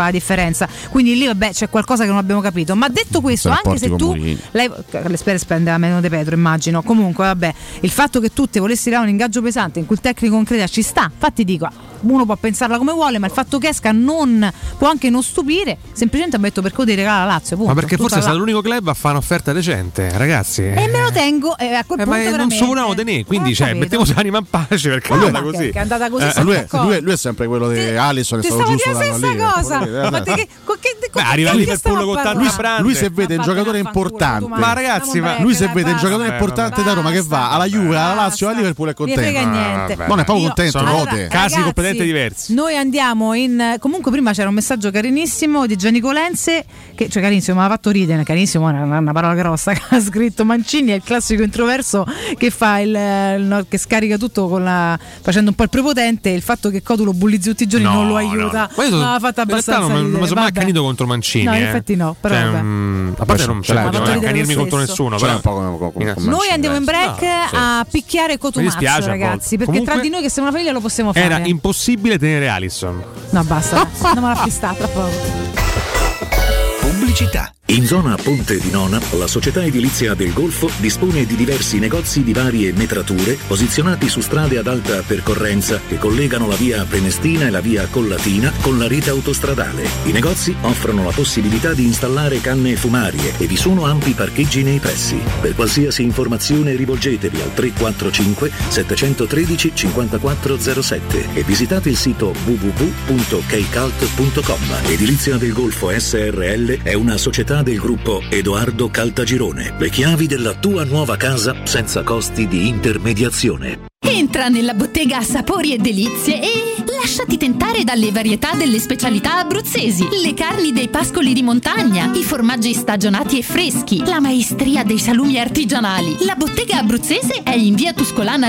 fa la differenza. Quindi lì vabbè c'è qualcosa che non abbiamo capito. Ma detto questo, anche se tu l'esperienza spendeva meno De Pedro, immagino. Comunque vabbè, il fatto che tu ti volessi dare un ingaggio pesante in cui il tecnico non creda ci sta. Infatti dico, uno può pensarla come vuole, ma il fatto che esca non può anche non stupire. Semplicemente ha detto per codere regala la Lazio, punto. Ma perché forse è stato l'unico club a fare un'offerta decente, ragazzi. E me lo tengo a quel punto ma non suonavo de ne, quindi mettiamo l'anima in pace, perché è andata così. È andata così. Lui è sempre quello di Alisson, è stato giusto la stessa cosa. Ma arriva a Liverpool con tanto lui se vede un giocatore importante. Ma ragazzi, lui se vede un giocatore importante da Roma che va alla Juve, alla Lazio, alla Liverpool è contento. Non è proprio contento, Rote. Casi completamente diversi. Noi andiamo in. Comunque, prima c'era un messaggio carinissimo di Gianni Colense, che cioè carissimo, mi ha fatto ridere. Carissimo, è una parola grossa, che ha scritto Mancini è il classico introverso che fa che scarica tutto facendo un po' il prepotente. Il fatto che Cotu lo bullizzi tutti i giorni non lo aiuta. No. Ha fatto abbastanza ridere. Non mi sono mai accanito contro Mancini. No, in effetti no, però a parte non c'è accanirmi contro nessuno, però noi andiamo in break a picchiare Cotumaccio, ragazzi, perché tra di noi che siamo una famiglia lo possiamo fare. Era impossibile tenere Alisson. No, basta, non me l'ha pistata proprio. Pubblicità. In zona Ponte di Nona, la società edilizia del Golfo dispone di diversi negozi di varie metrature posizionati su strade ad alta percorrenza che collegano la via Prenestina e la via Collatina con la rete autostradale. I negozi offrono la possibilità di installare canne fumarie e vi sono ampi parcheggi nei pressi. Per qualsiasi informazione rivolgetevi al 345 713 5407 e visitate il sito www.keicalt.com. Edilizia del Golfo SRL è una società del gruppo Edoardo Caltagirone. Le chiavi della tua nuova casa senza costi di intermediazione. Entra nella bottega Sapori e Delizie e lasciati tentare dalle varietà delle specialità abruzzesi, le carni dei pascoli di montagna, i formaggi stagionati e freschi, la maestria dei salumi artigianali. La bottega abruzzese è in via Tuscolana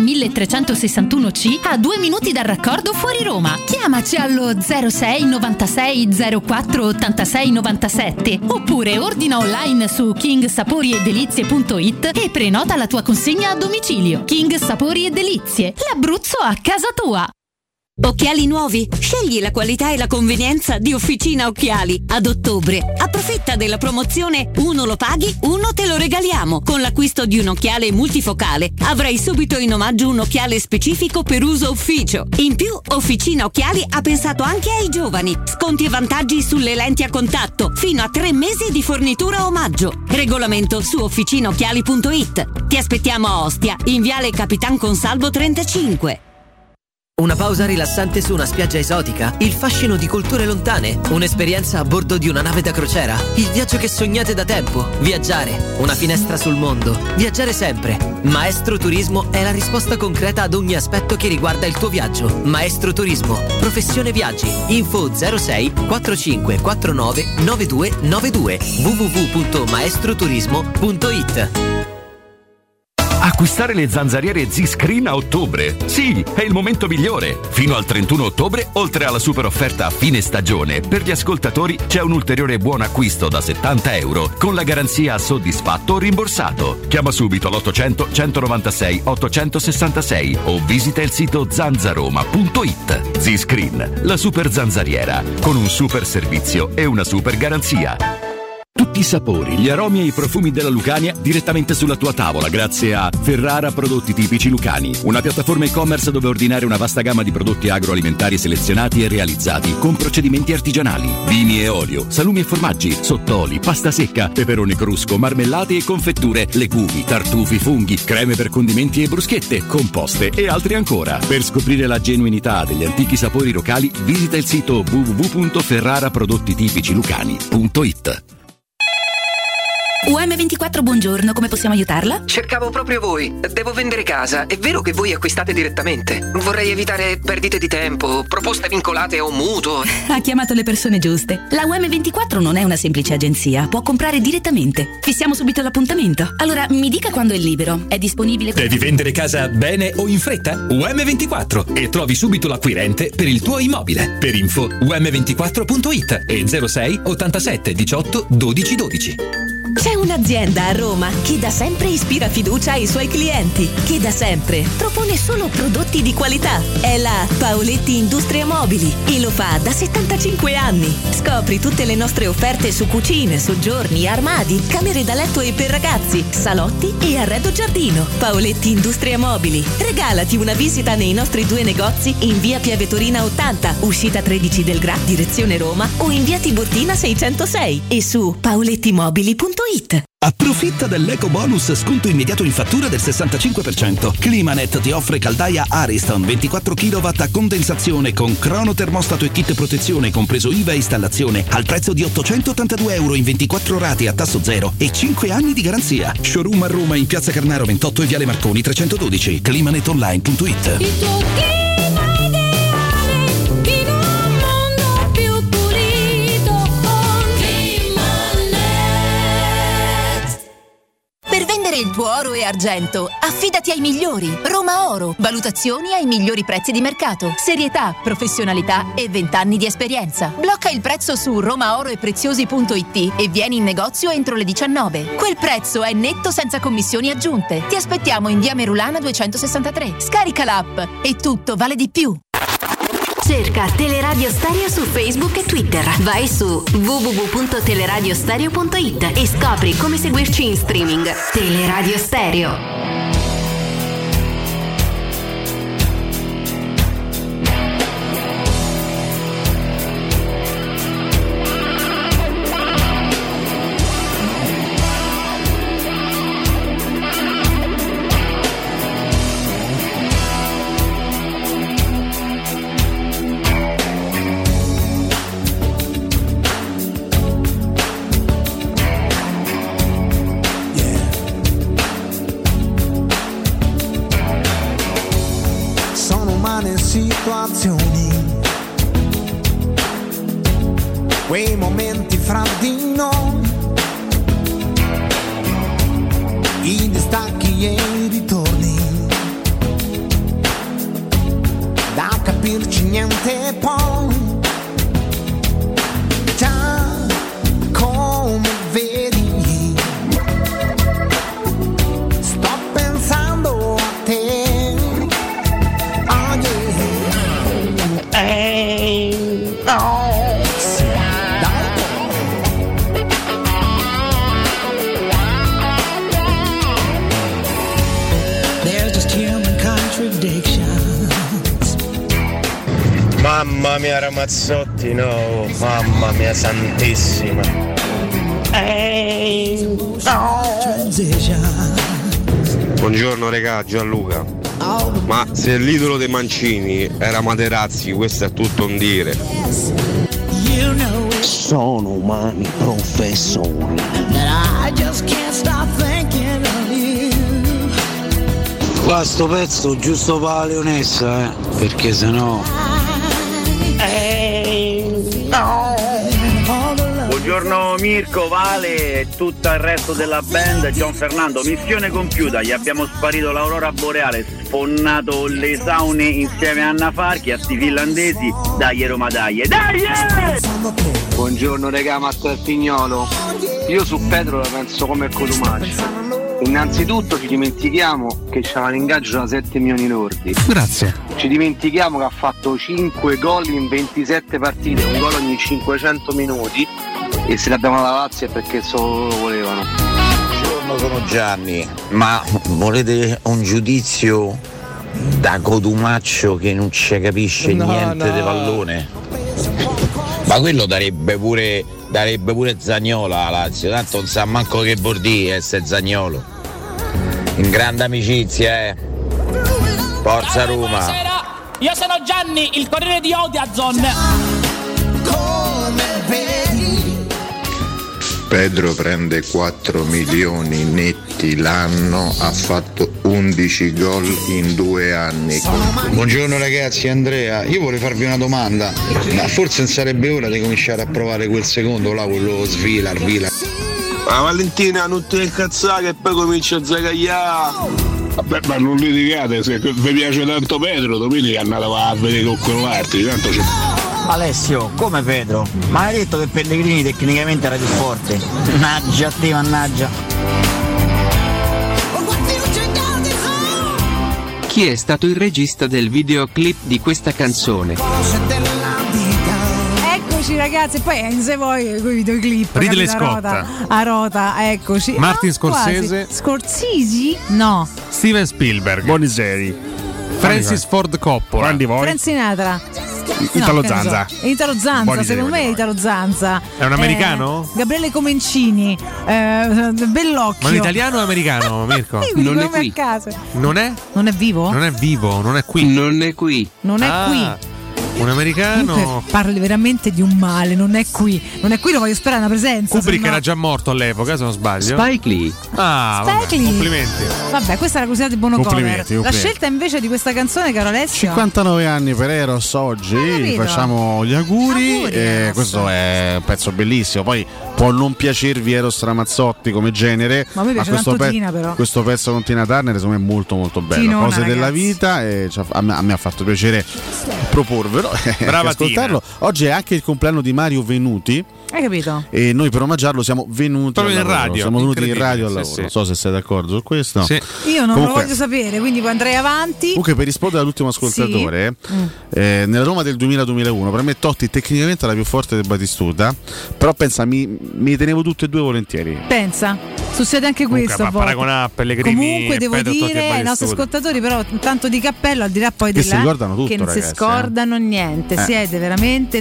1361C, a 2 minuti dal raccordo fuori Roma. Chiamaci allo 06 96 04 86 97 oppure ordina online su kingsaporiedelizie.it e prenota la tua consegna a domicilio. King Sapori e Delizie, l'Abruzzo a casa tua. Occhiali nuovi? Scegli la qualità e la convenienza di Officina Occhiali. Ad ottobre approfitta della promozione uno lo paghi, uno te lo regaliamo. Con l'acquisto di un occhiale multifocale avrai subito in omaggio un occhiale specifico per uso ufficio. In più, Officina Occhiali ha pensato anche ai giovani. Sconti e vantaggi sulle lenti a contatto, fino a 3 mesi di fornitura omaggio. Regolamento su officinaocchiali.it. Ti aspettiamo a Ostia, in viale Capitan Consalvo 35. Una pausa rilassante su una spiaggia esotica? Il fascino di culture lontane? Un'esperienza a bordo di una nave da crociera? Il viaggio che sognate da tempo? Viaggiare, una finestra sul mondo. Viaggiare sempre. Maestro Turismo è la risposta concreta ad ogni aspetto che riguarda il tuo viaggio. Maestro Turismo, professione viaggi. Info 06 45 49 9292 www.maestroturismo.it. Acquistare le zanzariere Z-Screen a ottobre. Sì, è il momento migliore. Fino al 31 ottobre, oltre alla super offerta a fine stagione, per gli ascoltatori c'è un ulteriore buon acquisto da €70 con la garanzia soddisfatto o rimborsato. Chiama subito all'800 196 866 o visita il sito zanzaroma.it. Z-Screen, la super zanzariera, con un super servizio e una super garanzia. Tutti i sapori, gli aromi e i profumi della Lucania direttamente sulla tua tavola grazie a Ferrara Prodotti Tipici Lucani, una piattaforma e-commerce dove ordinare una vasta gamma di prodotti agroalimentari selezionati e realizzati con procedimenti artigianali, vini e olio, salumi e formaggi, sottoli, pasta secca, peperone crusco, marmellate e confetture, legumi, tartufi, funghi, creme per condimenti e bruschette, composte e altri ancora. Per scoprire la genuinità degli antichi sapori locali visita il sito www.ferraraprodottitipicilucani.it. UM24, buongiorno, come possiamo aiutarla? Cercavo proprio voi. Devo vendere casa. È vero che voi acquistate direttamente? Vorrei evitare perdite di tempo, proposte vincolate a un mutuo. Ha chiamato le persone giuste. La UM24 non è una semplice agenzia, può comprare direttamente. Fissiamo subito l'appuntamento. Allora, mi dica quando è libero. È disponibile? Devi vendere casa bene o in fretta? UM24 e trovi subito l'acquirente per il tuo immobile. Per info um24.it e 06 87 18 12 12. C'è un'azienda a Roma che da sempre ispira fiducia ai suoi clienti, che da sempre propone solo prodotti di qualità. È la Paoletti Industria Mobili e lo fa da 75 anni. Scopri tutte le nostre offerte su cucine, soggiorni, armadi, camere da letto e per ragazzi, salotti e arredo giardino. Paoletti Industria Mobili. Regalati una visita nei nostri 2 negozi in via Piave Torina 80, uscita 13 del Gra, direzione Roma, o in via Tiburtina 606 e su paolettimobili.it. Approfitta dell'eco bonus sconto immediato in fattura del 65%. Climanet ti offre caldaia Ariston 24 kW a condensazione con crono termostato e kit protezione compreso IVA e installazione al prezzo di €882 in 24 rate a tasso zero e 5 anni di garanzia. Showroom a Roma in Piazza Carnaro 28 e Viale Marconi 312. climanetonline.it. Il tuo oro e argento, affidati ai migliori. Roma Oro, valutazioni ai migliori prezzi di mercato, serietà, professionalità e 20 anni di esperienza. Blocca il prezzo su romaoroepreziosi.it e vieni in negozio entro le 19. Quel prezzo è netto senza commissioni aggiunte. Ti aspettiamo in via Merulana 263. Scarica l'app e tutto vale di più. Cerca Teleradio Stereo su Facebook e Twitter. Vai su www.teleradiostereo.it e scopri come seguirci in streaming. Teleradio Stereo. Quei momenti fra di noi, i distacchi e i ritorni, da capirci niente poi, già come vedi, sto pensando a te, oh yeah. No. Mamma mia Ramazzotti, no, mamma mia santissima. Buongiorno regà, Gianluca. Ma se l'idolo dei Mancini era Materazzi, questo è tutto un dire. Sono umani professori. Qua sto pezzo giusto per la leonessa, perché sennò. Buongiorno Mirko, Vale e tutto il resto della band. John Fernando, missione compiuta, gli abbiamo sparito l'aurora boreale, sfonnato le saune insieme a Anna Farchi, a sti finlandesi. Dai Roma, dai! Buongiorno regà, Matteo Pignolo. Io su Pedro la penso come Cotumaccio. Innanzitutto ci dimentichiamo che c'ha un ingaggio da 7 milioni lordi. Grazie. Ci dimentichiamo che ha fatto 5 gol in 27 partite, un gol ogni 500 minuti, e se l'abbiamo alla Lazio è perché solo lo volevano. Buongiorno, sono Gianni, ma volete un giudizio da Cotumaccio che non ci capisce niente di pallone? Ma quello darebbe pure Zagnola alla Lazio, tanto non sa manco che vuol dire essere Zagnolo. In grande amicizia, Forza Roma. Buonasera, io sono Gianni, il corriere di Odiazon. Come vedi, Pedro prende 4 milioni netti l'anno, ha fatto 11 gol in 2 anni. Buongiorno ragazzi, Andrea, io vorrei farvi una domanda, ma forse non sarebbe ora di cominciare a provare quel secondo là, quello Svilar. Ma Valentina, non ti incazzare che poi comincia a zagagliare. Vabbè, ma non litigate, se vi piace tanto Pedro, domenica andate a vedere con quell'altro, tanto c'è. Alessio, come Pedro? Ma hai detto che Pellegrini tecnicamente era più forte? Mannaggia te, mannaggia. Chi è stato il regista del videoclip di questa canzone? Eccoci ragazzi, poi se vuoi quei videoclip Ridley Scott a rota, eccoci. Martin Scorsese. Scorsese? No. Steven Spielberg. Boniseri. Francis Ford Coppola. Frank Sinatra. Italo Zanza. Italo Zanza, secondo me è Italo Zanza. È un americano? Gabriele Comencini. Bellocchio. Ma l'italiano o americano, Mirko? Non è qui. Non è? Non è vivo? Non è vivo, non è qui. Non è qui. Non è qui. Un americano. Comunque parli veramente di un male, non è qui. Non è qui, lo voglio sperare una presenza. Kubrick era già morto all'epoca, se non sbaglio. Spike Lee. Spike Lee. Complimenti. Vabbè, questa è la curiosità di Bono Cover. Complimenti. La scelta invece di questa canzone, caro Alessio. 59 anni per Eros oggi, gli facciamo gli auguri. Questo è un pezzo bellissimo. Poi può non piacervi Eros Ramazzotti come genere, ma a me piace questo, tanto Tina, però. Questo pezzo con Tina Turner secondo me è molto molto bello. Tinona, Cose ragazzi. della vita, e a me ha fatto piacere proporvelo. Brava ascoltarlo. Oggi è anche il compleanno di Mario Venuti. Hai capito? E noi per omaggiarlo siamo venuti proprio in radio. Siamo venuti in radio al lavoro. Sì. Non so se sei d'accordo su questo. Sì. Io non lo voglio sapere, quindi poi andrei avanti. Comunque, per rispondere all'ultimo ascoltatore, nella Roma del 2000-2001 per me Totti tecnicamente è la più forte del Batistuta, però pensa mi tenevo tutte e due volentieri. Pensa, succede anche questo a volte. Paragonare Pellegrini. Comunque devo dire ai nostri ascoltatori, però tanto di cappello, al di là poi si ricordano tutto, che non ragazzi, si scordano niente. Siete veramente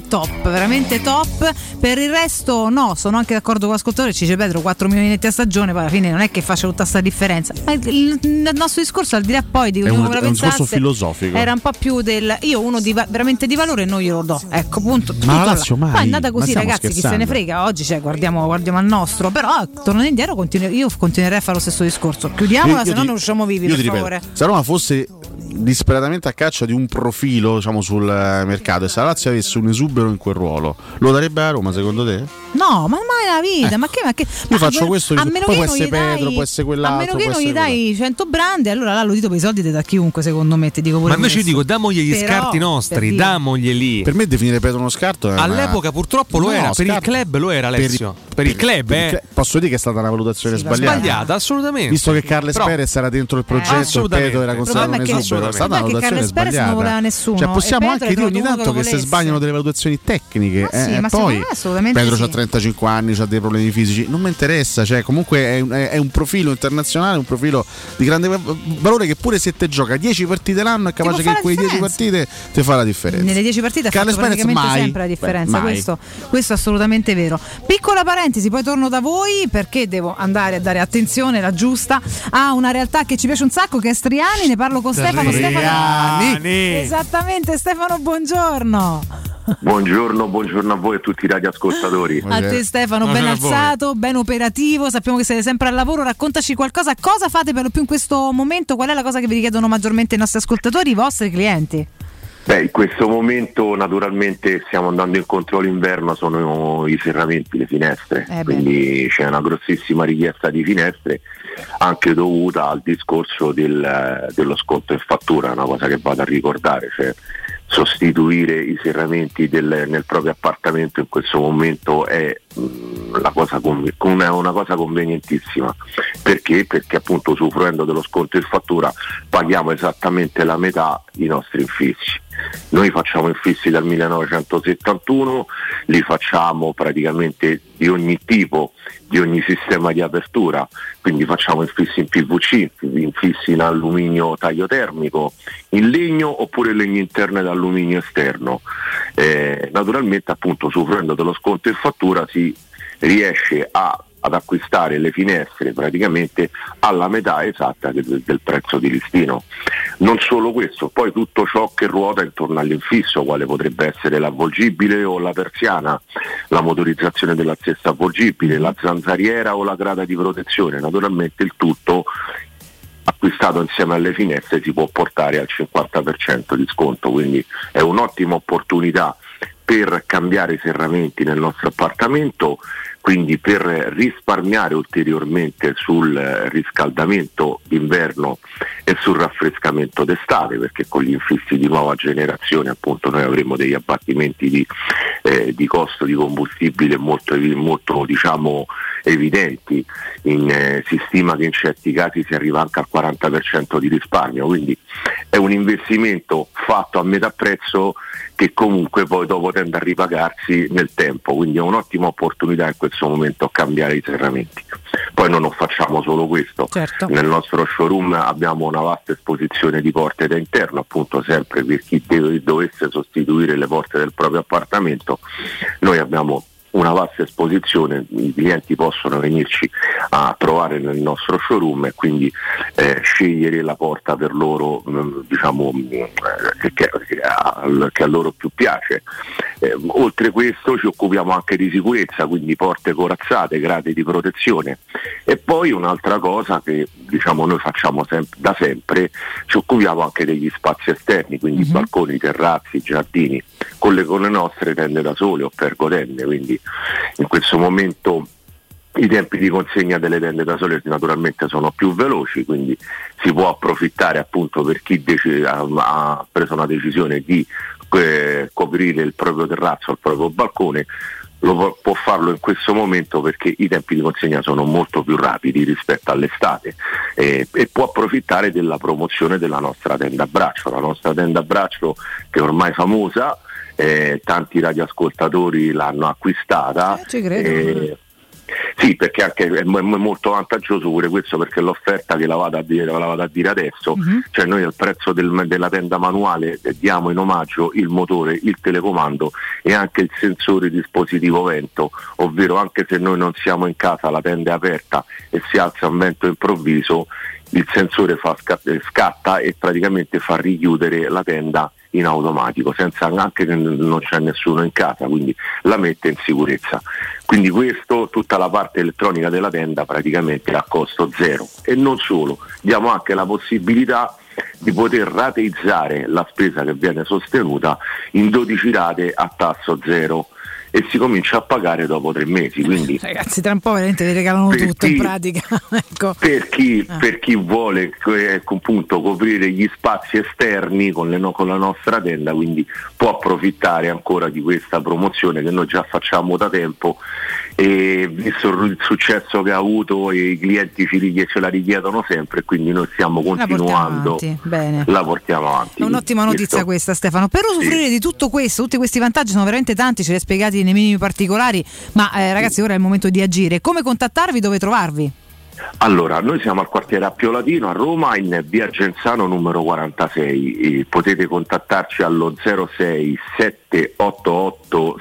top. Per il resto no, sono anche d'accordo con l'ascoltatore. Ci dice Pedro 4 milioni netti a stagione, poi alla fine non è che faccia tutta sta differenza. Il nostro discorso, al di là poi di è un discorso filosofico, era un po' più del io uno veramente di valore e non glielo do, ecco, punto. Ma la Lazio mai. Poi è andata così, ragazzi, scherzando. chi se ne frega. Oggi guardiamo al nostro, però tornando indietro io continuerei a fare lo stesso discorso. Chiudiamola, se no non usciamo vivi, per favore. Se Roma fosse disperatamente a caccia di un profilo, diciamo, sul mercato, e se la Lazio avesse un esubero in quel ruolo, lo darebbe a Roma, secondo te? No, ma mai la vita, ma che io faccio questo, a meno poi che può essere Pedro, può essere quell'altro, a meno che non gli dai 100 brand, allora là lo dito per i soldi te da chiunque, secondo me, ti dico pure. Ma invece dico, damogli gli scarti nostri, damoglieli. Per me definire Pedro uno scarto è all'epoca purtroppo lo era, per il club lo era, Alessio. Per il club, posso dire che è stata una valutazione sbagliata, assolutamente. Visto che Carles Perez era dentro il progetto, Pedro era considerato un esubero, è stata una valutazione sbagliata. Non voleva nessuno. Cioè, possiamo anche dire ogni tanto che se sbagliano delle valutazioni tecniche, ma poi Pedro ha 35 anni, ha dei problemi fisici, non mi interessa, cioè comunque è un profilo internazionale, un profilo di grande valore, che pure se te gioca 10 partite l'anno è capace che in quelle 10 partite ti fa la differenza. Nelle 10 partite ha fatto praticamente sempre la differenza. Questo è assolutamente vero. Piccola parentesi, poi torno da voi perché devo andare a dare attenzione, la giusta, a una realtà che ci piace un sacco, che è Striani. Ne parlo con Stefano. Esattamente, Stefano, buongiorno. Buongiorno a voi e a tutti i radioascoltatori. A te Stefano, ben alzato, ben operativo, sappiamo che siete sempre al lavoro, raccontaci qualcosa, cosa fate per lo più in questo momento, qual è la cosa che vi richiedono maggiormente i nostri ascoltatori, i vostri clienti? In questo momento naturalmente stiamo andando incontro all'inverno, sono i serramenti, le finestre, quindi c'è una grossissima richiesta di finestre, anche dovuta al discorso dello sconto in fattura, una cosa che vado a ricordare, cioè sostituire i serramenti nel proprio appartamento in questo momento è una cosa convenientissima. Perché? Perché appunto, usufruendo dello sconto in fattura, paghiamo esattamente la metà i nostri infissi. Noi facciamo infissi dal 1971, li facciamo praticamente di ogni tipo, di ogni sistema di apertura, quindi facciamo infissi in PVC, infissi in alluminio taglio termico, in legno oppure legno interno ed alluminio esterno. Naturalmente appunto, usufruendo dello sconto in fattura si riesce ad acquistare le finestre praticamente alla metà esatta del prezzo di listino. Non solo questo, poi tutto ciò che ruota intorno all'infisso, quale potrebbe essere l'avvolgibile o la persiana, la motorizzazione della stessa avvolgibile, la zanzariera o la grata di protezione, naturalmente il tutto acquistato insieme alle finestre si può portare al 50% di sconto, quindi è un'ottima opportunità per cambiare i serramenti nel nostro appartamento, quindi per risparmiare ulteriormente sul riscaldamento d'inverno e sul raffrescamento d'estate, perché con gli infissi di nuova generazione appunto noi avremo degli abbattimenti di costo di combustibile molto diciamo evidenti, si stima che in certi casi si arriva anche al 40% di risparmio, quindi è un investimento fatto a metà prezzo che comunque poi dopo tende a ripagarsi nel tempo, quindi è un'ottima opportunità in questo momento a cambiare i serramenti. Poi non facciamo solo questo, certo. Nel nostro showroom abbiamo una vasta esposizione di porte da interno, appunto sempre per chi dovesse sostituire le porte del proprio appartamento, noi abbiamo una vasta esposizione, i clienti possono venirci a trovare nel nostro showroom e quindi scegliere la porta per loro diciamo che a loro più piace. Oltre questo ci occupiamo anche di sicurezza, quindi porte corazzate, gradi di protezione, e poi un'altra cosa che diciamo noi facciamo da sempre, ci occupiamo anche degli spazi esterni, quindi balconi, terrazzi, giardini, con le nostre tende da sole o pergotende, quindi in questo momento i tempi di consegna delle tende da sole naturalmente sono più veloci, quindi si può approfittare appunto per chi ha preso una decisione di coprire il proprio terrazzo, il proprio balcone, può farlo in questo momento perché i tempi di consegna sono molto più rapidi rispetto all'estate, e può approfittare della promozione della nostra tenda a braccio, la nostra tenda a braccio che è ormai famosa. Tanti radioascoltatori l'hanno acquistata, ci credo. Sì, perché anche è molto vantaggioso pure questo, perché l'offerta che la vado a dire adesso, cioè noi al prezzo della tenda manuale diamo in omaggio il motore, il telecomando e anche il sensore dispositivo vento, ovvero anche se noi non siamo in casa, la tenda è aperta e si alza un vento improvviso, il sensore scatta e praticamente fa richiudere la tenda in automatico, senza anche che non c'è nessuno in casa, quindi la mette in sicurezza. Quindi questo, tutta la parte elettronica della tenda praticamente a costo zero, e non solo, diamo anche la possibilità di poter rateizzare la spesa che viene sostenuta in 12 rate a tasso zero e si comincia a pagare dopo 3 mesi. Quindi ragazzi, tra un po' veramente vi regalano tutto in pratica. Ecco. Per chi vuole appunto coprire gli spazi esterni con la nostra tenda, quindi può approfittare ancora di questa promozione che noi già facciamo da tempo, e visto il successo che ha avuto e i clienti ce la richiedono sempre, quindi noi stiamo continuando, la portiamo avanti. È un'ottima notizia questa, Stefano. Per usufruire di tutto questo, tutti questi vantaggi sono veramente tanti, ce li hai spiegati nei minimi particolari, ma ragazzi, ora è il momento di agire. Come contattarvi, dove trovarvi? Allora, noi siamo al quartiere Appio Latino a Roma, in via Genzano numero 46, potete contattarci allo 06 788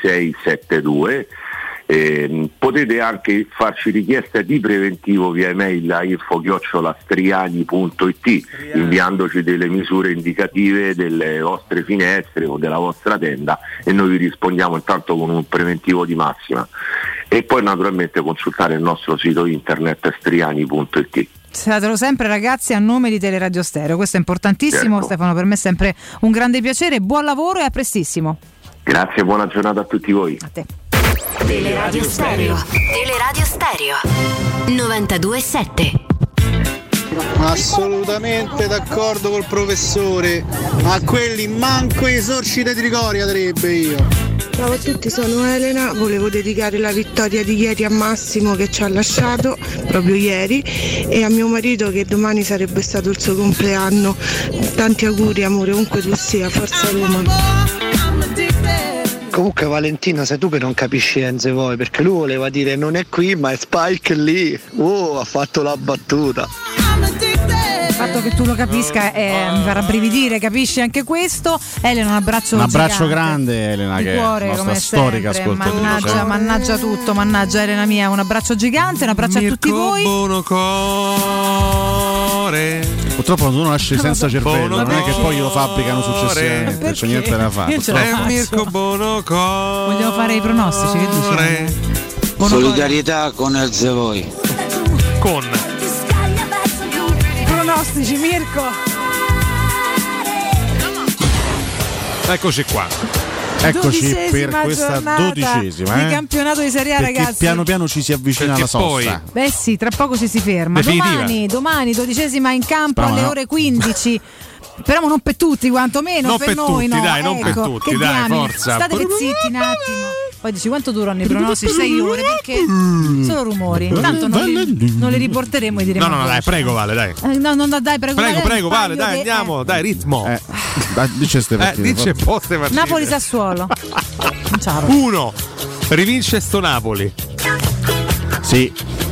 6672. Potete anche farci richiesta di preventivo via email a info@striani.it, inviandoci delle misure indicative delle vostre finestre o della vostra tenda, e noi vi rispondiamo intanto con un preventivo di massima, e poi naturalmente consultare il nostro sito internet striani.it. Fatelo sempre, ragazzi, a nome di Teleradio Stereo, questo è importantissimo. Certo. Stefano, per me è sempre un grande piacere, buon lavoro e a prestissimo. Grazie, buona giornata a tutti voi. A te. Teleradio Stereo. Teleradio Stereo 92.7. Assolutamente d'accordo col professore, a quelli manco i sorci di Trigoria darebbe io. Ciao a tutti, sono Elena, volevo dedicare la vittoria di ieri a Massimo che ci ha lasciato proprio ieri, e a mio marito che domani sarebbe stato il suo compleanno. Tanti auguri amore, ovunque tu sia, forza Roma. Comunque Valentina, sei tu che non capisci Enzo Voi, perché lui voleva dire non è qui ma è Spike lì. Ha fatto la battuta. Il fatto che tu lo capisca mi fa rabbrividire, capisci anche questo. Elena, un abbraccio grande, Elena, che cuore, è nostra storica ascoltatrice. Mannaggia tutto, mannaggia Elena mia, un abbraccio gigante, un abbraccio a tutti voi. Purtroppo quando uno nasce senza cervello, non è che poi lo fabbricano successivamente, non c'è niente da fare. Vogliamo fare i pronostici, che dici? Solidarietà con Enzo Voi. Con pronostici, Mirko. Eccoci qua. Eccoci per questa 12ª di campionato di Serie A, perché ragazzi. piano piano ci si avvicina alla sosta. Beh sì, tra poco ci si ferma. Domani 12ª in campo alle ore 15. Speriamo non per tutti, quantomeno non per noi, tutti, no. dai, non per tutti, dai, forza. State zitti un attimo. Poi dici quanto durano i pronostici? 6 ore, perché sono rumori. Tanto non li riporteremo e diremo. No, dai, prego, Vale, dai. No, dai, prego, Vale, dai, andiamo, dai, ritmo. Dice ste partite. Napoli-Sassuolo. 1. Rivince sto Napoli. Sì.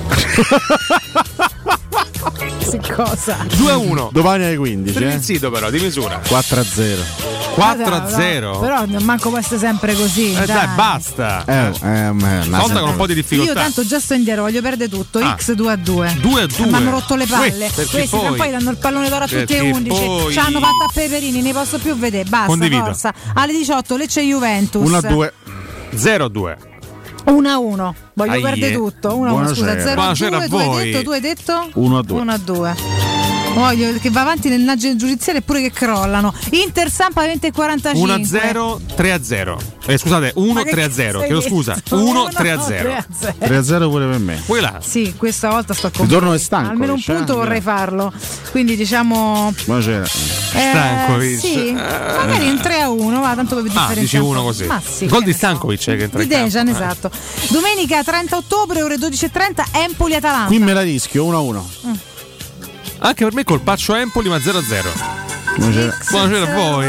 Cosa? 2-1. Domani alle 15. Il sito però di misura. 4-0. 4-0. Però manco può essere sempre così. Dai, basta. Volta con un po' di difficoltà. Io tanto già sto indietro, voglio perdere tutto. X 2-2. 2-2. Mi hanno rotto le palle. Questi poi danno il pallone d'oro a tutti e 11. Ci hanno fatto a Peperini, ne posso più vedere. Basta, condivido. Forza. Alle 18 Lecce Juventus. 1-2. 0-2. 1-1. Voglio perdere tutto. 1-1, scusa, 0-2. Tu hai detto? 1-2. Voglio che va avanti nel naggio giudiziario eppure che crollano. Inter Sampa 20-45. 1-0, 3-0. Scusate, 1-3-0. Chiedo scusa. 1-3-0. 3-0 pure per me. Vuoi là? Sì, questa volta sto con. Ritorno è stanco. Almeno un punto vorrei farlo. Quindi diciamo. Buonasera. Stankovic. Sì, magari un 3-1, va tanto per differenza. Dici uno così. Ma sì, gol di Stankovic che entra in campo. Dejan, esatto. Domenica 30 ottobre, ore 12:30, Empoli-Atalanta. Qui me la rischio, 1-1. Anche per me colpaccio Empoli, ma 0-0. Buonasera a voi.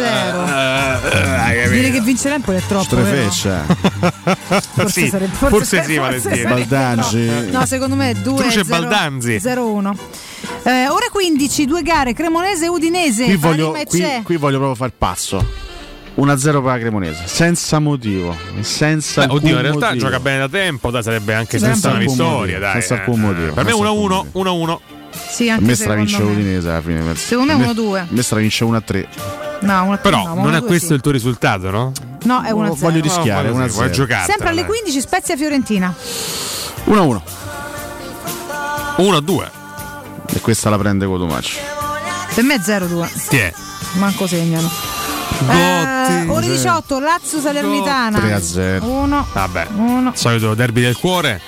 Dire che vince l'Empoli è troppo. Forse sì, Valentino. Baldanzi. No, secondo me è 2-0-1. Ore 15, 2 gare, Cremonese e Udinese. Qui voglio proprio far passo. 1-0 per la Cremonese, senza motivo. Oddio, in realtà gioca bene da tempo, sarebbe anche senza una vittoria. Dai, senza alcun motivo. Per me 1-1. Sì, anche a me stravince Udinese alla fine. Secondo me 1-2. A me stravince 1-3. No, 1-3. Però non è questo il tuo risultato, no? No, è 1-0. Voglio rischiare, 1-0. Vuoi giocare? Sempre alle 15 Spezia Fiorentina. 1-1. 1-2. E questa la prende Cotumaccio. Per me è 0-2. Chi è? Manco segnano. Ore 18 Lazio Salernitana 3-0. 1. Vabbè. Solito derby del cuore.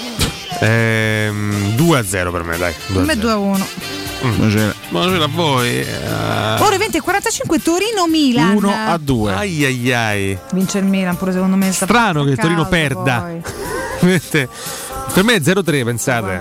2-0 per me, dai. Per me 2-1. Buonasera a voi. Ore 20:45 Torino-Milan 1-2. Ai. Vince il Milan pure secondo me. Strano che il Torino perda. Per me è 0-3, pensate.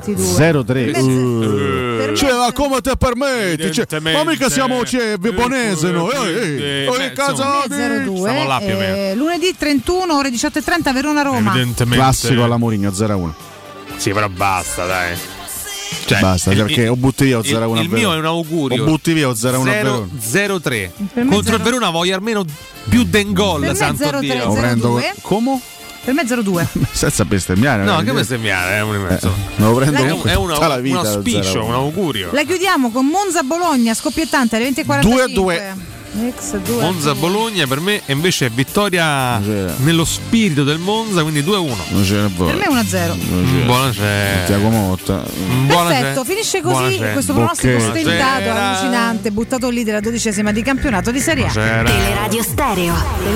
0-3. Cioè, ma come te permetti? Ma mica siamo Vibonese noi. Che cazzo? 0-2. Lunedì 31 ore 18:30 Verona-Roma. Classico alla Mourinho 0-1. Sì, però basta, dai. Cioè, basta, perché o butti via o 0-1. Il mio è un augurio. O butti via o 0-1. 0-3. Contro il Verona voglio almeno più den gol, santo Dio. Come? Per me 0-2. Senza bestemmiare. No, anche bestemmiare, me lo prendo comunque tutta la vita. Un auspicio, un augurio. La chiudiamo con Monza-Bologna, scoppiettante alle 20:45. 2-2. Monza-Bologna per me invece è vittoria nello spirito del Monza, quindi 2-1. Per me 1-0. Buonasera. Tiago Motta. Perfetto, finisce così questo pronostico stentato, allucinante, buttato lì della 12ª di campionato di Serie A. Teleradio Stereo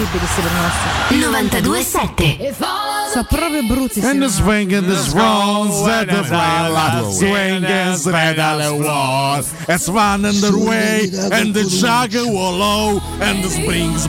92.7. Sono proprio brutti. And the swing and the swans at the fly, swing and spread all the walls. It's fun and the way and the jug will low and the springs,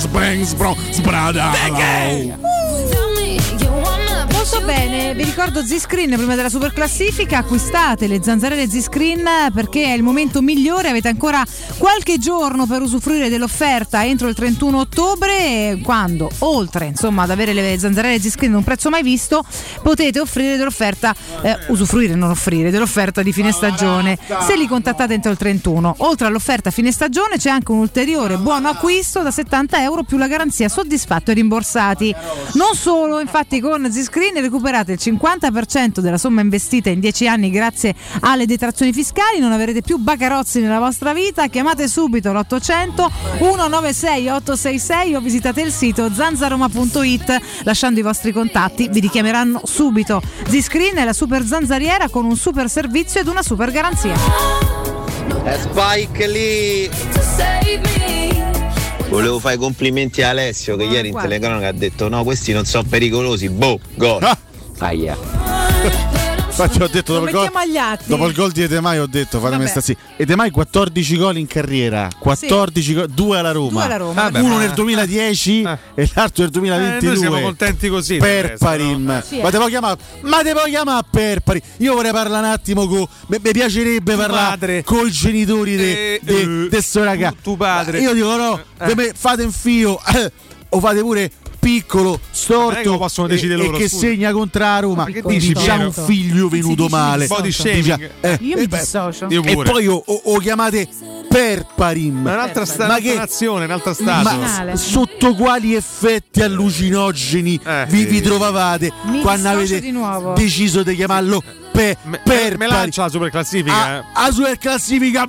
Molto bene, vi ricordo Z-Screen prima della super classifica, acquistate le zanzariere Z-Screen perché è il momento migliore, avete ancora qualche giorno per usufruire dell'offerta entro il 31 ottobre, quando oltre insomma ad avere le zanzariere Z-Screen a un prezzo mai visto potete offrire dell'offerta, usufruire, non offrire, dell'offerta di fine stagione se li contattate entro il 31. Oltre all'offerta fine stagione c'è anche un ulteriore buono acquisto da €70 più la garanzia soddisfatto e rimborsati. Non solo, infatti con Z-Screen recuperate il 50% della somma investita in 10 anni grazie alle detrazioni fiscali, non avrete più bacarozzi nella vostra vita. Chiamate subito l'800 196 866 o visitate il sito zanzaroma.it lasciando i vostri contatti, vi richiameranno subito. Z-Screen è la super zanzariera con un super servizio ed una super garanzia. Spike lì. Volevo fare i complimenti a Alessio che ieri in telecronaca ha detto no, questi non sono pericolosi, gol. Infatti ho detto dopo il gol di Edemai ho detto fatemi stare sì. Edemai 14 gol in carriera, 14 gol, 2 alla Roma. Uno nel 2010 e l'altro nel 2022. Noi siamo contenti così. Perparim. No? Ma te puoi chiamare Perparim. Io vorrei parlare un attimo con mi piacerebbe parlare con i genitori di sto ragazzo. Tu padre. Io dico no, fate un fio o fate pure piccolo, storto possono decidere loro, e che segna contro la Roma. Che dici, diciamo un figlio venuto male. Body shaming. Io mi dissocio. E poi o chiamate Perparim. Ma un'altra nazione, un'altra stato. Ma sotto quali effetti allucinogeni vi trovavate quando avete deciso di chiamarlo Perparim? Me lancia la superclassifica. La superclassifica.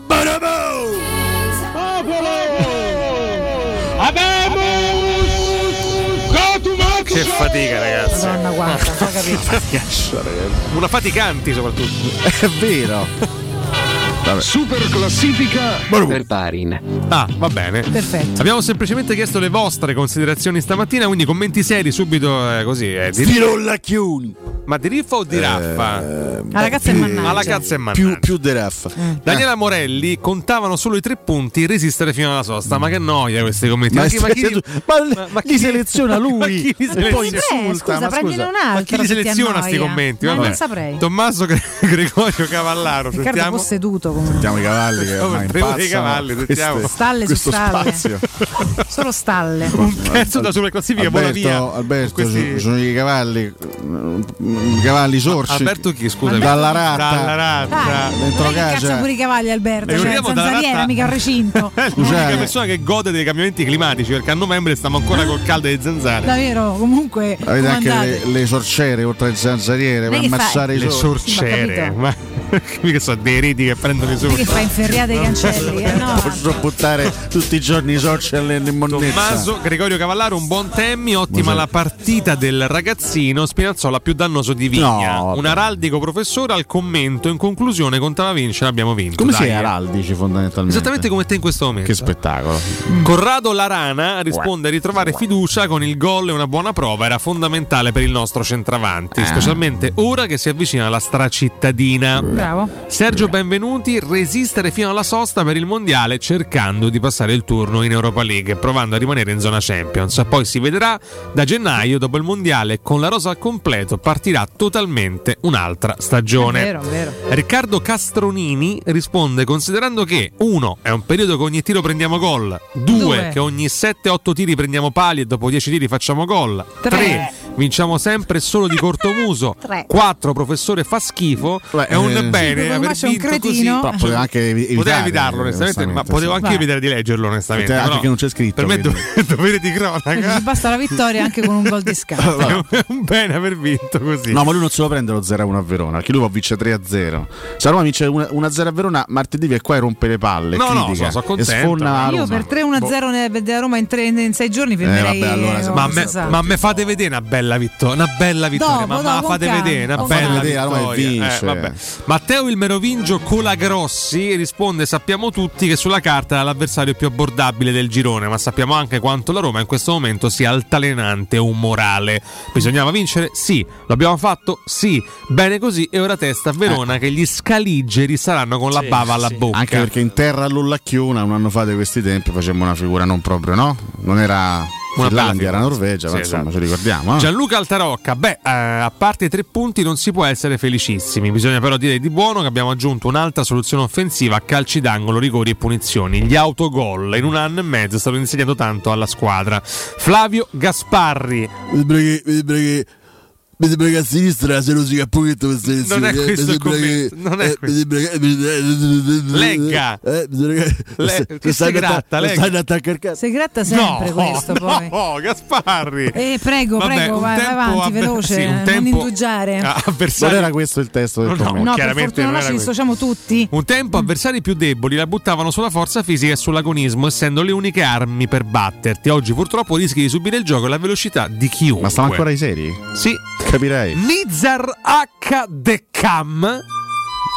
Che fatica, ragazzi. Madonna, quanta, una faticanti soprattutto. È vero. Vabbè. Super classifica Perparim. Va bene. Perfetto. Abbiamo semplicemente chiesto le vostre considerazioni stamattina, quindi commenti seri subito così. Firollacchioni. Ma di riffa o di raffa? Alla cazzo e mannaggia. Alla cazzo e mannaggia. Più di raffa. Daniela Morelli, contavano solo i 3 punti, resistere fino alla sosta. Ma che noia questi commenti. Ma chi seleziona lui? E poi insulta. Scusa, prendine un altro. Ma chi li seleziona questi commenti? Ma non saprei. Tommaso Gregorio Cavallaro. Riccardo sentiamo. posseduto comunque. Sentiamo i cavalli che ormai i cavalli, sentiamo. Stalle su stalle. Solo stalle. Un pezzo da sulla classifica vola via. Alberto, sono i cavalli sorci. Alberto chi, scusa? Dalla ratta. Dentro casa. Caccia pure i cavalli, Alberto. Cioè, zanzariera, mica un recinto. È l'unica persona che gode dei cambiamenti climatici, perché a novembre stiamo ancora col caldo delle zanzare. Davvero, comunque. Avete anche le sorciere oltre le zanzariere per ammazzare i sorciere. Ma che so, dei riti che prendono i sorci. Che fa inferriate i cancelli, no? Posso buttare tutti i giorni i sorci all'immondezza. Tommaso Gregorio Cavallaro, un buon Temmi, ottima la partita del ragazzino, Spinazzola più dannoso di Vigna. Un araldico professore al commento, in conclusione contava vincere, abbiamo vinto. Come sei araldici fondamentalmente? Esattamente come te in questo momento. Che spettacolo. Corrado Larana risponde: ritrovare fiducia con il gol e una buona prova era fondamentale per il nostro centravanti, specialmente ora che si avvicina la stracittadina. Bravo. Sergio Benvenuti, resistere fino alla sosta per il mondiale cercando di passare il turno in Europa League, provando a rimanere in zona Champions. Poi si vedrà, da gennaio dopo il mondiale con la rosa al completo partirà totalmente un'altra stagione. Vero. Riccardo Castronini risponde: considerando che 1 è un periodo che ogni tiro prendiamo gol, 2 che ogni 7-8 tiri prendiamo pali e dopo 10 tiri facciamo gol, 3 vinciamo sempre solo di cortomuso, 4 professore fa schifo, è un bene aver vinto così. Poteva anche evitarlo onestamente, ma potevo anche evitare di leggerlo onestamente, anche che non c'è scritto. Per me è dovere di cronaca. Basta la vittoria anche con un gol di scarto. È un bene aver vinto così. No, ma lui non se lo prende lo 0-1 a Verona, perché lui può vincere 3-0. Se Roma vince 1-0 a Verona, martedì viene qua e rompe le palle. No, sono contento. Io per 3-1-0 a Roma in 6 giorni firmerei. Ma me fate vedere una bella vittoria. Ma fate vedere una bella vittoria. Matteo il Merovingio Colagrossi risponde: sappiamo tutti che sulla carta è l'avversario più abbordabile del girone, ma sappiamo anche quanto la Roma in questo momento sia altalenante e umorale. Bisognava vincere? Sì. L'abbiamo fatto? Sì. Bene così, e ora testa a Verona che gli scaligeri saranno con la bava alla bocca. Anche perché in terra a Lullacchiona un anno fa di questi tempi facemmo una figura non proprio, no? Non era Finlandia, era Norvegia, ma insomma ci ricordiamo. Gianluca Altarocca, a parte i 3 punti non si può essere felicissimi, bisogna però dire di buono che abbiamo aggiunto un'altra soluzione offensiva a calci d'angolo, rigori e punizioni. Gli autogol in un anno e mezzo stanno insegnando tanto alla squadra. Flavio Gasparri, mi sembra che a sinistra se lo si un pochetto per selezione. Non è questo il commento. Non è legga. Si gratta sempre questo poi. No, Gasparri. Prego, vai avanti, veloce. Non indugiare. Non era questo il testo del commento. No, per fortuna noi ci dissociamo tutti. Un tempo avversari più deboli la buttavano sulla forza fisica e sull'agonismo, essendo le uniche armi per batterti. Oggi purtroppo rischi di subire il gioco e la velocità di chiunque. Ma stanno ancora ai seri? Sì. Capirei. Nizar H. Dekam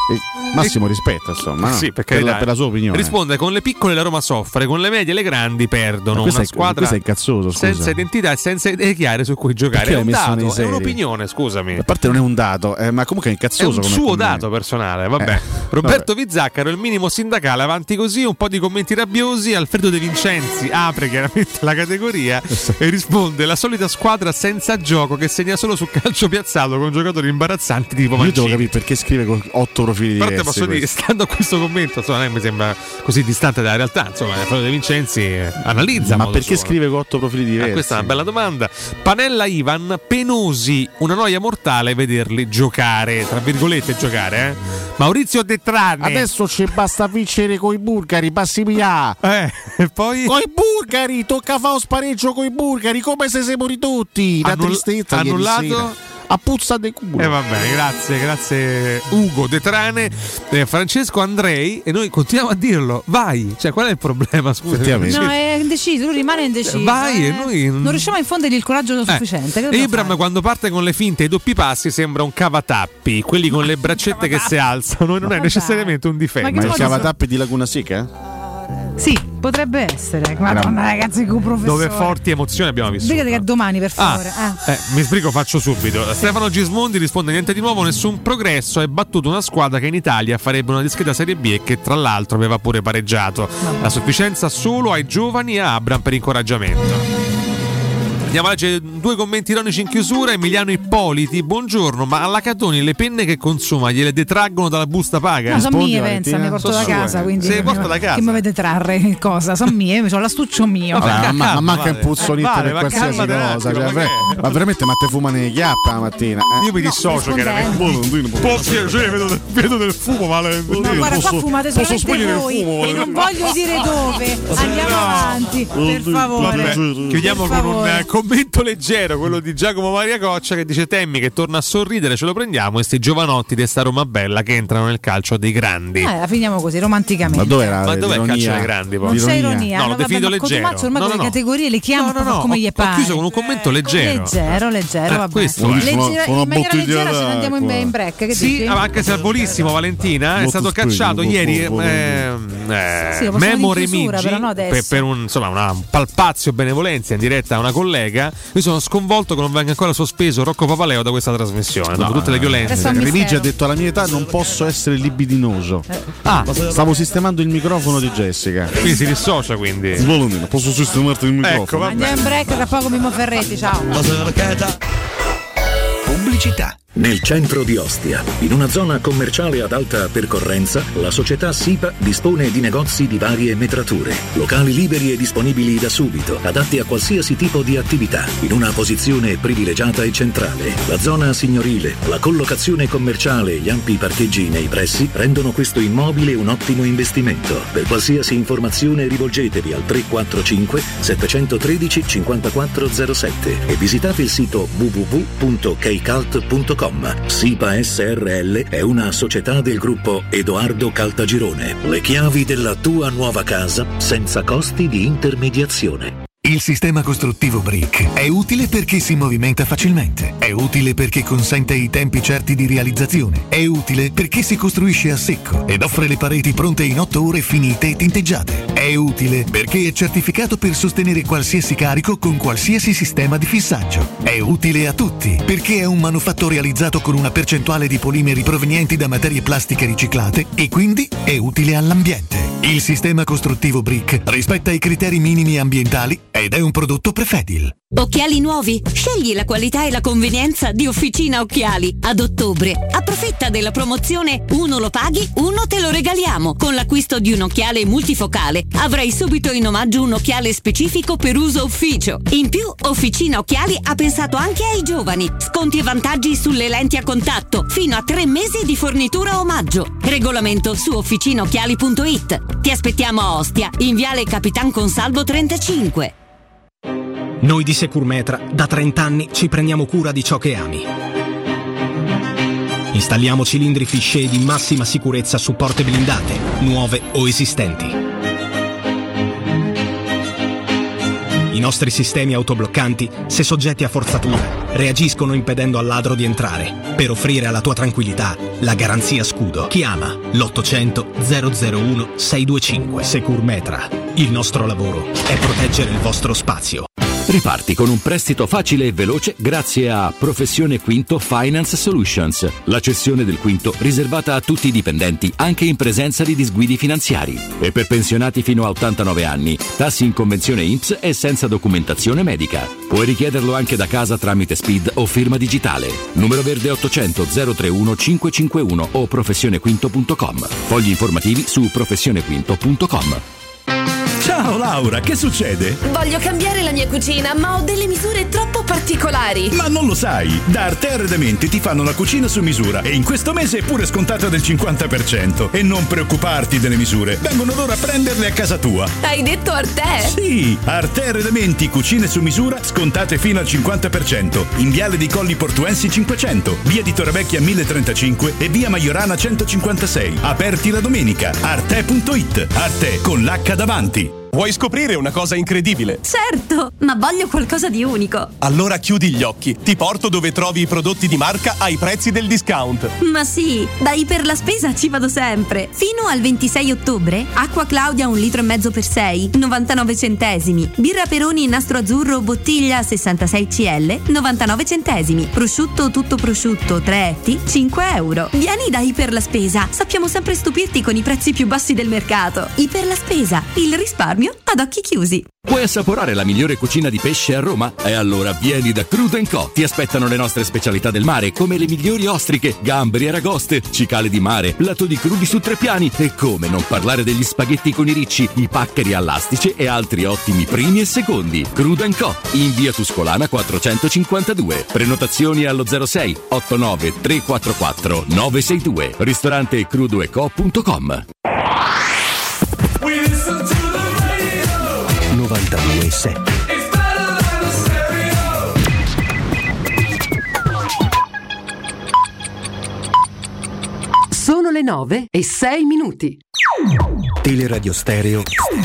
Massimo rispetto, insomma, sì, perché per la sua opinione. Risponde: con le piccole la Roma soffre, con le medie e le grandi perdono. Una squadra è cazzoso, scusa. senza identità e senza idee chiare su cui giocare. È un dato, è un'opinione, scusami. A parte non è un dato, ma comunque è incazzoso. È un suo dato personale, vabbè. Roberto Vizzaccaro, il minimo sindacale, avanti così, un po' di commenti rabbiosi. Alfredo De Vincenzi apre chiaramente la categoria e risponde: la solita squadra senza gioco che segna solo su calcio piazzato con giocatori imbarazzanti tipo Mancini. Io devo capire perché scrive con 8 profili diversi. Posso dire, stando a questo commento, insomma, non mi sembra così distante dalla realtà. Insomma, Alfredo De Vincenzi analizza. Ma perché scrive con 8 profili diversi? Questa è una bella domanda. Panella Ivan, penosi, una noia mortale vederli giocare, tra virgolette giocare, Maurizio De Trane. Adesso ci basta vincere coi bulgari, passi via. E poi coi bulgari, tocca fare un spareggio coi bulgari, come se siamo ridotti. La tristezza annullato. A puzza de culo. Va bene, grazie Ugo De Trane, Francesco Andrei, e noi continuiamo a dirlo. Vai, cioè qual è il problema? Scusa. No, è indeciso, lui rimane indeciso. Vai, e noi non riusciamo a infondergli il coraggio sufficiente. Ibram quando parte con le finte e i doppi passi sembra un cavatappi, quelli con le braccette che si alzano, e non è necessariamente un difetto. Ma il cavatappi di Laguna Seca? Sì, potrebbe essere. Madonna, ragazzi, che professore. Dove forti emozioni abbiamo vissuto. Vedete che domani, per favore. Mi sbrigo, faccio subito. Stefano Gismondi risponde: niente di nuovo, nessun progresso. È battuto una squadra che in Italia farebbe una discreta Serie B e che tra l'altro aveva pure pareggiato. La sufficienza solo ai giovani e a Abram per incoraggiamento. Andiamo a leggere 2 commenti ironici in chiusura. Emiliano Ippoliti: buongiorno, ma alla Catoni le penne che consuma gliele detraggono dalla busta paga? No, sono mie, pensa, mi porto da casa, quindi se porta da casa. Che mi avete trarre cosa? Sono mie, ho l'astuccio mio. Ma manca un puzzolino per qualsiasi cosa, ma veramente ma te fumano le chiappe la mattina. Io mi dissocio chiaramente. Vedo del fumo, ma guarda, qua fumate solamente voi e non voglio dire dove. Andiamo avanti, per favore. Chiudiamo con un commento leggero, quello di Giacomo Maria Coccia, che dice: Temmi che torna a sorridere, ce lo prendiamo, e sti giovanotti di sta Roma bella che entrano nel calcio dei grandi. La finiamo così romanticamente. Ma dov'è il calcio dei grandi? Non c'è ironia. No, l'ho definito leggero. Ormai le categorie le chiamo come gli pare. Ho chiuso con un commento leggero. Leggero, vabbè. Questo in maniera leggera ce ne andiamo in break. Che sì, dici? Anche se al volissimo, Valentina, è stato cacciato ieri Memore Migi per un palpazio benevolenza in diretta a una collega. Io sono sconvolto che non venga ancora sospeso Rocco Papaleo da questa trasmissione, dopo tutte le violenze. Remigi ha detto: alla mia età non posso essere libidinoso. Stavo sistemando il microfono di Jessica. Quindi si dissocia, quindi. Posso sistemarti il microfono? Ecco, andiamo in break, tra poco Mimmo Ferretti, ciao. Pubblicità. Nel centro di Ostia, in una zona commerciale ad alta percorrenza, la società SIPA dispone di negozi di varie metrature, locali liberi e disponibili da subito, adatti a qualsiasi tipo di attività, in una posizione privilegiata e centrale. La zona signorile, la collocazione commerciale e gli ampi parcheggi nei pressi rendono questo immobile un ottimo investimento. Per qualsiasi informazione rivolgetevi al 345 713 5407 e visitate il sito www.keicalt.com. SIPA SRL è una società del gruppo Edoardo Caltagirone. Le chiavi della tua nuova casa senza costi di intermediazione. Il sistema costruttivo Brick è utile perché si movimenta facilmente, è utile perché consente i tempi certi di realizzazione, è utile perché si costruisce a secco ed offre le pareti pronte in 8 ore finite e tinteggiate, è utile perché è certificato per sostenere qualsiasi carico con qualsiasi sistema di fissaggio, è utile a tutti perché è un manufatto realizzato con una percentuale di polimeri provenienti da materie plastiche riciclate e quindi è utile all'ambiente. Il sistema costruttivo Brick rispetta i criteri minimi ambientali ed è un prodotto Prefedil. Occhiali nuovi? Scegli la qualità e la convenienza di Officina Occhiali. Ad ottobre approfitta della promozione 1 lo paghi, 1 te lo regaliamo. Con l'acquisto di un occhiale multifocale avrai subito in omaggio un occhiale specifico per uso ufficio. In più, Officina Occhiali ha pensato anche ai giovani. Sconti e vantaggi sulle lenti a contatto, fino a 3 mesi di fornitura omaggio. Regolamento su officinaocchiali.it. Ti aspettiamo a Ostia, in viale Capitan Consalvo 35. Noi di Securmetra da 30 anni ci prendiamo cura di ciò che ami. Installiamo cilindri Fichet di massima sicurezza su porte blindate, nuove o esistenti. I nostri sistemi autobloccanti, se soggetti a forzatura, reagiscono impedendo al ladro di entrare. Per offrire alla tua tranquillità la garanzia scudo, chiama l'800 001 625. Securmetra. Il nostro lavoro è proteggere il vostro spazio. Riparti con un prestito facile e veloce grazie a Professione Quinto Finance Solutions, la cessione del quinto riservata a tutti i dipendenti anche in presenza di disguidi finanziari. E per pensionati fino a 89 anni, tassi in convenzione INPS e senza documentazione medica. Puoi richiederlo anche da casa tramite SPID o firma digitale. Numero verde 800 031 551 o professionequinto.com. Fogli informativi su professionequinto.com. Ciao Laura, che succede? Voglio cambiare la mia cucina, ma ho delle misure troppo particolari. Ma non lo sai, da Arte Arredamenti ti fanno la cucina su misura e in questo mese è pure scontata del 50%. E non preoccuparti delle misure, vengono loro a prenderle a casa tua. Hai detto Arte? Sì, Arte Arredamenti, cucine su misura, scontate fino al 50%. In Viale dei Colli Portuensi 500, via di Torrevecchia 1035 e via Maiorana 156. Aperti la domenica. Arte.it. Arte con l'H davanti. Vuoi scoprire una cosa incredibile? Certo, ma voglio qualcosa di unico. Allora chiudi gli occhi, ti porto dove trovi i prodotti di marca ai prezzi del discount. Ma sì, da Iper la Spesa ci vado sempre. Fino al 26 ottobre, Acqua Claudia 1,5 litri per 6, 99 centesimi. Birra Peroni Nastro Azzurro bottiglia 66 CL, 99 centesimi. Prosciutto tutto prosciutto 3 etti, 5 euro. Vieni da Iper la Spesa, sappiamo sempre stupirti con i prezzi più bassi del mercato. Iper la Spesa, il risparmio ad occhi chiusi. Vuoi assaporare la migliore cucina di pesce a Roma? E allora vieni da Crudo & Co. Ti aspettano le nostre specialità del mare, come le migliori ostriche, gamberi, aragoste, cicale di mare, plato di crudi su 3 piani e come non parlare degli spaghetti con i ricci, i paccheri all'astice e altri ottimi primi e secondi. Crudo & Co. in via Tuscolana 452. Prenotazioni allo 06 89 344 962. Ristorante crudoeco.com. 92.7. Sono le 9:06. Teleradio Stereo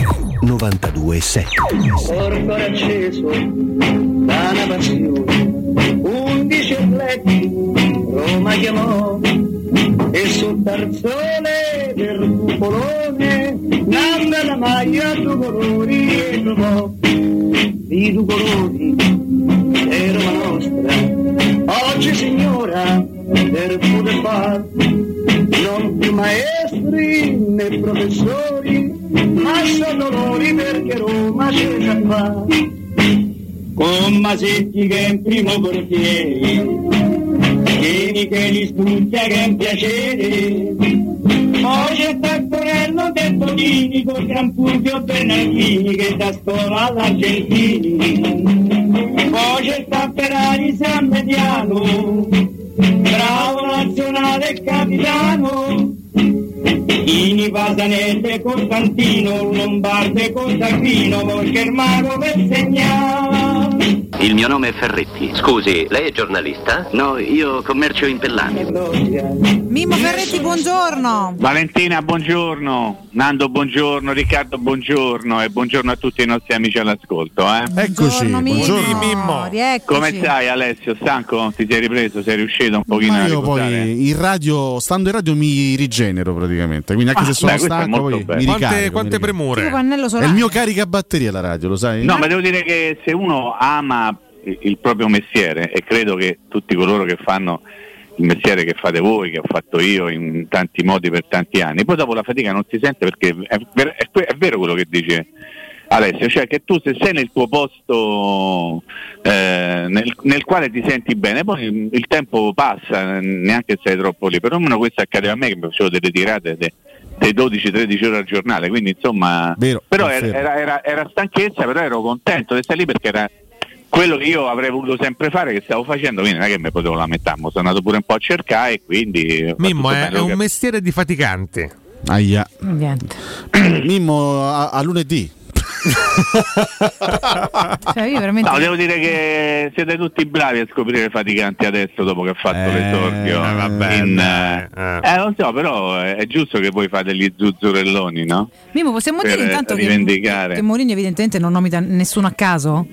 92.7. Corpo acceso da una passione, 11 atleti Roma chiamò e sul tarzone del cupolone nanda la maglia due colori e trovò i due colori è Roma nostra. Oggi signora per poter far non più maestri né professori, ma sono dolori perché Roma c'è già fa. Con Masetti che è in primo portiere, Vieni che li studia che è un piacere. Poi c'è Taccorello del Bonini con Gran Fulvio Bernardini che da scuola all'Argentini. Poi c'è Tapperari San Mediano, bravo nazionale capitano. Ini Pasanelle Costantino, Lombarde Cosagrino, Volchermano per segnare. Il mio nome è Ferretti. Scusi, lei è giornalista? No, io commercio in Pellani. Mimmo Ferretti, buongiorno. Valentina, buongiorno. Nando, buongiorno. Riccardo, buongiorno. E buongiorno a tutti i nostri amici all'ascolto. Eccoci, buongiorno Mimmo. Come stai Alessio? Stanco? Ti sei ripreso? Sei riuscito un pochino a riposare? Poi in radio, stando in radio mi rigenero praticamente. Quindi anche se sono stanco poi mi ricarico. Quante premure. È il mio caricabatteria la radio, lo sai? No, ma devo dire che se uno ama il proprio mestiere, e credo che tutti coloro che fanno il mestiere che fate voi, che ho fatto io in tanti modi per tanti anni, poi dopo la fatica non si sente, perché è vero quello che dice Alessio, cioè che tu se sei nel tuo posto nel quale ti senti bene, poi il tempo passa, neanche sei troppo lì. Per almeno questo accadeva a me, che mi facevo delle tirate dei 12-13 ore al giornale, quindi insomma però era stanchezza, però ero contento di stare lì perché era quello che io avrei voluto sempre fare, che stavo facendo, quindi non è che mi potevo lamentare, sono andato pure un po' a cercare e quindi Mimmo è un mestiere difaticante. Aia. Mimmo a lunedì. Cioè, io veramente... No, devo dire che siete tutti bravi a scoprire Faticanti adesso dopo che ha fatto l'esordio. Lo so, però è giusto che voi fate gli zuzzurelloni, no? Mimo, possiamo dire intanto rivendicare. che Mourinho evidentemente non nomina nessuno a caso?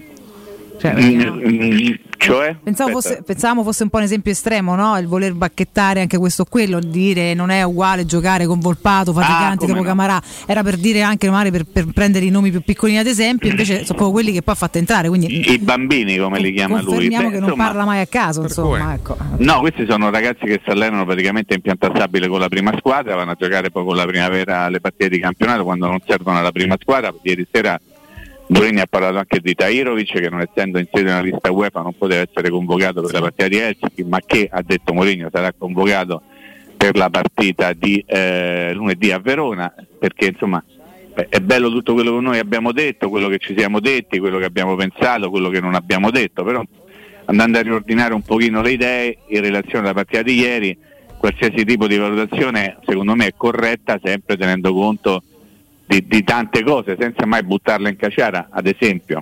Cioè? Pensavamo fosse un po' un esempio estremo, no? Il voler bacchettare anche questo o quello, dire non è uguale giocare con Volpato, Faticanti dopo Camarà. Era per dire anche magari per prendere i nomi più piccolini ad esempio, invece sono proprio quelli che poi ha fatto entrare. Quindi i bambini, come li chiama lui. Confermiamo che non parla mai a caso, insomma. Ecco. No, questi sono ragazzi che si allenano praticamente in pianta stabile con la prima squadra, vanno a giocare poi con la primavera le partite di campionato quando non servono alla prima squadra. Ieri sera Mourinho ha parlato anche di Tahirovic, che non essendo inserito nella lista UEFA non poteva essere convocato per la partita di Helsinki, ma che, ha detto Mourinho, sarà convocato per la partita di lunedì a Verona, perché insomma è bello tutto quello che noi abbiamo detto, quello che ci siamo detti, quello che abbiamo pensato, quello che non abbiamo detto, però andando a riordinare un pochino le idee in relazione alla partita di ieri, qualsiasi tipo di valutazione secondo me è corretta, sempre tenendo conto di tante cose, senza mai buttarle in caciara. Ad esempio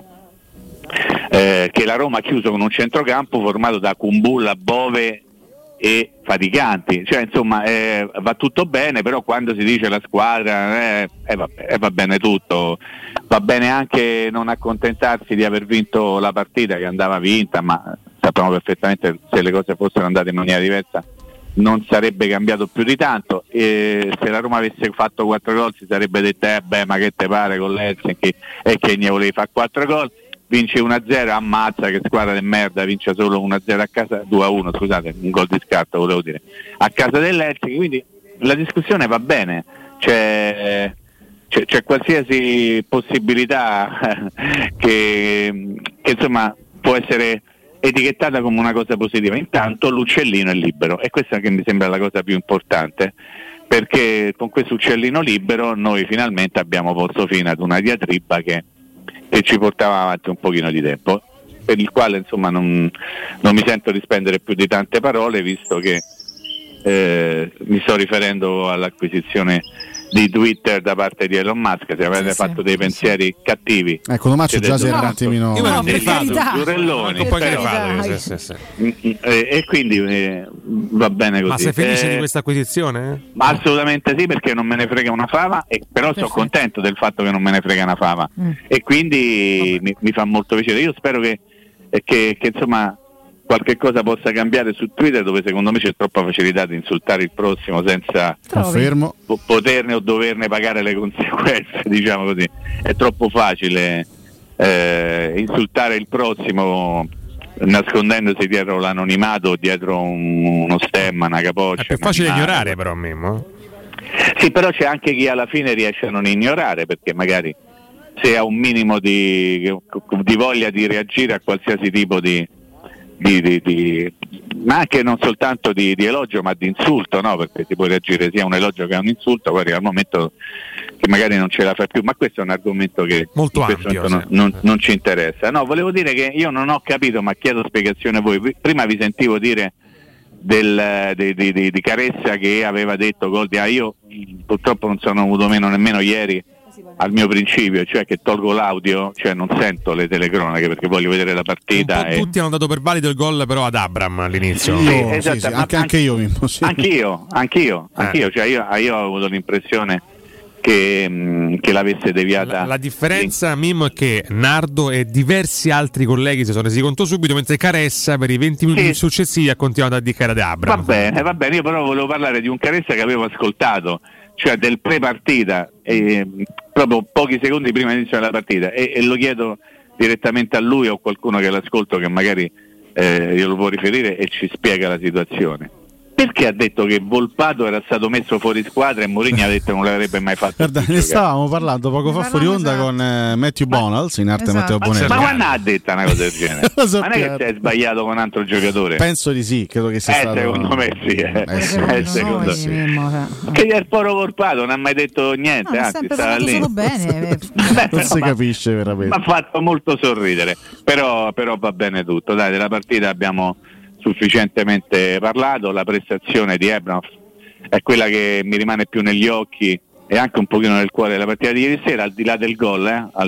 che la Roma ha chiuso con un centrocampo formato da Kumbulla, Bove e Faticanti, cioè insomma va tutto bene, però quando si dice la squadra va bene tutto, va bene anche non accontentarsi di aver vinto la partita che andava vinta, ma sappiamo perfettamente se le cose fossero andate in maniera diversa non sarebbe cambiato più di tanto, e se la Roma avesse fatto 4 gol si sarebbe detto ma che te pare con l'Helsinki, e che ne volevi fare 4 gol, vince 1-0, ammazza che squadra di merda, vince solo 1-0 a casa, 2-1 scusate, un gol di scarto volevo dire, a casa dell'Helsinki, quindi la discussione va bene, c'è qualsiasi possibilità che insomma può essere etichettata come una cosa positiva. Intanto l'uccellino è libero, e questa che mi sembra la cosa più importante, perché con questo uccellino libero noi finalmente abbiamo posto fine ad una diatriba che ci portava avanti un pochino di tempo, per il quale insomma non mi sento di spendere più di tante parole, visto che mi sto riferendo all'acquisizione di Twitter da parte di Elon Musk. Se avete fatto dei pensieri cattivi, ecco, Domaccio già si era un attimino e quindi va bene così. Ma sei felice di questa acquisizione? Ma assolutamente sì, perché non me ne frega una fava, però sono contento del fatto che non me ne frega una fava, e quindi mi fa molto piacere. Io spero che insomma qualche cosa possa cambiare su Twitter, dove secondo me c'è troppa facilità di insultare il prossimo senza poterne o doverne pagare le conseguenze, diciamo così. È troppo facile insultare il prossimo nascondendosi dietro l'anonimato, dietro uno stemma, una capoccia. È più facile ignorare, però Mimmo. Sì, però c'è anche chi alla fine riesce a non ignorare, perché magari se ha un minimo di voglia di reagire a qualsiasi tipo di ma anche non soltanto di elogio, ma di insulto, no? Perché si può reagire sia a un elogio che a un insulto, poi arriva il momento che magari non ce la fa più, ma questo è un argomento che molto ampio, non ci interessa. No, volevo dire che io non ho capito, ma chiedo spiegazione a voi. Prima vi sentivo dire di Caressa che aveva detto gol di io purtroppo non sono venuto meno nemmeno ieri al mio principio, cioè che tolgo l'audio, cioè non sento le telecronache perché voglio vedere la partita. Tutti hanno dato per valido il gol però ad Abram all'inizio. Anch'io, cioè io ho avuto l'impressione che l'avesse deviata. La differenza, Mimmo, è che Nardo e diversi altri colleghi si sono resi conto subito, mentre Caressa per i 20 minuti successivi ha continuato a dichiarare di Abram. Va bene, io però volevo parlare di un Caressa che avevo ascoltato, cioè del pre-partita, proprio pochi secondi prima dell'inizio della partita, e lo chiedo direttamente a lui o a qualcuno che l'ascolto che magari glielo può riferire e ci spiega la situazione. Perché ha detto che Volpato era stato messo fuori squadra e Mourinho ha detto che non l'avrebbe mai fatto? Guarda, ne stavamo parlando poco fa fuori onda con Matthew Bonals, in arte Matteo Bonelli. Ma quando ha detto una cosa del genere? Non è che si è sbagliato con un altro giocatore? Penso di sì, credo che sia stato. Secondo me sì. Secondo me. Che il poro Volpato non ha mai detto niente, anzi stava lì. Solo bene. Non si capisce veramente. Mi ha fatto molto sorridere, però va bene tutto. Dai, della partita abbiamo sufficientemente parlato. La prestazione di Abrams è quella che mi rimane più negli occhi è anche un pochino nel cuore della partita di ieri sera, al di là del gol,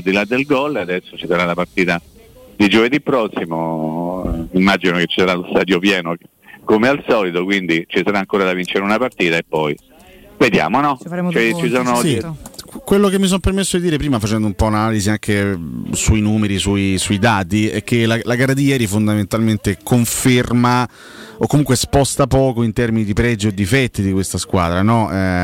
adesso ci sarà la partita di giovedì prossimo, immagino che ci sarà lo stadio pieno come al solito, quindi ci sarà ancora da vincere una partita e poi vediamo, no? Ci sono quello che mi sono permesso di dire prima, facendo un po' un'analisi anche sui numeri, sui dati, è che la gara di ieri fondamentalmente conferma o comunque sposta poco in termini di pregi o difetti di questa squadra, no?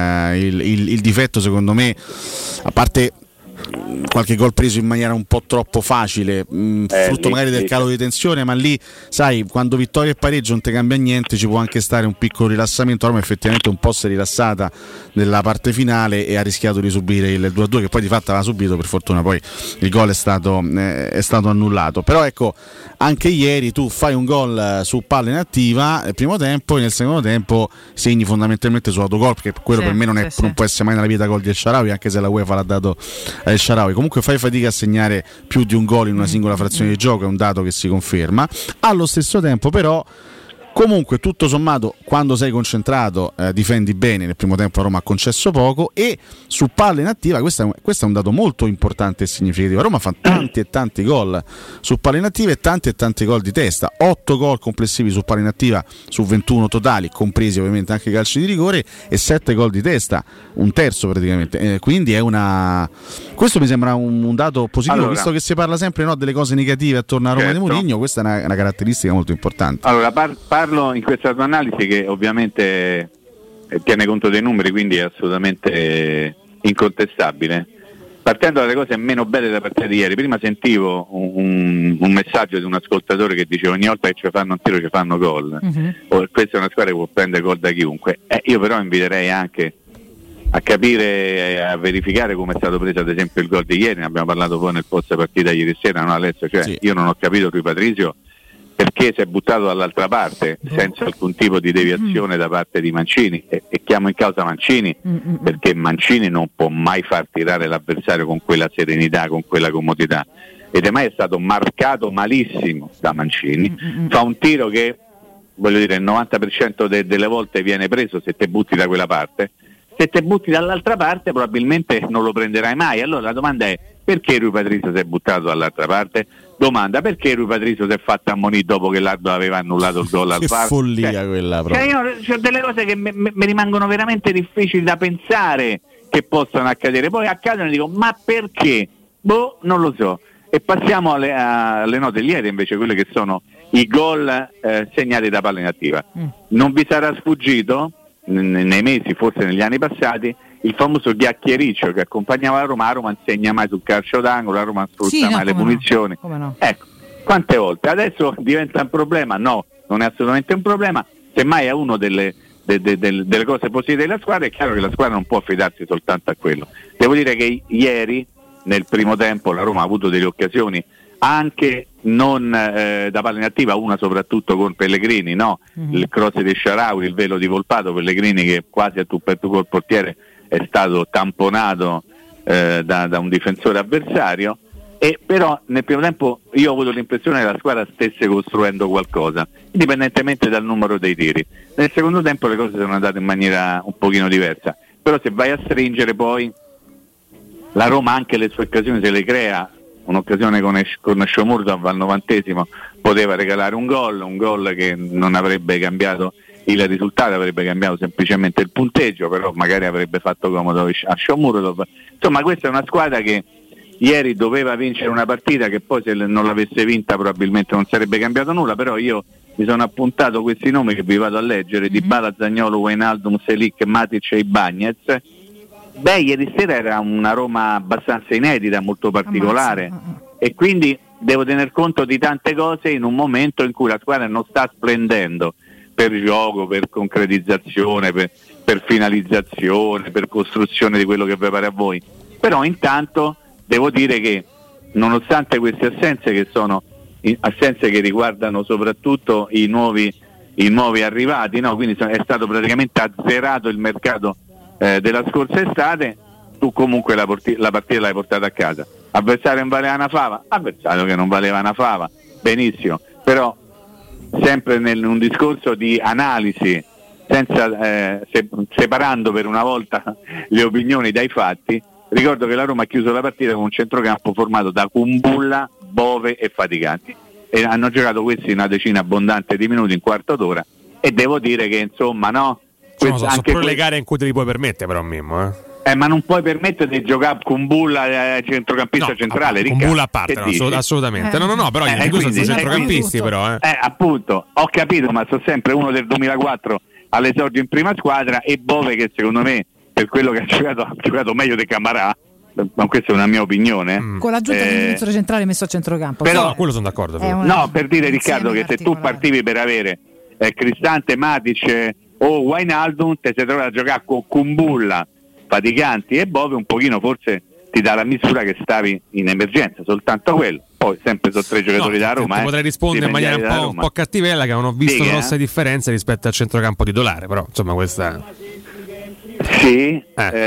Il difetto secondo me, a parte qualche gol preso in maniera un po' troppo facile, frutto magari del calo di tensione, ma lì sai, quando vittoria e pareggio non ti cambia niente, ci può anche stare un piccolo rilassamento. Roma effettivamente un po' si è rilassata nella parte finale e ha rischiato di subire il 2-2, che poi di fatto aveva subito, per fortuna poi il gol è stato annullato. Però ecco, anche ieri tu fai un gol su palla inattiva nel primo tempo e nel secondo tempo segni fondamentalmente su autogol, perché quello per me non può essere mai nella vita gol di El Shaarawy, anche se la UEFA l'ha dato El Shaarawy. Comunque fai fatica a segnare più di un gol in una singola frazione di gioco, è un dato che si conferma. Allo stesso tempo però comunque tutto sommato, quando sei concentrato, difendi bene. Nel primo tempo Roma ha concesso poco, e su palla inattiva questo è un dato molto importante e significativo. Roma fa tanti e tanti gol su palla inattiva e tanti gol di testa, 8 gol complessivi su palla inattiva su 21 totali, compresi ovviamente anche i calci di rigore, e 7 gol di testa, un terzo praticamente, quindi questo mi sembra un dato positivo, allora, visto che si parla sempre, no, delle cose negative attorno a Roma di Mourinho. Questa è una caratteristica molto importante. Allora parlo in questa tua analisi, che ovviamente tiene conto dei numeri, quindi è assolutamente incontestabile. Partendo dalle cose meno belle della partita di ieri, prima sentivo un messaggio di un ascoltatore che diceva: ogni volta che ci fanno un tiro ci fanno gol, questa è una squadra che può prendere gol da chiunque. Io però inviterei anche a capire, a verificare come è stato preso ad esempio il gol di ieri. Ne abbiamo parlato poi nel post partita ieri sera, no Alessio? Io non ho capito Rui Patrizio perché si è buttato dall'altra parte senza alcun tipo di deviazione da parte di Mancini, e chiamo in causa Mancini perché Mancini non può mai far tirare l'avversario con quella serenità, con quella comodità, ed è mai stato marcato malissimo da Mancini. Fa un tiro che, voglio dire, il 90% delle volte viene preso se te butti da quella parte. Se te butti dall'altra parte probabilmente non lo prenderai mai. Allora la domanda è: perché Rui Patrizio si è buttato dall'altra parte? Domanda: perché Rui Patrizio si è fatto ammonire dopo che l'arbitro aveva annullato il gol al VAR? Che follia quella proprio. Io ho delle cose che mi rimangono veramente difficili da pensare che possano accadere. Poi accadono e dico: ma perché? Non lo so. E passiamo alle note di ieri invece, quelle che sono i gol segnati da palla inattiva. Non vi sarà sfuggito nei mesi, forse negli anni passati, il famoso chiacchiericcio che accompagnava la Roma non segna mai sul calcio d'angolo, la Roma non sfrutta mai le punizioni. No. Ecco, quante volte? Adesso diventa un problema? No, non è assolutamente un problema. Semmai è una delle cose positive della squadra. È chiaro che la squadra non può affidarsi soltanto a quello. Devo dire che ieri, nel primo tempo, la Roma ha avuto delle occasioni anche non da palla inattiva, una soprattutto con Pellegrini, no? Il cross di Shaarawy, il velo di Volpato, Pellegrini che quasi a tu per tu col portiere è stato tamponato da un difensore avversario, e però nel primo tempo io ho avuto l'impressione che la squadra stesse costruendo qualcosa, indipendentemente dal numero dei tiri. Nel secondo tempo le cose sono andate in maniera un pochino diversa, però se vai a stringere poi la Roma anche le sue occasioni se le crea. Un'occasione con Shomurodov al 90° poteva regalare un gol che non avrebbe cambiato il risultato, avrebbe cambiato semplicemente il punteggio, però magari avrebbe fatto comodo a Shomurodov. Insomma, questa è una squadra che ieri doveva vincere una partita che poi, se non l'avesse vinta, probabilmente non sarebbe cambiato nulla. Però io mi sono appuntato questi nomi che vi vado a leggere: Dybala, Zaniolo, Wijnaldum, Selic, Matic e Ibañez. Ieri sera era una Roma abbastanza inedita, molto particolare, e quindi devo tener conto di tante cose in un momento in cui la squadra non sta splendendo per gioco, per concretizzazione, per finalizzazione, per costruzione di quello che vi pare a voi. Però intanto devo dire che, nonostante queste assenze, che sono assenze che riguardano soprattutto i nuovi arrivati, no? Quindi è stato praticamente azzerato il mercato della scorsa estate, tu comunque la partita l'hai portata a casa. Avversario non valeva una fava? Avversario che non valeva una fava, benissimo, però sempre in un discorso di analisi senza separando per una volta le opinioni dai fatti, ricordo che la Roma ha chiuso la partita con un centrocampo formato da Kumbulla, Bove e Fatiganti, e hanno giocato questi una decina abbondante di minuti in quarto d'ora, e devo dire che insomma sono pure le gare in cui te li puoi permettere, però Mimmo, ma non puoi permettere di giocare Kumbulla centrocampista centrale. Kumbulla a parte, assolutamente. No, però gli due sono centrocampisti, però. Appunto, ho capito, ma sono sempre uno del 2004 all'esordio in prima squadra, e Bove che secondo me, per quello che ha giocato meglio di Camarà, ma questa è una mia opinione. Con l'aggiunta di un difensore centrale messo a centrocampo. Però quello sono d'accordo. No, per dire, Riccardo, che se tu partivi per avere Cristante, Matic o Wijnaldum, te sei trovato a giocare con Kumbulla, Fatiganti e Bove, un pochino forse ti dà la misura che stavi in emergenza, soltanto quello. Poi sempre sono tre giocatori da Roma. Potrei rispondere in maniera un po' cattivella, che non ho visto grosse differenze rispetto al centrocampo titolare, però insomma questa... Sì,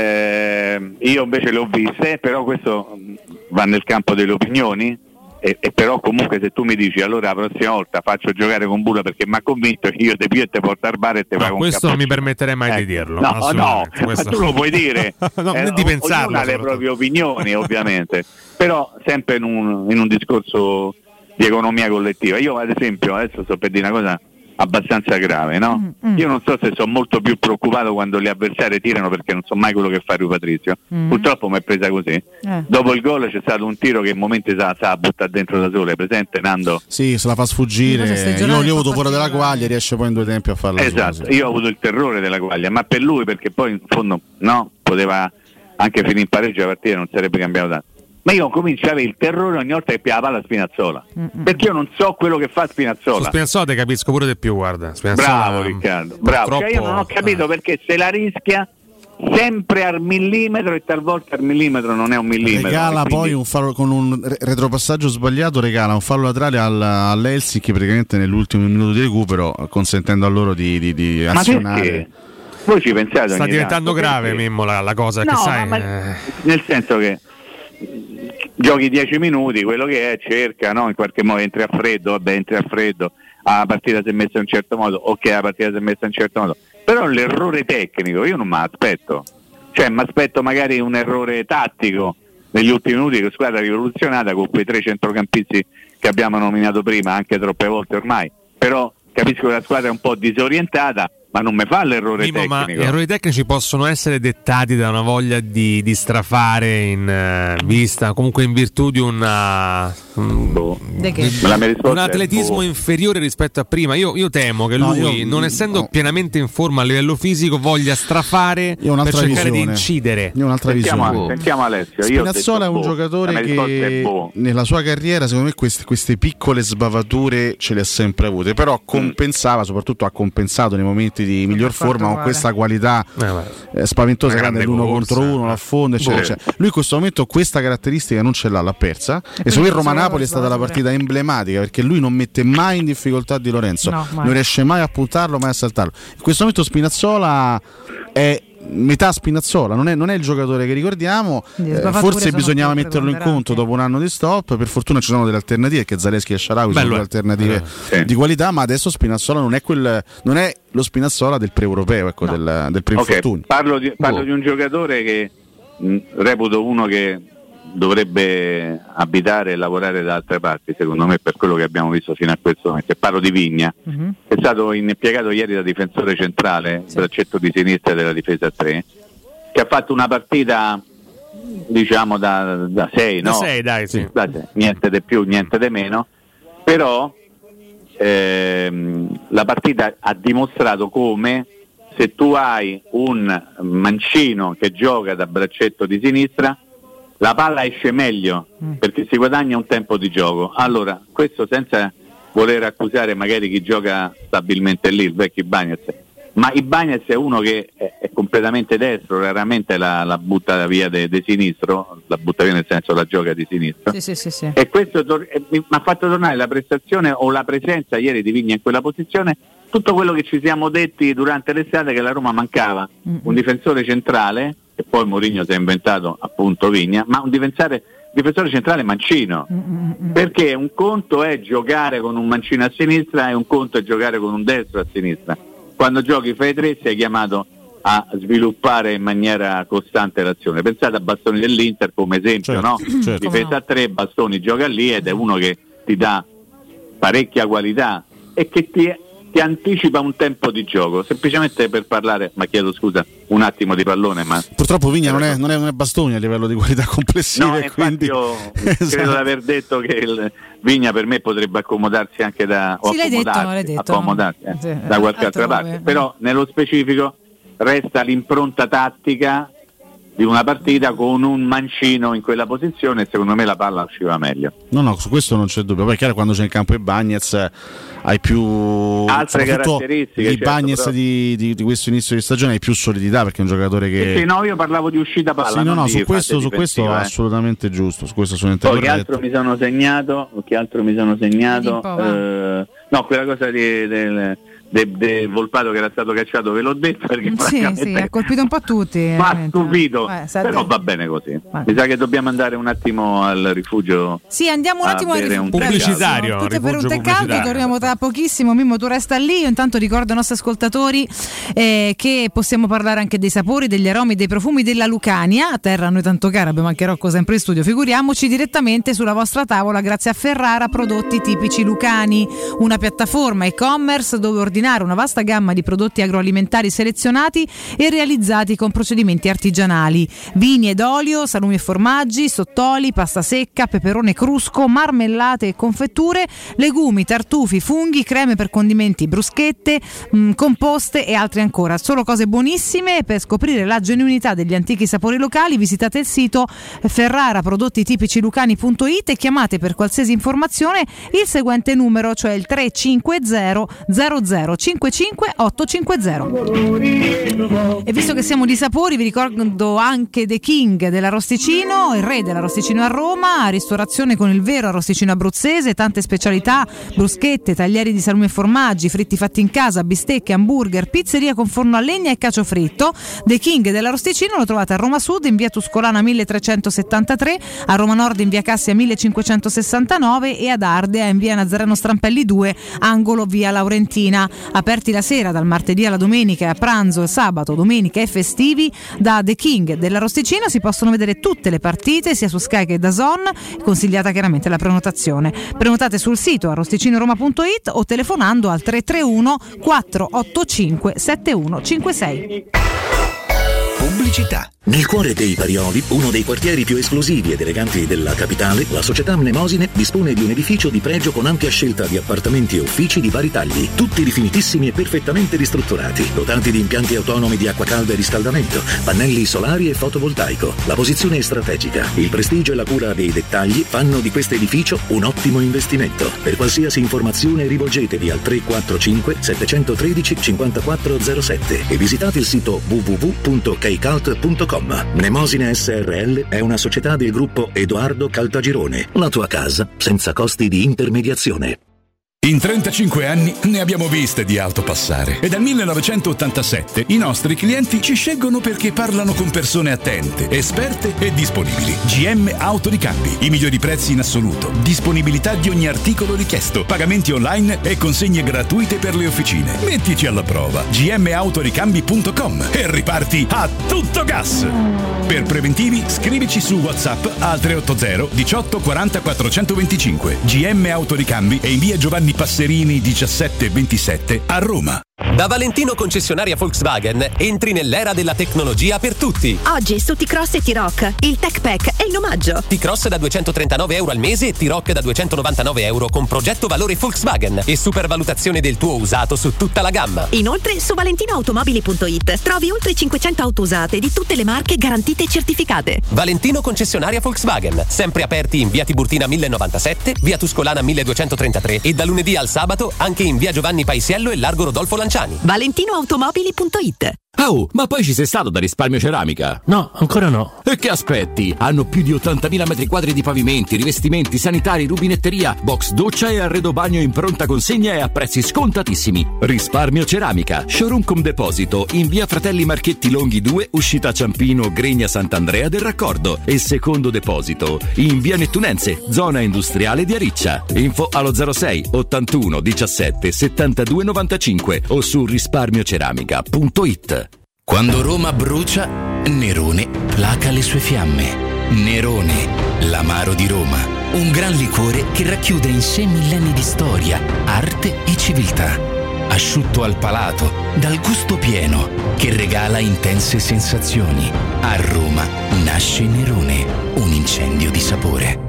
io invece le ho viste, però questo va nel campo delle opinioni, e però comunque se tu mi dici allora la prossima volta faccio giocare con Bulla perché mi ha convinto, io te più e te porto al bar e te pago un questo non mi permetterei mai di dirlo. No, questo... ma tu lo puoi dire. Di pensarlo, ognuno ha le proprie opinioni ovviamente, però sempre in un discorso di economia collettiva. Io ad esempio adesso sto per dire una cosa abbastanza grave, no? Io non so se sono molto più preoccupato quando gli avversari tirano, perché non so mai quello che fa Rui Patrizio. Purtroppo mi è presa così. Dopo il gol c'è stato un tiro che in momenti sa buttare dentro da solo, è presente Nando? Sì, se la fa sfuggire. Io ho avuto paura della quaglia, riesce poi in 2 tempi a farla. Esatto, io ho avuto il terrore della quaglia, ma per lui, perché poi in fondo poteva anche finire in pareggio, la partita non sarebbe cambiato tanto. Ma io comincio a avere il terrore ogni volta che pia la palla Spinazzola, perché io non so quello che fa Spinazzola. Su Spinazzola te capisco pure di più, guarda. Bravo Riccardo, bravo. Cioè io non ho capito perché se la rischia sempre al millimetro, e talvolta al millimetro non è un millimetro. Regala poi un fallo con un retropassaggio sbagliato, regala un fallo laterale all'Helsinki praticamente nell'ultimo minuto di recupero, consentendo a loro di azionare. Perché? Voi ci pensate? Sta diventando grave, Mimmo, la cosa, no, che sai. Nel senso che giochi 10 minuti, quello che è, cerca, no? In qualche modo entri a freddo, la partita si è messa in un certo modo, ok, la partita si è messa in un certo modo, però l'errore tecnico io non mi aspetto, cioè mi aspetto magari un errore tattico negli ultimi minuti, che squadra rivoluzionata con quei 3 centrocampisti che abbiamo nominato prima, anche troppe volte ormai, però capisco che la squadra è un po' disorientata, ma non mi fa l'errore tecnico. Ma gli errori tecnici possono essere dettati da una voglia di strafare in vista, comunque in virtù di un atletismo inferiore rispetto a prima. Io temo che lui, non essendo pienamente in forma a livello fisico, voglia strafare per cercare di incidere. Io ho un'altra visione. Sentiamo Alessio. Spinazzola è un giocatore che nella sua carriera, secondo me, queste piccole sbavature ce le ha sempre avute, però compensava, soprattutto ha compensato nei momenti di miglior forma con questa qualità spaventosa, grande l'1 contro 1, l'affondo, eccetera. Lui in questo momento questa caratteristica non ce l'ha, l'ha persa, e su Roma-Napoli è stata la partita emblematica, perché lui non mette mai in difficoltà Di Lorenzo, non riesce mai a puntarlo, mai a saltarlo. In questo momento Spinazzola è metà Spinazzola, non è il giocatore che ricordiamo, forse bisognava metterlo in conto dopo un anno di stop. Per fortuna ci sono delle alternative, che Zaleschi e Shaarawy sono due alternative di qualità, ma adesso Spinazzola non è lo Spinazzola del pre-europeo, ecco, del pre-infortunio. Parlo di un giocatore che reputo uno che dovrebbe abitare e lavorare da altre parti, secondo me, per quello che abbiamo visto fino a questo momento. Parlo di Vigna, è stato impiegato ieri da difensore centrale, braccetto di sinistra della difesa 3, che ha fatto una partita diciamo da 6, no? Da 6, dai, sì. Niente di più, niente di meno, però la partita ha dimostrato come, se tu hai un mancino che gioca da braccetto di sinistra, la palla esce meglio, perché si guadagna un tempo di gioco. Allora, questo senza voler accusare magari chi gioca stabilmente lì, il vecchio Ibañez, ma Ibañez è uno che è completamente destro, raramente la butta via di sinistro, la butta via nel senso la gioca di sinistra. Sì. E questo mi ha fatto tornare la prestazione o la presenza ieri di Vigna in quella posizione, tutto quello che ci siamo detti durante l'estate, che la Roma mancava un difensore centrale, e poi Mourinho si è inventato appunto Vigna, ma un difensore centrale mancino, perché un conto è giocare con un mancino a sinistra e un conto è giocare con un destro a sinistra. quando giochi fra i tre sei chiamato a sviluppare in maniera costante l'azione. Pensate a Bastoni dell'Inter come esempio, certo, no? certo. Difesa a 3, Bastoni gioca lì ed è uno che ti dà parecchia qualità e che ti anticipa un tempo di gioco, semplicemente per parlare, ma chiedo scusa, un attimo di pallone, ma purtroppo Vigna non è Bastoni a livello di qualità complessive. No, quindi io credo di aver detto che il Vigna per me potrebbe accomodarsi anche da qualche altra parte, però nello specifico resta l'impronta tattica di una partita con un mancino in quella posizione e secondo me la palla usciva meglio. No, su questo non c'è dubbio. Poi è chiaro, quando c'è in campo i Bagnez hai più altre caratteristiche. I Bagnez di questo inizio di stagione hai più solidità, perché è un giocatore che sì, no, io parlavo di uscita palla. Sì, no, su questo assolutamente giusto. Su questo assolutamente corretto. Che altro mi sono segnato? No, quella cosa del Volpato che era stato cacciato, ve l'ho detto, perché sì, ha colpito un po' tutti. Ma stupito, però va bene così. Mi sa che dobbiamo andare un attimo al rifugio. Sì, andiamo un attimo al rifugio pubblicitario. Tutte per un teccato, torniamo tra pochissimo. Mimmo, tu resta lì. Io intanto ricordo ai nostri ascoltatori che possiamo parlare anche dei sapori, degli aromi, dei profumi della Lucania, a terra a noi tanto cara, abbiamo anche Rocco sempre in studio, figuriamoci, direttamente sulla vostra tavola grazie a Ferrara Prodotti Tipici Lucani, una piattaforma e-commerce dove ordinare una vasta gamma di prodotti agroalimentari selezionati e realizzati con procedimenti artigianali: vini ed olio, salumi e formaggi, sottoli, pasta secca, peperone crusco, marmellate e confetture, legumi, tartufi, funghi, creme per condimenti, bruschette, composte e altri ancora. Solo cose buonissime. Per scoprire la genuinità degli antichi sapori locali visitate il sito ferraraprodottitipicilucani.it e chiamate per qualsiasi informazione il seguente numero, cioè il 350 00 55 850. E visto che siamo di sapori, vi ricordo anche The King dell'arrosticino, il re dell'arrosticino a Roma, ristorazione con il vero arrosticino abruzzese, tante specialità, bruschette, taglieri di salumi e formaggi, fritti fatti in casa, bistecche, hamburger, pizzeria con forno a legna e cacio fritto. The King dell'arrosticino lo trovate a Roma Sud in via Tuscolana 1373, a Roma Nord in via Cassia 1569 e ad Ardea in via Nazareno Strampelli 2, angolo via Laurentina. Aperti la sera dal martedì alla domenica e a pranzo sabato, domenica e festivi. Da The King dell'arrosticino si possono vedere tutte le partite sia su Sky che DAZN, consigliata chiaramente la prenotazione. Prenotate sul sito arrosticinoroma.it o telefonando al 331 485 7156. Pubblicità. Nel cuore dei Parioli, uno dei quartieri più esclusivi ed eleganti della capitale, la società Mnemosine dispone di un edificio di pregio con ampia scelta di appartamenti e uffici di vari tagli, tutti rifinitissimi e perfettamente ristrutturati, dotati di impianti autonomi di acqua calda e riscaldamento, pannelli solari e fotovoltaico. La posizione è strategica, il prestigio e la cura dei dettagli fanno di questo edificio un ottimo investimento. Per qualsiasi informazione rivolgetevi al 345 713 5407 e visitate il sito www.kcalt.com. Mnemosine SRL è una società del gruppo Edoardo Caltagirone. La tua casa senza costi di intermediazione. In 35 anni ne abbiamo viste di auto passare e dal 1987 i nostri clienti ci scelgono perché parlano con persone attente, esperte e disponibili. GM Autoricambi, i migliori prezzi in assoluto, disponibilità di ogni articolo richiesto, pagamenti online e consegne gratuite per le officine. Mettici alla prova gmautoricambi.com e riparti a tutto gas. Per preventivi scrivici su WhatsApp al 380 18 40 425. GM Autoricambi e in via Giovanni Passerini 1727 a Roma. Da Valentino concessionaria Volkswagen entri nell'era della tecnologia per tutti. Oggi su T-Cross e T-Rock il Tech Pack è in omaggio. T-Cross da €239 al mese e T-Rock da €299 con progetto valore Volkswagen e supervalutazione del tuo usato su tutta la gamma. Inoltre su valentinoautomobili.it trovi oltre 500 auto usate di tutte le marche garantite e certificate. Valentino concessionaria Volkswagen, sempre aperti in via Tiburtina 1097, via Tuscolana 1233 e da lunedì al sabato anche in via Giovanni Paisiello e largo Rodolfo Lanciani. valentinoautomobili.it. Oh, ma poi ci sei stato da Risparmio Ceramica? No, ancora no. E che aspetti? Hanno più di 80.000 metri quadri di pavimenti, rivestimenti, sanitari, rubinetteria, box doccia e arredo bagno in pronta consegna e a prezzi scontatissimi. Risparmio Ceramica, showroom con deposito in via Fratelli Marchetti Longhi 2, uscita Ciampino, Gregna Sant'Andrea del Raccordo, e secondo deposito in via Nettunense, zona industriale di Ariccia. Info allo 06 81 17 72 95 o su risparmioceramica.it. Quando Roma brucia, Nerone placa le sue fiamme. Nerone, l'amaro di Roma. Un gran liquore che racchiude in sé millenni di storia, arte e civiltà. Asciutto al palato, dal gusto pieno, che regala intense sensazioni. A Roma nasce Nerone, un incendio di sapore.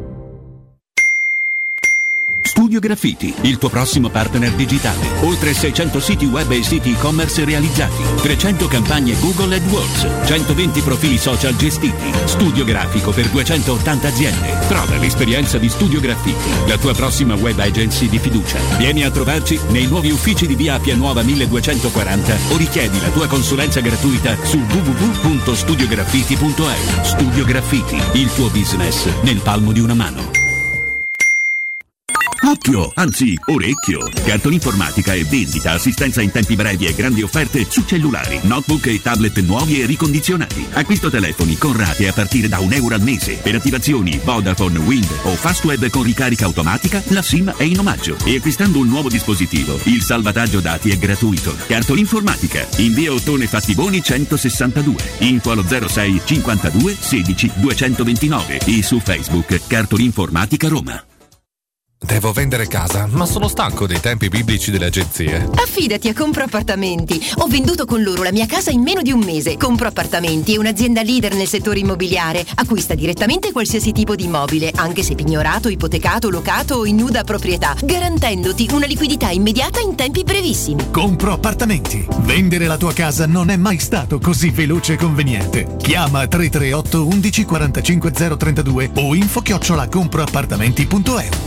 Studio Graffiti, il tuo prossimo partner digitale. Oltre 600 siti web e siti e-commerce realizzati, 300 campagne Google AdWords, 120 profili social gestiti. Studio grafico per 280 aziende. Prova l'esperienza di Studio Graffiti, la tua prossima web agency di fiducia. Vieni a trovarci nei nuovi uffici di via Appia Nuova 1240 o richiedi la tua consulenza gratuita su www.studiograffiti.eu. Studio Graffiti, il tuo business nel palmo di una mano. Occhio, anzi orecchio. Cartolinformatica e vendita, assistenza in tempi brevi e grandi offerte su cellulari, notebook e tablet nuovi e ricondizionati. Acquisto telefoni con rate a partire da €1 al mese. Per attivazioni Vodafone, Wind o Fastweb con ricarica automatica, la SIM è in omaggio. E acquistando un nuovo dispositivo, il salvataggio dati è gratuito. Cartolinformatica, in via Ottone Fattiboni 162. Info allo 06 52 16 229 e su Facebook Cartolinformatica Roma. Devo vendere casa, ma sono stanco dei tempi biblici delle agenzie. Affidati a Compro Appartamenti. Ho venduto con loro la mia casa in meno di un mese. Compro Appartamenti è un'azienda leader nel settore immobiliare. Acquista direttamente qualsiasi tipo di immobile, anche se pignorato, ipotecato, locato o in nuda proprietà, garantendoti una liquidità immediata in tempi brevissimi. Compro Appartamenti. Vendere la tua casa non è mai stato così veloce e conveniente. Chiama 338 11 45 032 o info@comproappartamenti.eu.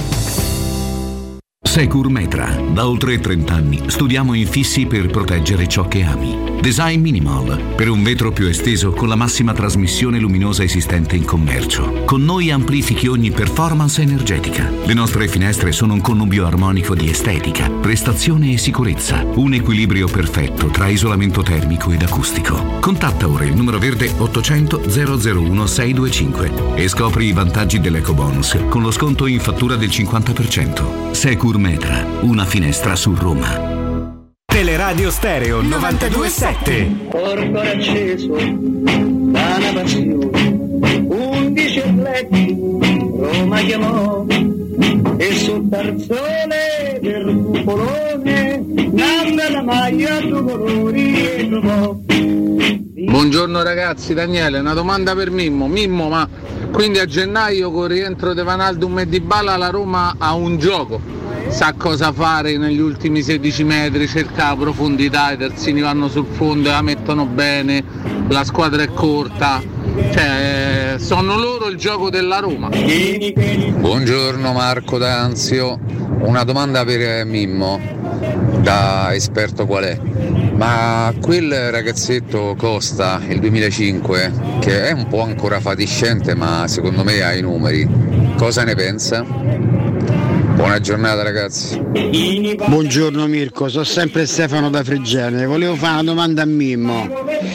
Securmetra. Da oltre 30 anni studiamo infissi per proteggere ciò che ami. Design minimal, per un vetro più esteso con la massima trasmissione luminosa esistente in commercio. Con noi amplifichi ogni performance energetica. Le nostre finestre sono un connubio armonico di estetica, prestazione e sicurezza. Un equilibrio perfetto tra isolamento termico ed acustico. Contatta ora il numero verde 800 001 625 e scopri i vantaggi dell'ecobonus con lo sconto in fattura del 50%. Securmetra, una finestra su Roma. Teleradio Stereo 92.7. Corpo acceso da una passione, 11 atleti Roma chiamò e sul tarzone del cupolone nanna la maglia a due colori e trovò. Buongiorno ragazzi, Daniele, una domanda per Mimmo. Mimmo, ma quindi a gennaio con il rientro di Wijnaldum e Dybala la Roma ha un gioco? Sa cosa fare negli ultimi 16 metri, cerca la profondità, i terzini vanno sul fondo e la mettono bene, la squadra è corta, cioè sono loro il gioco della Roma. Buongiorno Marco D'Anzio, una domanda per Mimmo, da esperto qual è, ma quel ragazzetto Costa, il 2005, che è un po' ancora fatiscente ma secondo me ha i numeri, cosa ne pensa? Buona giornata ragazzi. Buongiorno Mirko, sono sempre Stefano da Fregene, volevo fare una domanda a Mimmo,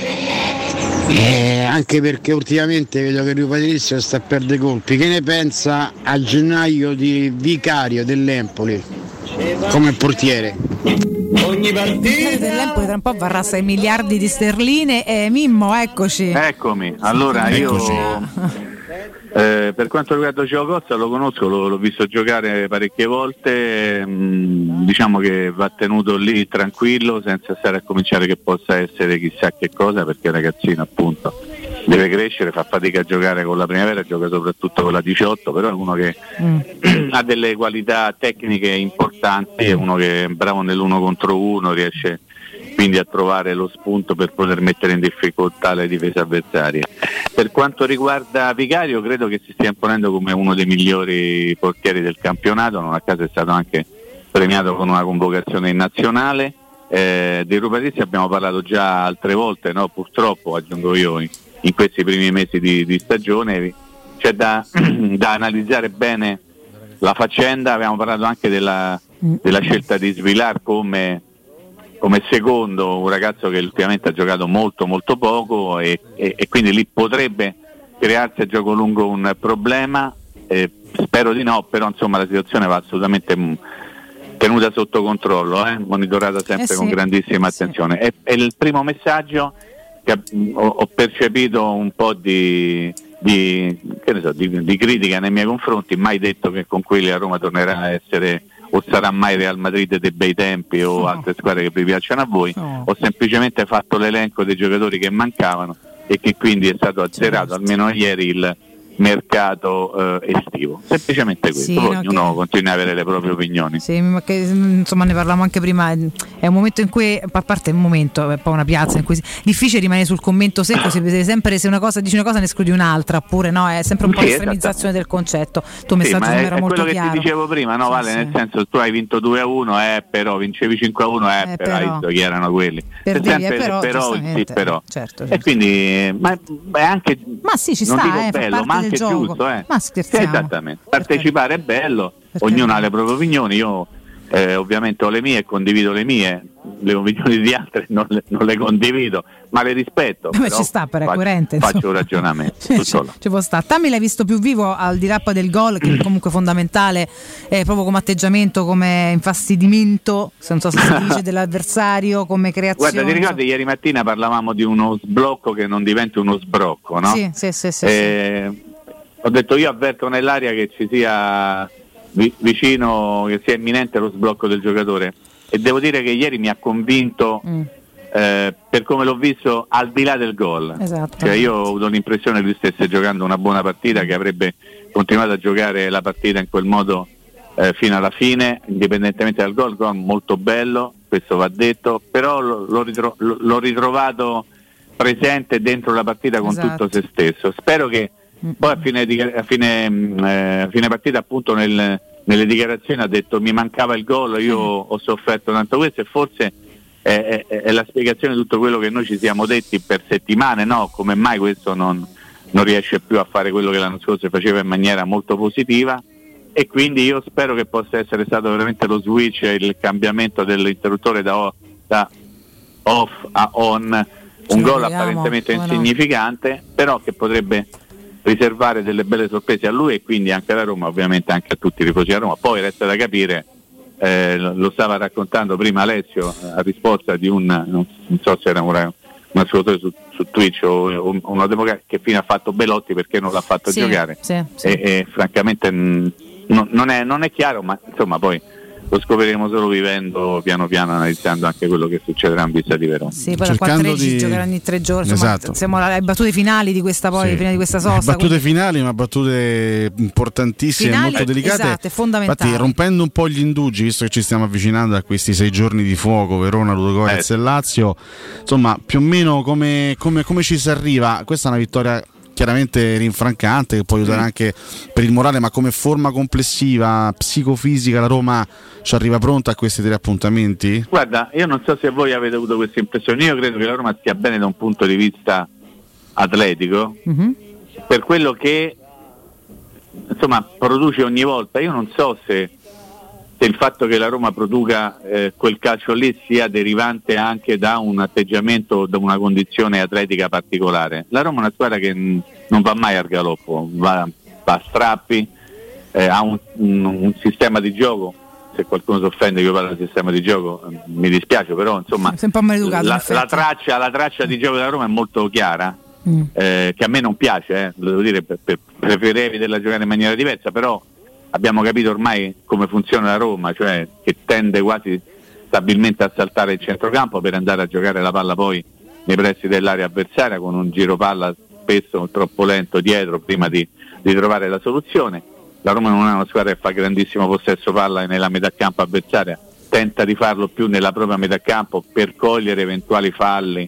anche perché ultimamente vedo che Rui Patrizio sta a perdere colpi. Che ne pensa a gennaio di Vicario dell'Empoli come portiere? Ogni partita dell'Empoli tra un po' varrà 6 miliardi di sterline e Mimmo, eccoci. Eccomi, allora io per quanto riguarda Gio Costa lo conosco, l'ho visto giocare parecchie volte, diciamo che va tenuto lì tranquillo senza stare a cominciare che possa essere chissà che cosa, perché il ragazzino appunto deve crescere, fa fatica a giocare con la primavera, gioca soprattutto con la 18, però è uno che ha delle qualità tecniche importanti, è uno che è bravo nell'1 contro 1, riesce quindi a trovare lo spunto per poter mettere in difficoltà le difese avversarie. Per quanto riguarda Vicario, credo che si stia imponendo come uno dei migliori portieri del campionato, non a caso è stato anche premiato con una convocazione in nazionale, di Rui Patrizio abbiamo parlato già altre volte, no? Purtroppo, aggiungo io, in questi primi mesi di stagione c'è da analizzare bene la faccenda. Abbiamo parlato anche della scelta di Svilar come secondo, un ragazzo che ultimamente ha giocato molto molto poco e quindi lì potrebbe crearsi a gioco lungo un problema, spero di no, però insomma la situazione va assolutamente tenuta sotto controllo, monitorata sempre con grandissima attenzione. È il primo messaggio che ho percepito un po' di critica nei miei confronti, mai detto che con quelli a Roma tornerà a essere o sarà mai Real Madrid dei bei tempi o altre squadre che vi piacciono a voi. Ho semplicemente fatto l'elenco dei giocatori che mancavano e che quindi è stato azzerato almeno ieri il mercato estivo, semplicemente questo. Poi ognuno continua a avere le proprie opinioni. Sì, ma che, insomma, ne parlavamo anche prima. È un momento in cui, a parte un momento, è poi una piazza in cui difficile rimanere sul commento secco, si vede sempre se una cosa dici una cosa ne escludi un'altra, oppure no, è sempre un po' l'estremizzazione del concetto. Il tuo messaggio era molto chiaro. È quello che ti dicevo prima, no, Vale, nel senso, tu hai vinto 2-1, però vincevi 5-1, però hai visto chi erano quelli. Perdevi, però. Certo. E quindi ma è anche, ma sì, ci non sta, dico bello, ma anche giusto, Ma scherziamo. Esattamente. Partecipare è bello, ognuno ha le proprie opinioni. Io ovviamente ho le mie e condivido le mie, le opinioni di altri non le condivido, ma le rispetto. Come ci sta, per coerente. Faccio un ragionamento. Ci può stare. Tammy l'hai visto più vivo al di là del gol, che è comunque fondamentale, proprio come atteggiamento, come infastidimento, se non so se si dice, dell'avversario, come creazione. Guarda, ti ricordi ieri mattina parlavamo di uno sblocco che non diventi uno sbrocco, no? Sì. Ho detto, io avverto nell'aria che ci sia vicino, che sia imminente lo sblocco del giocatore, e devo dire che ieri mi ha convinto per come l'ho visto al di là del gol. Esatto. Cioè, io ho avuto l'impressione che lui stesse giocando una buona partita, che avrebbe continuato a giocare la partita in quel modo fino alla fine, indipendentemente dal gol molto bello, questo va detto, però l'ho ritrovato presente dentro la partita con tutto se stesso. Spero che poi a fine partita, appunto, nelle dichiarazioni ha detto mi mancava il gol, io ho sofferto tanto questo, e forse è la spiegazione di tutto quello che noi ci siamo detti per settimane, no? Come mai questo non riesce più a fare quello che l'anno scorso faceva in maniera molto positiva, e quindi io spero che possa essere stato veramente lo switch, il cambiamento dell'interruttore da off a on, un gol apparentemente insignificante, però che potrebbe riservare delle belle sorprese a lui e quindi anche alla Roma, ovviamente anche a tutti i tifosi a Roma. Poi resta da capire, lo stava raccontando prima Alessio a risposta di non so se era un ascoltatore su Twitch o uno democratico, che fine ha fatto Belotti, perché non l'ha fatto giocare. E francamente non è chiaro, ma insomma poi lo scopriremo solo vivendo, piano piano, analizzando anche quello che succederà in vista di Verona. Sì, poi da 4-13 giocheranno ogni 3 giorni. Esatto. Siamo alle battute finali di questa fine di questa sosta. Battute finali, ma battute importantissime, molto delicate. Esatto, fondamentali. Infatti, rompendo un po' gli indugi, visto che ci stiamo avvicinando a questi 6 giorni di fuoco, Verona, Ludogorets e Lazio, insomma, più o meno come ci si arriva. Questa è una vittoria chiaramente rinfrancante, che può aiutare anche per il morale, ma come forma complessiva psicofisica la Roma ci arriva pronta a questi 3 appuntamenti? Guarda, io non so se voi avete avuto questa impressione, io credo che la Roma stia bene da un punto di vista atletico, per quello che insomma produce ogni volta. Io non so se il fatto che la Roma produca quel calcio lì sia derivante anche da un atteggiamento, da una condizione atletica particolare. La Roma è una squadra che non va mai al galoppo, va a strappi, ha un sistema di gioco. Se qualcuno si offende che io parlo del sistema di gioco, mi dispiace, però insomma la traccia di gioco della Roma è molto chiara, che a me non piace, lo devo dire, preferirei vederla giocare in maniera diversa, però abbiamo capito ormai come funziona la Roma, cioè che tende quasi stabilmente a saltare il centrocampo per andare a giocare la palla poi nei pressi dell'area avversaria, con un giro palla spesso troppo lento dietro prima di trovare la soluzione. La Roma non è una squadra che fa grandissimo possesso palla nella metà campo avversaria, tenta di farlo più nella propria metà campo per cogliere eventuali falli,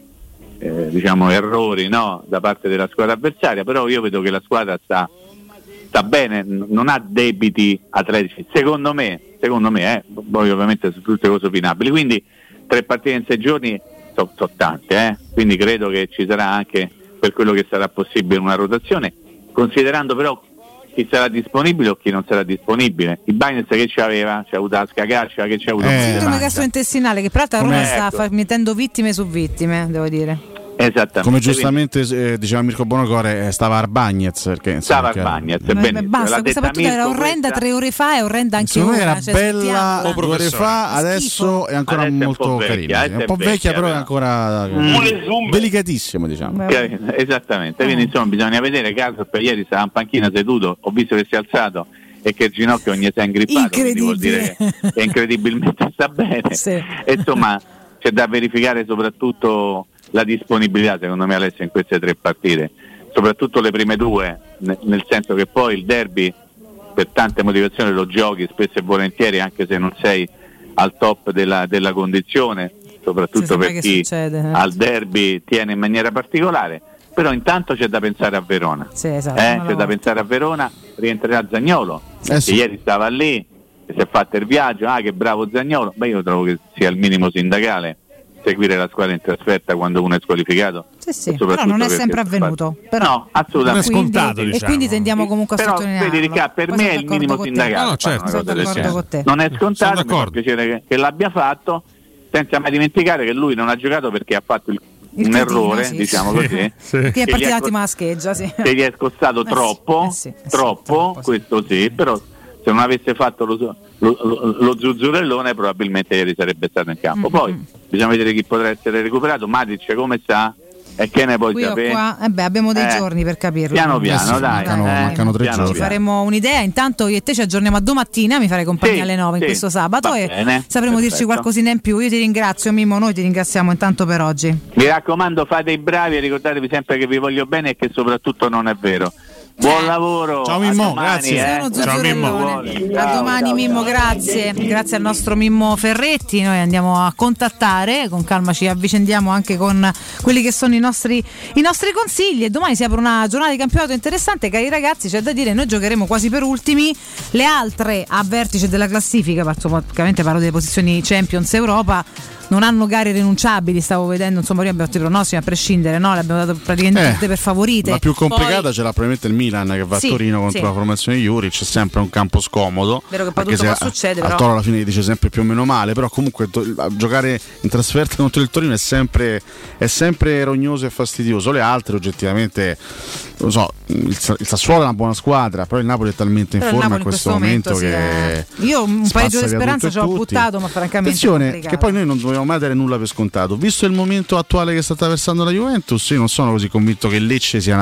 errori, no, da parte della squadra avversaria. Però io vedo che la squadra sta bene, non ha debiti atletici, secondo me, poi ovviamente su tutte cose opinabili, quindi 3 partite in 6 giorni sono tante, quindi credo che ci sarà anche, per quello che sarà possibile, una rotazione, considerando però chi sarà disponibile o chi non sarà disponibile. Il Bagnets che c'aveva? C'è avuto la scagaccia, che c'è avuto sindrome gastrointestinale, che peraltro a Roma sta mettendo vittime su vittime, devo dire. Esattamente. Come giustamente diceva Mirko Bonocore, stava Arbagnez, perché stava Arbagnez, basta, questa battuta era orrenda 3 ore fa, è orrenda anche ora. Era bella 2 ore fa, adesso è ancora molto carina, è un po' vecchia, però è ancora delicatissimo, diciamo. Esattamente, quindi insomma bisogna vedere. Caso per ieri stava in panchina seduto, ho visto che si è alzato e che il ginocchio gli si è ingrippato, quindi vuol dire che incredibilmente sta bene. E insomma c'è da verificare soprattutto la disponibilità, secondo me, Alessio, in queste 3 partite, soprattutto le prime 2, nel senso che poi il derby per tante motivazioni lo giochi spesso e volentieri, anche se non sei al top della condizione, soprattutto per chi al derby tiene in maniera particolare. Però intanto c'è da pensare a Verona, c'è da pensare a Verona. Rientrerà Zaniolo, che ieri stava lì, che si è fatto il viaggio, che bravo Zaniolo. Beh, io trovo che sia il minimo sindacale seguire la squadra in trasferta quando uno è squalificato. Però non è sempre avvenuto. Però, no, assolutamente. Non è scontato, diciamo. E quindi tendiamo comunque a sottolinearlo. Vedi, Riccardo, per me è il minimo sindacale. No, certo. Non è scontato, mi fa piacere che l'abbia fatto, senza mai dimenticare che lui non ha giocato perché ha fatto un errore, diciamo così. Che è partita ottima scheggia, che gli è costato troppo, questo sì, però se non avesse fatto lo zuzzurellone probabilmente ieri sarebbe stato in campo. Poi bisogna vedere chi potrà essere recuperato. Matic come sta? E che ne puoi sapere? Abbiamo dei giorni per capirlo. Piano piano, dai. Mancano 3 giorni. Ci faremo un'idea. Intanto io e te ci aggiorniamo a domattina. Mi farei compagnia alle 9 in questo sabato e sapremo dirci qualcosina in più. Io ti ringrazio, Mimmo. Noi ti ringraziamo intanto per oggi. Mi raccomando, fate i bravi e ricordatevi sempre che vi voglio bene e che soprattutto non è vero. Buon lavoro. Ciao Mimmo, grazie. Ciao Mimmo. A domani Mimmo, grazie. Grazie al nostro Mimmo Ferretti. Noi andiamo a contattare, con calma ci avvicendiamo anche con quelli che sono i nostri consigli, e domani si apre una giornata di campionato interessante, cari ragazzi. C'è da dire, noi giocheremo quasi per ultimi, le altre a vertice della classifica, praticamente parlo delle posizioni Champions Europa, non hanno gare rinunciabili. Stavo vedendo, insomma, io abbiamo fatto i pronostici a prescindere, no? Le abbiamo dato praticamente tutte per favorite. La più complicata ce l'ha probabilmente il Milan, che va a Torino contro la formazione Juric. C'è sempre un campo scomodo. Vero che poi tutto può succedere, però alla fine dice sempre più o meno male, però comunque giocare in trasferta contro il Torino è sempre rognoso e fastidioso. Le altre oggettivamente, non so, il Sassuolo è una buona squadra, però il Napoli è talmente in forma in questo momento che io un pareggio di speranza ci ho buttato, ma francamente attenzione, che poi noi non dobbiamo mai dare nulla per scontato. Visto il momento attuale che sta attraversando la Juventus, io non sono così convinto che Lecce sia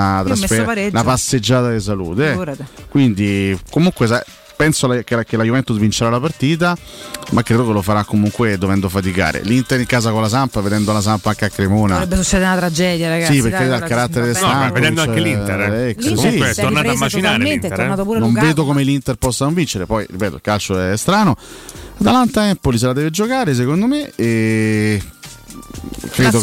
una passeggiata di salute. Quindi comunque penso che la Juventus vincerà la partita, ma credo che lo farà comunque dovendo faticare. L'Inter in casa con la Samp, vedendo la Samp anche a Cremona, potrebbe succedere una tragedia, ragazzi. Sì, perché dal carattere del Samp, vedendo anche l'Inter, comunque è tornato a macinare l'Inter. Non vedo come l'Inter possa non vincere. Poi ripeto, il calcio è strano. Atalanta-Empoli se la deve giocare, secondo me, e credo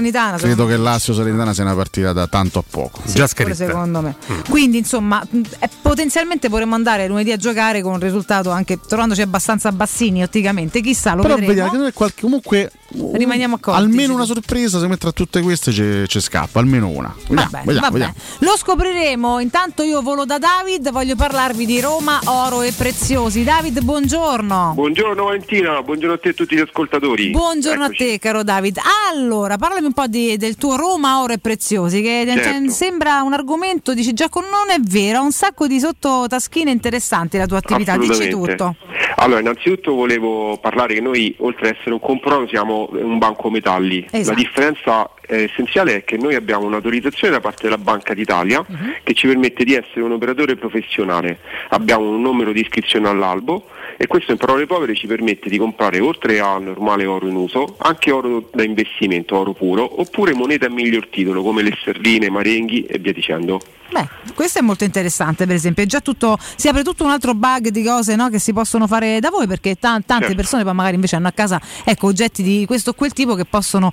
che Lazio Salernitana sia una partita da tanto a poco. Già scritta, secondo me. Quindi insomma potenzialmente potremmo andare lunedì a giocare con un risultato anche trovandoci abbastanza bassini otticamente, chissà, lo però vedremo. Vediamo che comunque rimaniamo accorti, almeno una sorpresa, secondo me tra tutte queste ci scappa almeno una. Vediamo. Lo scopriremo. Intanto io volo da David, voglio parlarvi di Roma Oro e Preziosi. David, buongiorno. Buongiorno Valentina, buongiorno a te e a tutti gli ascoltatori. Buongiorno. Eccoci. A te, caro David. Allora, parlami un po' del tuo Roma Oro e Preziosi, che sembra un argomento, dici Giacomo, non è vero, ha un sacco di sottotaschine interessanti la tua attività, dici tutto. Allora, innanzitutto volevo parlare che noi, oltre ad essere un comprono, siamo un banco metalli. Esatto. La differenza essenziale è che noi abbiamo un'autorizzazione da parte della Banca d'Italia che ci permette di essere un operatore professionale. Abbiamo un numero di iscrizione all'albo e questo, in parole povere, ci permette di comprare, oltre al normale oro in uso, anche oro da investimento, oro puro, oppure monete a miglior titolo come le sterline, marenghi e via dicendo. Questo è molto interessante, per esempio. È già tutto, si apre tutto un altro bug di cose, no, che si possono fare da voi, perché tante persone poi magari invece hanno a casa oggetti di questo o quel tipo che possono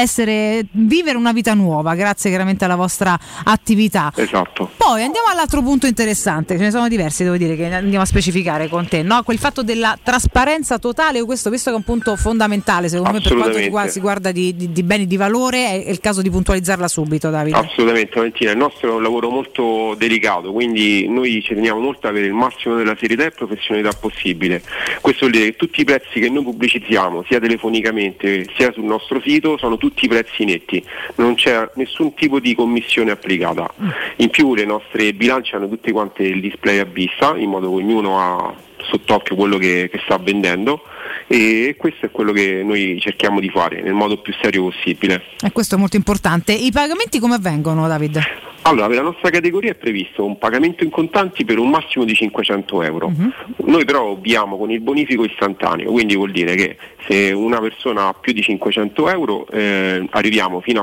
vivere una vita nuova grazie chiaramente alla vostra attività. Esatto. Poi andiamo all'altro punto interessante, ce ne sono diversi, devo dire, che andiamo a specificare con te, no? Quel fatto fatto della trasparenza totale, questo visto che è un punto fondamentale secondo me per quanto si guarda di beni di valore, è il caso di puntualizzarla subito, Davide. Assolutamente, Valentina, il nostro è un lavoro molto delicato, quindi noi ci teniamo molto ad avere il massimo della serietà e professionalità possibile. Questo vuol dire che tutti i prezzi che noi pubblicizziamo sia telefonicamente sia sul nostro sito sono tutti prezzi netti, non c'è nessun tipo di commissione applicata. In più le nostre bilance hanno tutte quante il display a vista, in modo che ognuno ha sott'occhio quello che sta vendendo, e questo è quello che noi cerchiamo di fare nel modo più serio possibile. E questo è molto importante. I pagamenti come avvengono, David? Allora, per la nostra categoria è previsto un pagamento in contanti per un massimo di 500 euro. Noi però ovviamo con il bonifico istantaneo, quindi vuol dire che se una persona ha più di 500 euro arriviamo fino a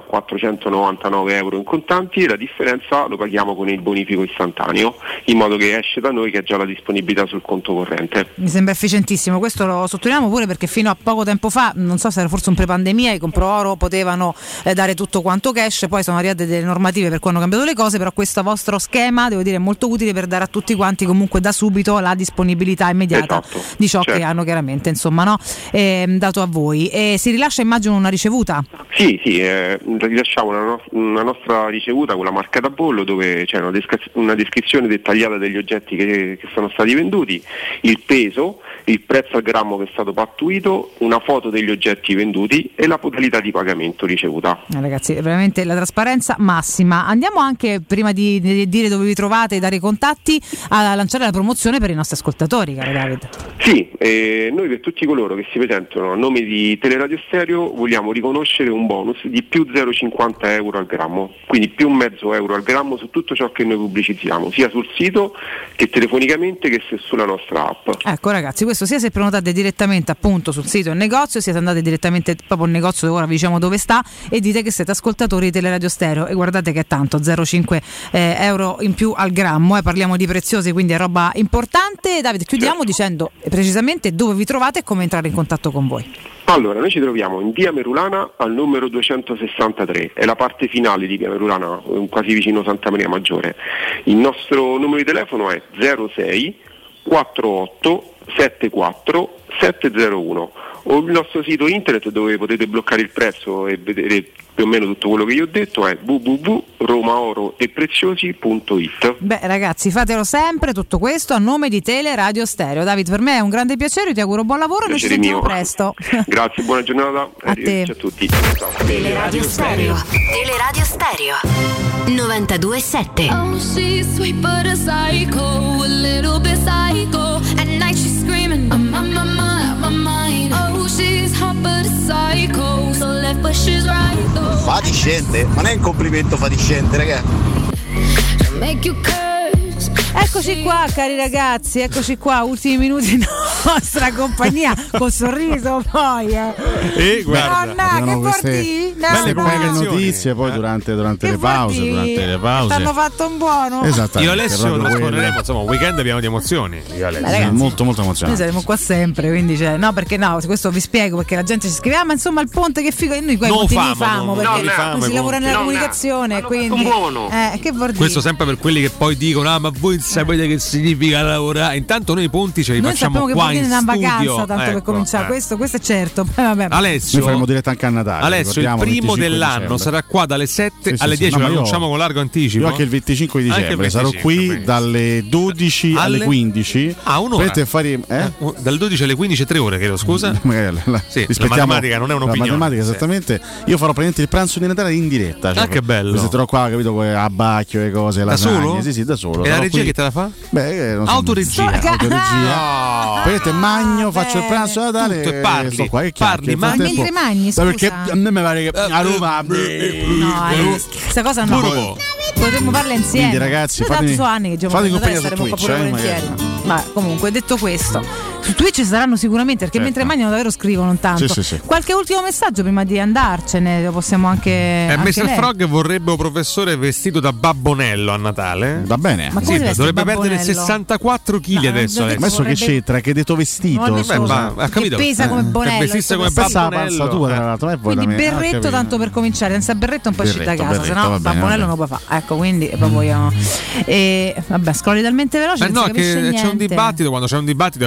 499 euro in contanti e la differenza lo paghiamo con il bonifico istantaneo, in modo che esce da noi che ha già la disponibilità sul conto corrente. Mi sembra efficientissimo, questo lo sottolineiamo pure perché fino a poco tempo fa, non so se era forse un pre-pandemia, i Compro-Oro potevano dare tutto quanto cash, poi sono arrivate delle normative per cui hanno cambiato le cose, però questo vostro schema devo dire è molto utile per dare a tutti quanti comunque da subito la disponibilità immediata di ciò che hanno chiaramente dato a voi. E si rilascia immagino una ricevuta? Sì, rilasciamo una nostra ricevuta con la marca da bollo dove c'è una descrizione dettagliata degli oggetti che sono stati venduti, il peso, il prezzo al grammo che è stato pattuito, una foto degli oggetti venduti e la modalità di pagamento ricevuta. Ragazzi, veramente la trasparenza massima. Andiamo anche, prima di dire dove vi trovate e dare i contatti, a lanciare la promozione per i nostri ascoltatori, caro David. Sì, noi per tutti coloro che si presentano a nome di Teleradio Stereo vogliamo riconoscere un bonus di più 0,50 euro al grammo, quindi più mezzo euro al grammo su tutto ciò che noi pubblicizziamo, sia sul sito che telefonicamente che sulla nostra app. Ecco ragazzi, questo sia se prenotate direttamente appunto sul sito e negozio, sia se andate direttamente proprio al negozio dove ora vi diciamo dove sta e dite che siete ascoltatori di Teleradio Stereo e guardate che è tanto, 0,5 euro in più al grammo, parliamo di preziosi, quindi è roba importante. Davide, chiudiamo dicendo precisamente dove vi trovate e come entrare in contatto con voi. Allora, noi ci troviamo in via Merulana al numero 263, è la parte finale di via Merulana, quasi vicino Santa Maria Maggiore. Il nostro numero di telefono è 06 48 74 701 o il nostro sito internet dove potete bloccare il prezzo e vedere più o meno tutto quello che io ho detto è www.romaoroepreziosi.it. Beh ragazzi, fatelo sempre tutto questo a nome di Teleradio Stereo. David, per me è un grande piacere, ti auguro buon lavoro e noi ci sentiamo presto. Grazie, buona giornata, arrivederci a tutti. Teleradio Stereo. Teleradio Stereo 92.7. Oh, she's sweet but a psycho, a little bit psycho. At night she's screaming, I'm on my mind. Oh, she's hot but a psycho, so left but she's right. Fatiscente? Ma non è un complimento fatiscente, ragazzi. Make you curse. Eccoci qua cari ragazzi, eccoci qua, ultimi minuti di nostra compagnia, col sorriso poi e guarda, che porti belle notizie poi durante le pause, hanno fatto un buono. Esattamente. Io Alessio trascorreremo insomma un weekend pieno di emozioni. Ragazzi, molto emozionante. Noi saremo qua sempre, quindi perché questo vi spiego, perché la gente ci scrive ma insomma il ponte che figo, e noi qua non famo perché non si lavora nella comunicazione, quindi che vuol dire? Questo sempre per quelli che poi dicono ma voi sapete che significa lavorare. Intanto noi i ponti ce li facciamo qua in studio. Una vacanza tanto per cominciare, questo è certo. Vabbè. Alessio, noi faremo diretta anche a Natale. Alessio, il primo dell'anno sarà qua dalle 7 alle 10, lo annunciamo con largo anticipo. Io anche il 25 di dicembre sarò qui dalle 12 alle 15. Un'ora. Dalle 12 alle 15 3 ore, credo, scusa. La matematica non è un'opinione. La matematica esattamente. Io farò praticamente il pranzo di Natale in diretta. Che bello. Se trovo qua, capito, a Bacchio e cose, da solo? Sì, da solo. E la regia che te la fa? Non so, autoregia. Vedete, magno, faccio il pranzo a Natale e parli. Sto qua, mentre magni, scusa. Perché a me mi pare che a Roma questa cosa no. Potremmo farla insieme. Quindi ragazzi, fatemi anni che compagnia su saremo Twitch, qua volentieri. Ma comunque, detto questo, su Twitch saranno sicuramente, perché mentre mangiano davvero scrivono tanto. Sì. Qualche ultimo messaggio prima di andarcene, lo possiamo anche Mr. Frog vorrebbe un professore vestito da Babbonello a Natale. Va bene. Ma dovrebbe perdere 64 kg adesso. Adesso che c'entra? Che hai detto vestito? Ha capito? Che pesa come Bonello. Vestisse come Babbonello. Quindi berretto tanto per cominciare, senza berretto un po' uscire da casa, se no Babbonello non può fare. Ecco, quindi proprio vabbè, scrolli talmente veloce. No, che c'è un dibattito, quando c'è un dibattito è difficile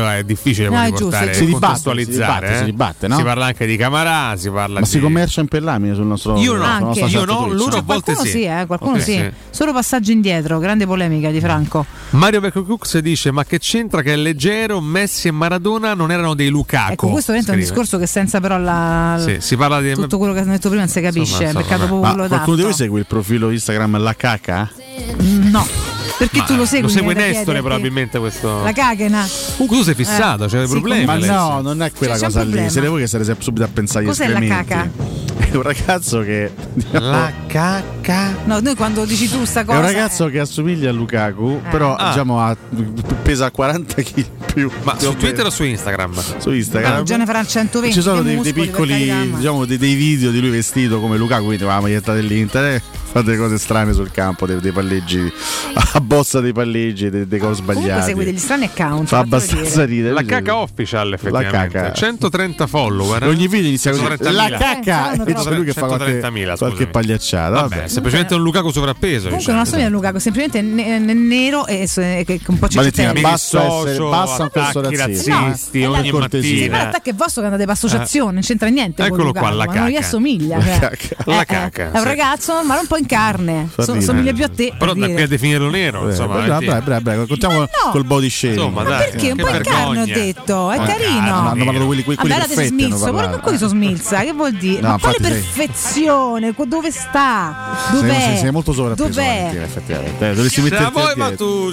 difficile riportare, si contestualizzare. Si dibatte, no? Si parla anche di Camarà, si parla si commercia in pellamine sul nostro. Io no, loro a volte qualcuno sì. Solo passaggio indietro, grande polemica di Franco. Mario Becocux dice: ma che c'entra che è leggero? Messi e Maradona non erano dei Lukaku. Ecco, questo è un discorso che senza però si parla di tutto quello che hanno detto prima non si capisce. Peccato popolo qualcuno di voi segue il profilo Instagram La Caca? No. Perché tu lo segui? Lo segue Nestore probabilmente questo. La cacena. Tu sei fissato, c'è dei problemi. Ma no, non è quella cosa lì. Siete voi che sarete subito a pensare agli escrementi. Cos'è la caca? È un ragazzo che. La caca. No, noi quando dici tu sta cosa. È un ragazzo che assomiglia a Lukaku, però diciamo pesa 40 kg più. Ma su Twitter o su Instagram? Su Instagram. Già ne farà 120. Ci sono dei piccoli, diciamo, dei video di lui vestito come Lukaku, quindi con la maglietta dell'Inter. Fa delle cose strane sul campo, dei palleggi, a bozza dei palleggi, dei cose sbagliate. Comunque segue degli strani account. Fa abbastanza ridere. La caca official, effettivamente. La caca. 130 follower. Ogni video inizia con la caca e c'è lui che fa qualche pagliacciata. Vabbè, semplicemente un Lukaku sovrappeso. Comunque non assomiglia a Lukaku, semplicemente nero e un po' cicciottello. Basta un corso razzisti ogni mattina. Ma l'attacco è vostro che andate per associazione, non c'entra niente. Eccolo qua, la caca. Non gli assomiglia. La caca. È un ragazzo, ma un po' in carne, somiglia più a te. Però da qui a definirlo nero, insomma. Bravo, contiamo col body shaming. Insomma, ma perché? Un po' in carne ho detto, è carino. Hanno parlato quelli perfetti. Smilzo, pure per quelli sono smilza, che vuol dire? Ma quale perfezione? Dove sta? Dov'è? Sei molto sovrappeso. Dov'è? Effettivamente. Dovresti metterti voi, ma tu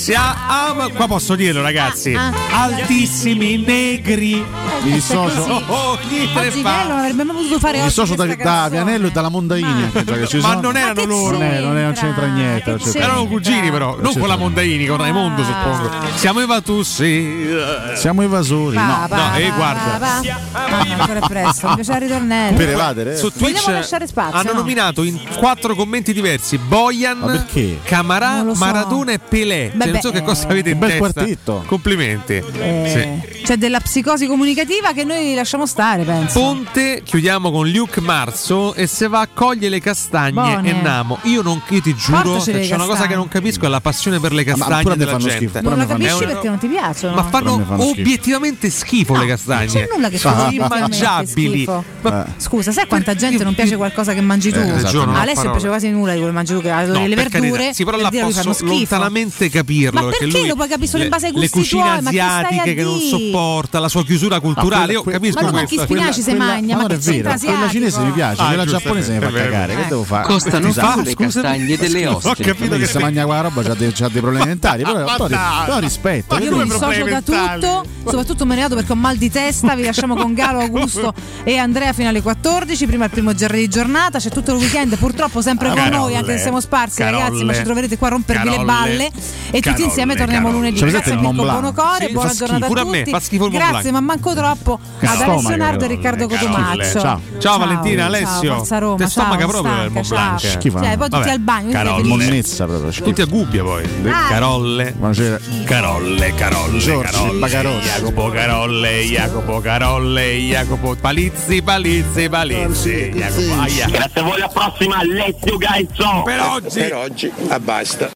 qua posso dirlo, ragazzi. Altissimi negri. Mi dissocio. Oggi non avrebbe mai potuto fare. Mi dissocio da Vianello e dalla Mondaini. Ma non erano loro. Non c'entra niente. Erano cugini, però. Non con la Mondaini, con Raimondo, suppongo. Siamo evatussi. Siamo evasori. No, guarda. Ancora è presto. Mi piace il ritornello. Per evadere. Su Twitch hanno nominato in 4 commenti diversi Bojan, Camarà, Maradona e Pelé. Non so che cosa avete in testa. Quartetto. Complimenti. C'è della psicosi comunicativa che noi lasciamo stare, penso. Ponte, chiudiamo con Luke Marzo e se va a cogliere le castagne e Namo. Io ti giuro che c'è una cosa che non capisco, è la passione per le castagne della gente. Non la capisci perché non ti piacciono. Ma fanno obiettivamente schifo le castagne. C'è nulla che sono immangiabili. Scusa, sai quanta gente non piace qualcosa che mangi tu? Alessio non piace quasi nulla di quello che mangi tu, che adori le verdure. Sì, però la posso lontanamente capirlo. Ma perché lo puoi capire solo in base ai gusti tuoi? Le cucine asiatiche che non sopporta, la sua chiusura culturale. Io capisco questo. Ma non chi spinaci se mangia, ma non è vero. Quella cinese mi piace, quella giapponese mi fa cagare. Che devo fare? Costano le castagne delle oste. Ho capito che se mangia quella roba c'ha dei problemi mentali, però rispetto. Io mi dissocio da tutto, soprattutto me ne vado perché ho mal di testa. Vi lasciamo con Galo, Augusto e Andrea fino alle 14. Prima il primo GR di giornata, c'è tutto il weekend, purtroppo sempre con noi, anche se siamo sparsi, ragazzi, ma ci troverete qua a rompervi le balle e tutti insieme torniamo lunedì. Grazie a Mirko Bonocore, buona giornata a tutti. Grazie, ma manco troppo ad Alessio Nardo e Riccardo Cotomaccio. Ciao Valentina, Alessio. Forza Roma, te stomaca proprio il Mont Blanc. Poi tutti al bagno, monnezza proprio. Tutti a gubbia poi. Carolle. Carolle. Jacopo Carolle. Palizzi. Grazie a voi, alla prossima. Alessio Gaizzo. Per oggi basta.